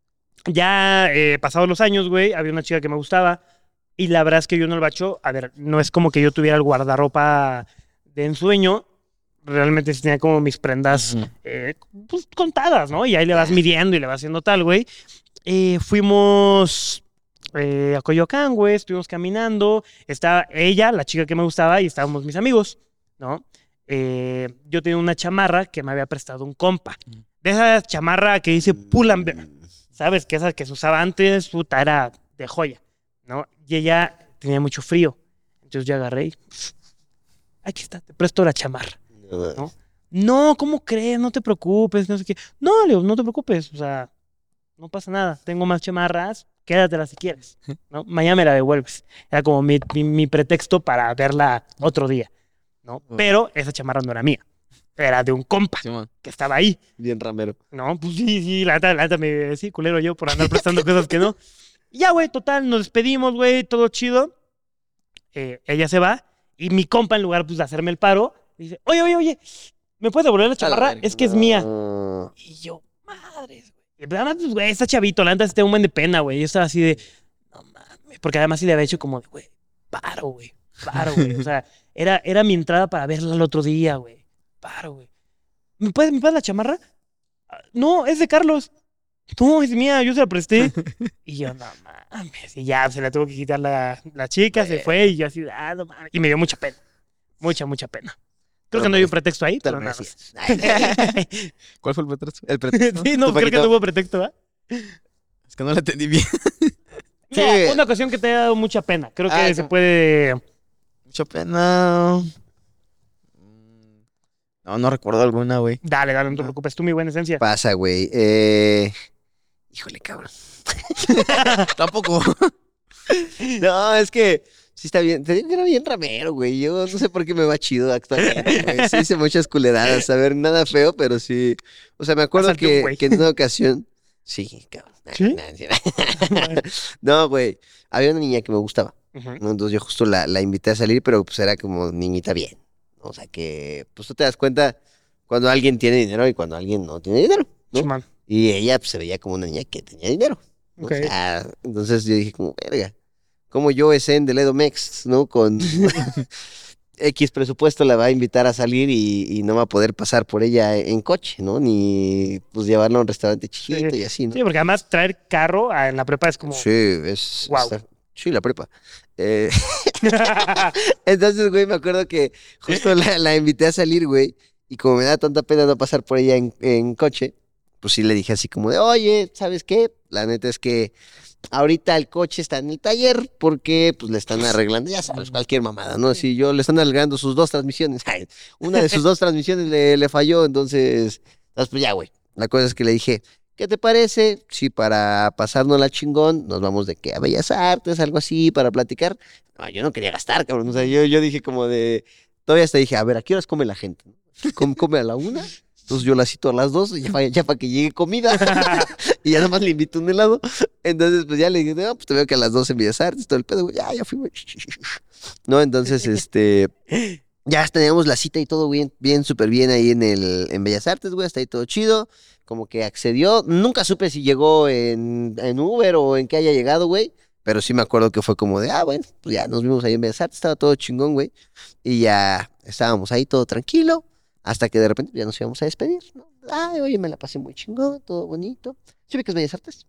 ya eh, pasados los años, güey, había una chica que me gustaba y la verdad es que yo no el bacho. A ver, no es como que yo tuviera el guardarropa de ensueño. Realmente sí tenía como mis prendas Ujú. eh, pues, contadas, ¿no? Y ahí le vas midiendo y le vas haciendo tal, güey. Eh, fuimos eh, a Coyoacán, güey, estuvimos caminando. Estaba ella, la chica que me gustaba, y estábamos mis amigos, ¿no? Eh, yo tenía una chamarra que me había prestado un compa. De esa chamarra que dice Pull&Bear, ¿sabes? Que esa que se usaba antes, puta, era de joya, ¿no? Y ella tenía mucho frío. Entonces yo agarré y... Aquí está, te presto la chamarra. No, No, ¿cómo crees? No te preocupes, no sé qué. No, Leo, no te preocupes, o sea, no pasa nada. Tengo más chamarras, quédatelas si quieres, ¿no? Mañana me la devuelves. Era como mi, mi, mi pretexto para verla otro día, ¿no? Pero esa chamarra no era mía, era de un compa Simón. que estaba ahí, bien ramero. ¿no? Pues sí, sí, la neta, la neta me sí, culero yo por andar prestando cosas que no. Y ya, güey, total, nos despedimos, güey, todo chido. Eh, ella se va y mi compa, en lugar pues, de hacerme el paro, dice, oye, oye, oye, ¿me puedes devolver la chamarra? verga. Es que es mía. No. Y yo, madres, güey. Y además, pues, güey, está chavito, la neta, se tengo un buen de pena, güey. Yo estaba así de, no mames. Porque además sí le había hecho como de, güey, paro, güey. Paro, güey. O sea, era, era mi entrada para verla el otro día, güey. Paro, güey. ¿Me puedes, ¿Me puedes la chamarra? "Ah, no, es de Carlos. No, es mía, yo se la presté. Y yo, no mames. Y ya se la tuvo que quitar la, la chica, se fue. Y yo así, ah, no mames. Y me dio mucha pena. Mucha, mucha pena. Creo Pero que no hay un merec- pretexto ahí, Te pero lo nada más. merecías. ¿Cuál fue el pretexto? El pretexto. Sí, no, ¿Tú, creo que Paquito? no hubo pretexto, ¿ah? Es que no la entendí bien. Sí. Mira, una ocasión que te ha dado mucha pena. Creo que Ah, se no. puede. Mucha pena. No, no recuerdo alguna, güey. Dale, dale, no te preocupes. Tú, mi buena esencia. Pasa, güey. Eh... Híjole, cabrón. Tampoco. No, es que sí está bien. Te digo que era bien ramero, güey. Yo no sé por qué me va chido actualmente, güey. Sí hice muchas culeradas. A ver, nada feo, pero sí. O sea, me acuerdo Asalté un que, güey. que en una ocasión. Sí, cabrón. ¿Sí? No, güey. Había una niña que me gustaba, Ujú. ¿no? Entonces yo justo la, la invité a salir, pero pues era como niñita bien. O sea que, pues tú te das cuenta cuando alguien tiene dinero y cuando alguien no tiene dinero, ¿no? Simón. Y ella pues, se veía como una niña que tenía dinero. ¿no? Ok. O sea, entonces yo dije como, verga, como yo ese en del Edomex, ¿no? Con X presupuesto la va a invitar a salir y, y no va a poder pasar por ella en coche, ¿no? Ni pues llevarla a un restaurante chiquito y así, ¿no? Sí, porque además traer carro a- en la prepa es como... Sí, es... Guau. está- sí, la prepa. Eh, entonces, güey, me acuerdo que justo la, la invité a salir, güey, y como me da tanta pena no pasar por ella en, en coche, pues sí le dije así como de, oye, ¿sabes qué? La neta es que ahorita el coche está en el taller porque pues le están arreglando, ya sabes, cualquier mamada, ¿no? Si yo le están arreglando sus dos transmisiones, ay, una de sus dos transmisiones le, le falló, entonces, entonces, pues ya, güey. La cosa es que le dije, ¿qué te parece si para pasarnos la chingón nos vamos de qué a Bellas Artes, algo así, para platicar? No, yo no quería gastar, cabrón. O sea, yo, yo dije como de, todavía hasta dije, a ver, ¿a qué horas come la gente? ¿Come, come a la una? Entonces yo la cito a las dos, ya, pa- ya para que llegue comida. Y ya nada más le invito un helado. Entonces, pues ya le dije, no, pues te veo que a las dos en Bellas Artes, todo el pedo, güey. Ya, ya fui, güey. No, entonces, este, ya teníamos la cita y todo bien, bien, súper bien ahí en el, en Bellas Artes, güey. Está ahí todo chido. Como que accedió. Nunca supe si llegó en, en Uber o en qué haya llegado, güey. Pero sí me acuerdo que fue como de, ah, bueno, pues ya nos vimos ahí en Bellas Artes, estaba todo chingón, güey. Y ya estábamos ahí todo tranquilo. Hasta que de repente ya nos íbamos a despedir, ¿no? Ay, oye, me la pasé muy chingón, todo bonito. ¿Sí ubicas Bellas Artes?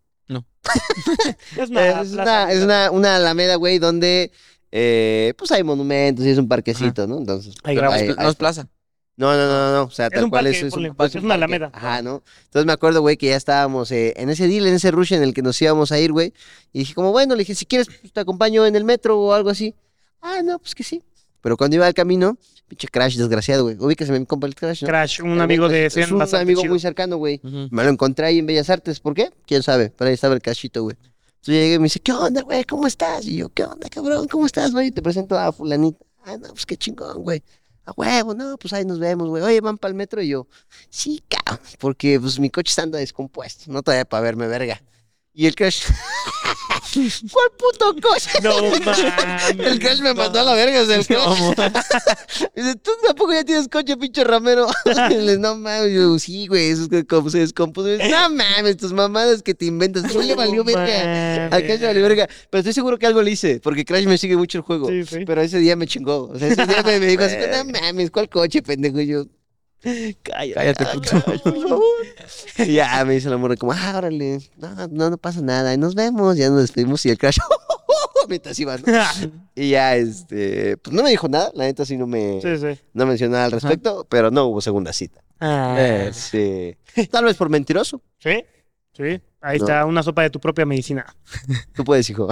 Es Eh, una, es plaza. una, es una, una alameda, güey, donde eh, pues hay monumentos y es un parquecito, ¿no? Entonces, Ahí Pero no grabamos. es, pla- no es plaza. No, no, no, no, o sea, Es tal un cual parque, es, es ponle, un, pues, es es un una parque. alameda. Ajá, ¿no? Entonces me acuerdo, güey, que ya estábamos eh, en ese deal, en ese rush en el que nos íbamos a ir, güey. Y dije, como, bueno, le dije, si quieres, pues, te acompaño en el metro o algo así. Ah, no, pues que sí. Pero cuando iba al camino, pinche Crash desgraciado, güey. Ubícase, mi compa el Crash, ¿no? Crash, un El amigo güey, de es Zen un bastante amigo chido. muy cercano, güey. Ujú. Me lo encontré ahí en Bellas Artes. ¿Por qué? ¿Quién sabe? Pero ahí estaba el Crashito, güey. Entonces llegué y me dice, ¿qué onda, güey? ¿Cómo estás? Y yo, ¿qué onda, cabrón? ¿Cómo estás, güey? Te presento a fulanita. Ah, no, pues qué chingón, güey. A huevo, no, pues ahí nos vemos, güey. Oye, ¿van para el metro? Y yo, sí, cabrón, porque pues mi coche está anda descompuesto. No todavía para verme, verga. Y el Crash, ¿cuál puto coche? No mames. El Crash me mandó a la verga, o sea, el Crash. Dice, ¿tú tampoco ya tienes coche, pinche ramero? Y le, no mames, yo, sí, güey, eso es que como se descompuso. Y dice, no mames, tus mamadas que te inventas. No le valió verga. A Crash le valió verga. Pero estoy seguro que algo le hice, porque Crash me sigue mucho el juego. Sí, sí. Pero ese día me chingó. O sea, ese día me, me dijo así, no mames, ¿cuál coche, pendejo? Y yo, Cállate, puto. por favor. Y ya me dice la morra como, ah, órale, no, no, no pasa nada. Y nos vemos, ya nos despedimos y el Crash, mientras iba, ¿no? Y ya, este, pues no me dijo nada, la neta sí no me, Sí, sí. no mencionó nada al respecto, pero no hubo segunda cita. Ah, Eh, Sí. Tal vez por mentiroso. sí, sí. Ahí No. está una sopa de tu propia medicina. Tú puedes, hijo.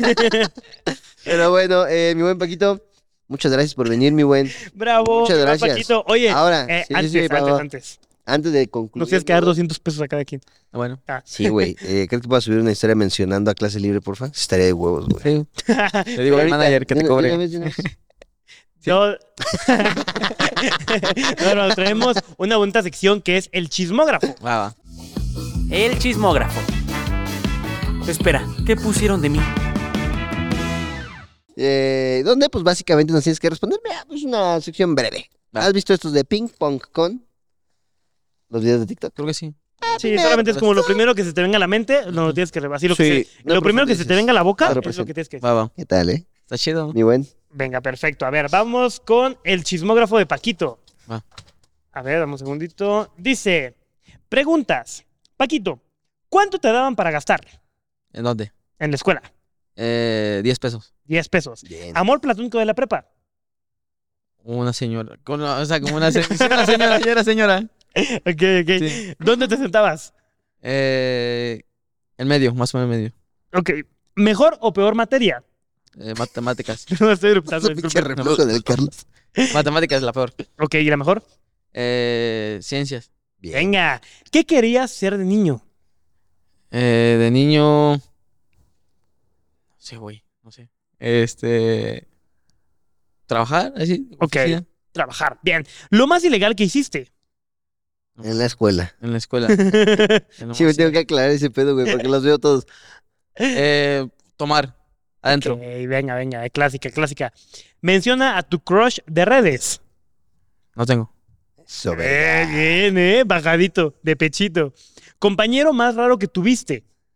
Pero bueno, eh, mi buen Paquito, muchas gracias por venir, mi buen. Bravo. Muchas mi buen gracias. Paquito. Oye, Ahora, eh, sí, sí, antes, sí, antes, va, va. antes. Antes de concluir. Nos tienes que dar ¿no? doscientos pesos a cada quien. Ah, bueno. Sí, güey. Eh, ¿Crees que puedas subir una historia mencionando a clase libre, porfa? Estaría de huevos, güey. Sí. Le digo al Ahorita, manager que de te una- cobre. de una vez, de una vez. Yo... no, no, traemos una bonita sección que es el chismógrafo. Va, va. El chismógrafo. Espera, ¿qué pusieron de mí? Eh, donde, pues básicamente nos tienes que responder. Mira, es una sección breve. Va. ¿Has visto estos de Ping Pong Con? Los videos de TikTok. Creo que sí. Sí, solamente es como lo primero que se te venga a la mente, no lo tienes que así lo que Sí, se- no lo primero que se te profundices. venga a la boca No es lo representa. que tienes que decir. Va, va. ¿Qué tal, eh? Está chido. Mi buen. Venga, perfecto. A ver, vamos con el chismógrafo de Paquito. Va. A ver, dame un segundito. Dice, preguntas. Paquito, ¿cuánto te daban para gastar ¿En dónde? en la escuela? Eh, diez pesos. diez pesos. Bien. Amor platónico de la prepa. Una señora. Con- o sea, como una, se- sí, una señora. Yo era señora. Ok, ok. Sí. ¿Dónde te sentabas? Eh, en medio, más o menos en medio. Ok. ¿Mejor o peor materia? Eh, matemáticas. No estoy repasando, Ese pinche disculpe. reflejo del Carlos. Matemáticas es la peor. Ok, ¿y la mejor? Eh, ciencias. Bien. Venga. ¿Qué querías ser de niño? Eh, de niño. No sé, güey. No sé. Este. Trabajar, así. Ok. oficina, Trabajar. Bien. ¿Lo más ilegal que hiciste? En la escuela. En la escuela. En lo Sí, me más- tengo que aclarar ese pedo, güey, porque los veo todos. Eh, tomar. Adentro. Ok, venga, venga. Clásica, clásica. Menciona a tu crush de redes. No tengo. Eso, Eh, verga. bien, eh. Bajadito, de pechito. Compañero más raro que tuviste.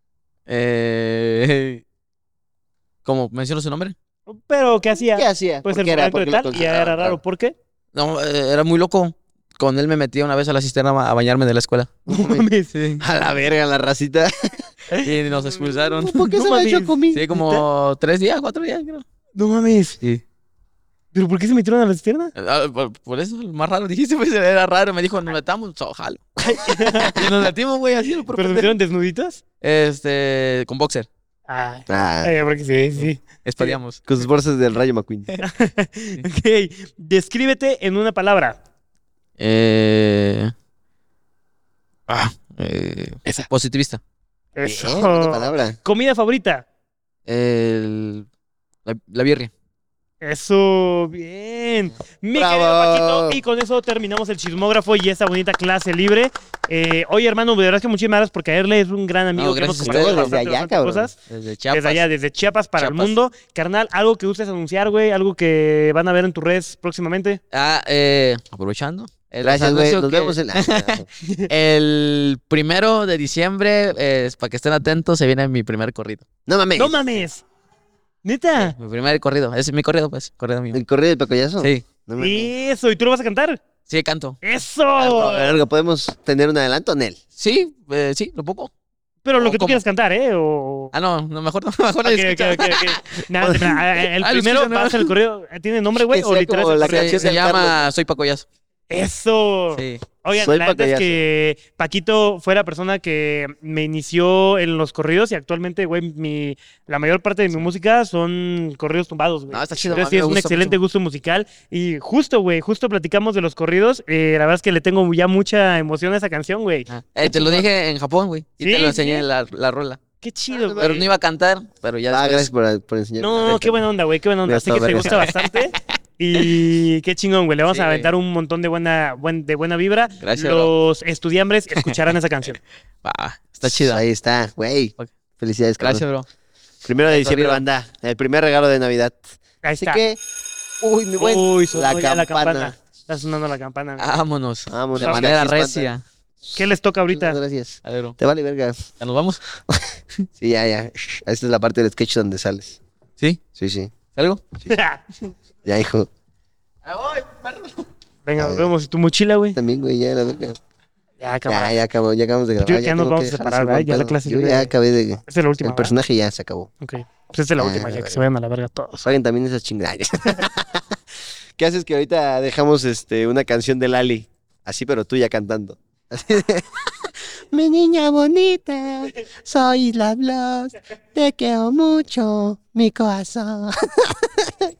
Eh, ¿Cómo? ¿Menciono su nombre? Pero, ¿qué hacía? ¿Qué hacía? Pues ¿Por el qué era? fulanito ¿Por de qué lo tal, y consideraban? era raro. Claro. ¿Por qué? No, eh, era muy loco. Con él me metí una vez a la cisterna a bañarme de la escuela. No mames. Sí. A la verga, la racita. Y nos expulsaron. ¿Por qué No se me ha hecho mames. conmigo? Sí, como tres días, cuatro días, creo. No mames. Sí. ¿Pero por qué se metieron a la cisterna? Ah, Por, por eso, lo más raro dijiste, pues era raro. Me dijo, nos metamos, ojalá. Y nos metimos, güey, así. Por ¿Pero se pendejo. metieron desnuditos? Este, con boxer. Ah, Ah, eh, porque sí, sí. Espadeamos. con sus bolsas del Rayo McQueen. Ok, descríbete en una palabra. Eh... Ah, eh... Esa. Positivista. Eso. Bien, buena palabra. Comida favorita. El... La, la birria. Eso, bien. Mi Bravo. querido Paquito, y con eso terminamos el chismógrafo y esta bonita clase libre. Eh, oye, hermano, de verdad que muchísimas gracias por caerle. Es un gran amigo No, que hemos gracias a compartido ustedes. bastante, Desde allá, bastante cabrón. cosas. Desde Chiapas. Desde allá, desde Chiapas para el Chiapas. mundo. Carnal, algo que gustes anunciar, güey, algo que van a ver en tus redes próximamente. Ah, eh... Aprovechando. eh, Gracias, los güey. anuncio Nos que vemos en... El primero de diciembre, eh, para que estén atentos, se viene mi primer corrido. No mames. ¡No mames! ¿Neta? Mi primer corrido. Ese es mi corrido, pues. Corrido mío. ¿El corrido del pecollazo? Sí. No mames. Eso, ¿y tú lo vas a cantar? Sí, canto. ¡Eso! Verga, ¿podemos tener un adelanto en él? Sí, eh, sí, lo poco. Pero lo que tú ¿Cómo? quieras cantar, ¿eh? O... Ah, no, no mejor no, mejor no Ok, ok, escucha. ok, ok. Nada, nada, el Ah, lo primero escucho, va a ¿no? ser el correo. ¿Tiene nombre, güey? Que ¿O sea literal? como es el la correo? Se, canción se del llama Carlos. Soy Pacoyazo. ¡Eso! Sí. Oigan, Soy la neta es pacoyazo. que Paquito fue la persona que me inició en los corridos y actualmente, güey, mi, la mayor parte de mi música son corridos tumbados, güey. No, está chido. Entonces a sí, mí es me un gusta excelente mucho. gusto musical y justo, güey, justo platicamos de los corridos. eh, la verdad es que le tengo ya mucha emoción a esa canción, güey. Ah, eh, te lo dije en Japón, güey. Y Sí, te lo enseñé sí. la, la rola. Qué chido, Ah, güey. Pero no iba a cantar, pero ya Ah, después- gracias por, por enseñarme. No, qué buena onda, güey, qué buena onda. Mira, Sé que está te verga. gusta bastante. Y qué chingón, güey. Le vamos Sí, a güey. aventar un montón de buena, buen, de buena vibra. Gracias, Los estudiambres escucharán esa canción. Ah, está chida. Ahí está, güey. Ok. Felicidades, cabrón. Gracias, bro. Primero de diciembre, corrido. banda. El primer regalo de Navidad. Ahí Así está. que... Uy, mi buen... Uy, sonó la ya la campana. campana. Está sonando la campana. Vámonos. Vamos, De la manera chispa, recia. ¿Qué les toca ahorita? Muchas gracias. A ver, bro. Te vale verga. ¿Ya nos vamos? Sí, ya, ya. Esta es la parte del sketch donde sales. ¿Sí? Sí, sí. ¿Algo? Ya, hijo. Venga, nos vemos. ¿Y tu mochila, güey? También, güey, ya la verga. Ya, cámara. Ya, ya acabó, ya acabamos de grabar. Yo- ya nos tengo vamos que a dejar separar, ese ¿verdad? buen Ya la pedo. clase Yo ya- ya acabé de... Esta es la última. El personaje ya se acabó. ¿verdad? Ok. Pues esta es la última, Ah, ya que vale. se vayan a la verga todos. Paguen también esas chingadas. ¿Qué haces que ahorita dejamos este, una canción de Lali? Así, pero tú ya cantando. Así de... Mi niña bonita, soy la Blas, te quiero mucho, mi corazón.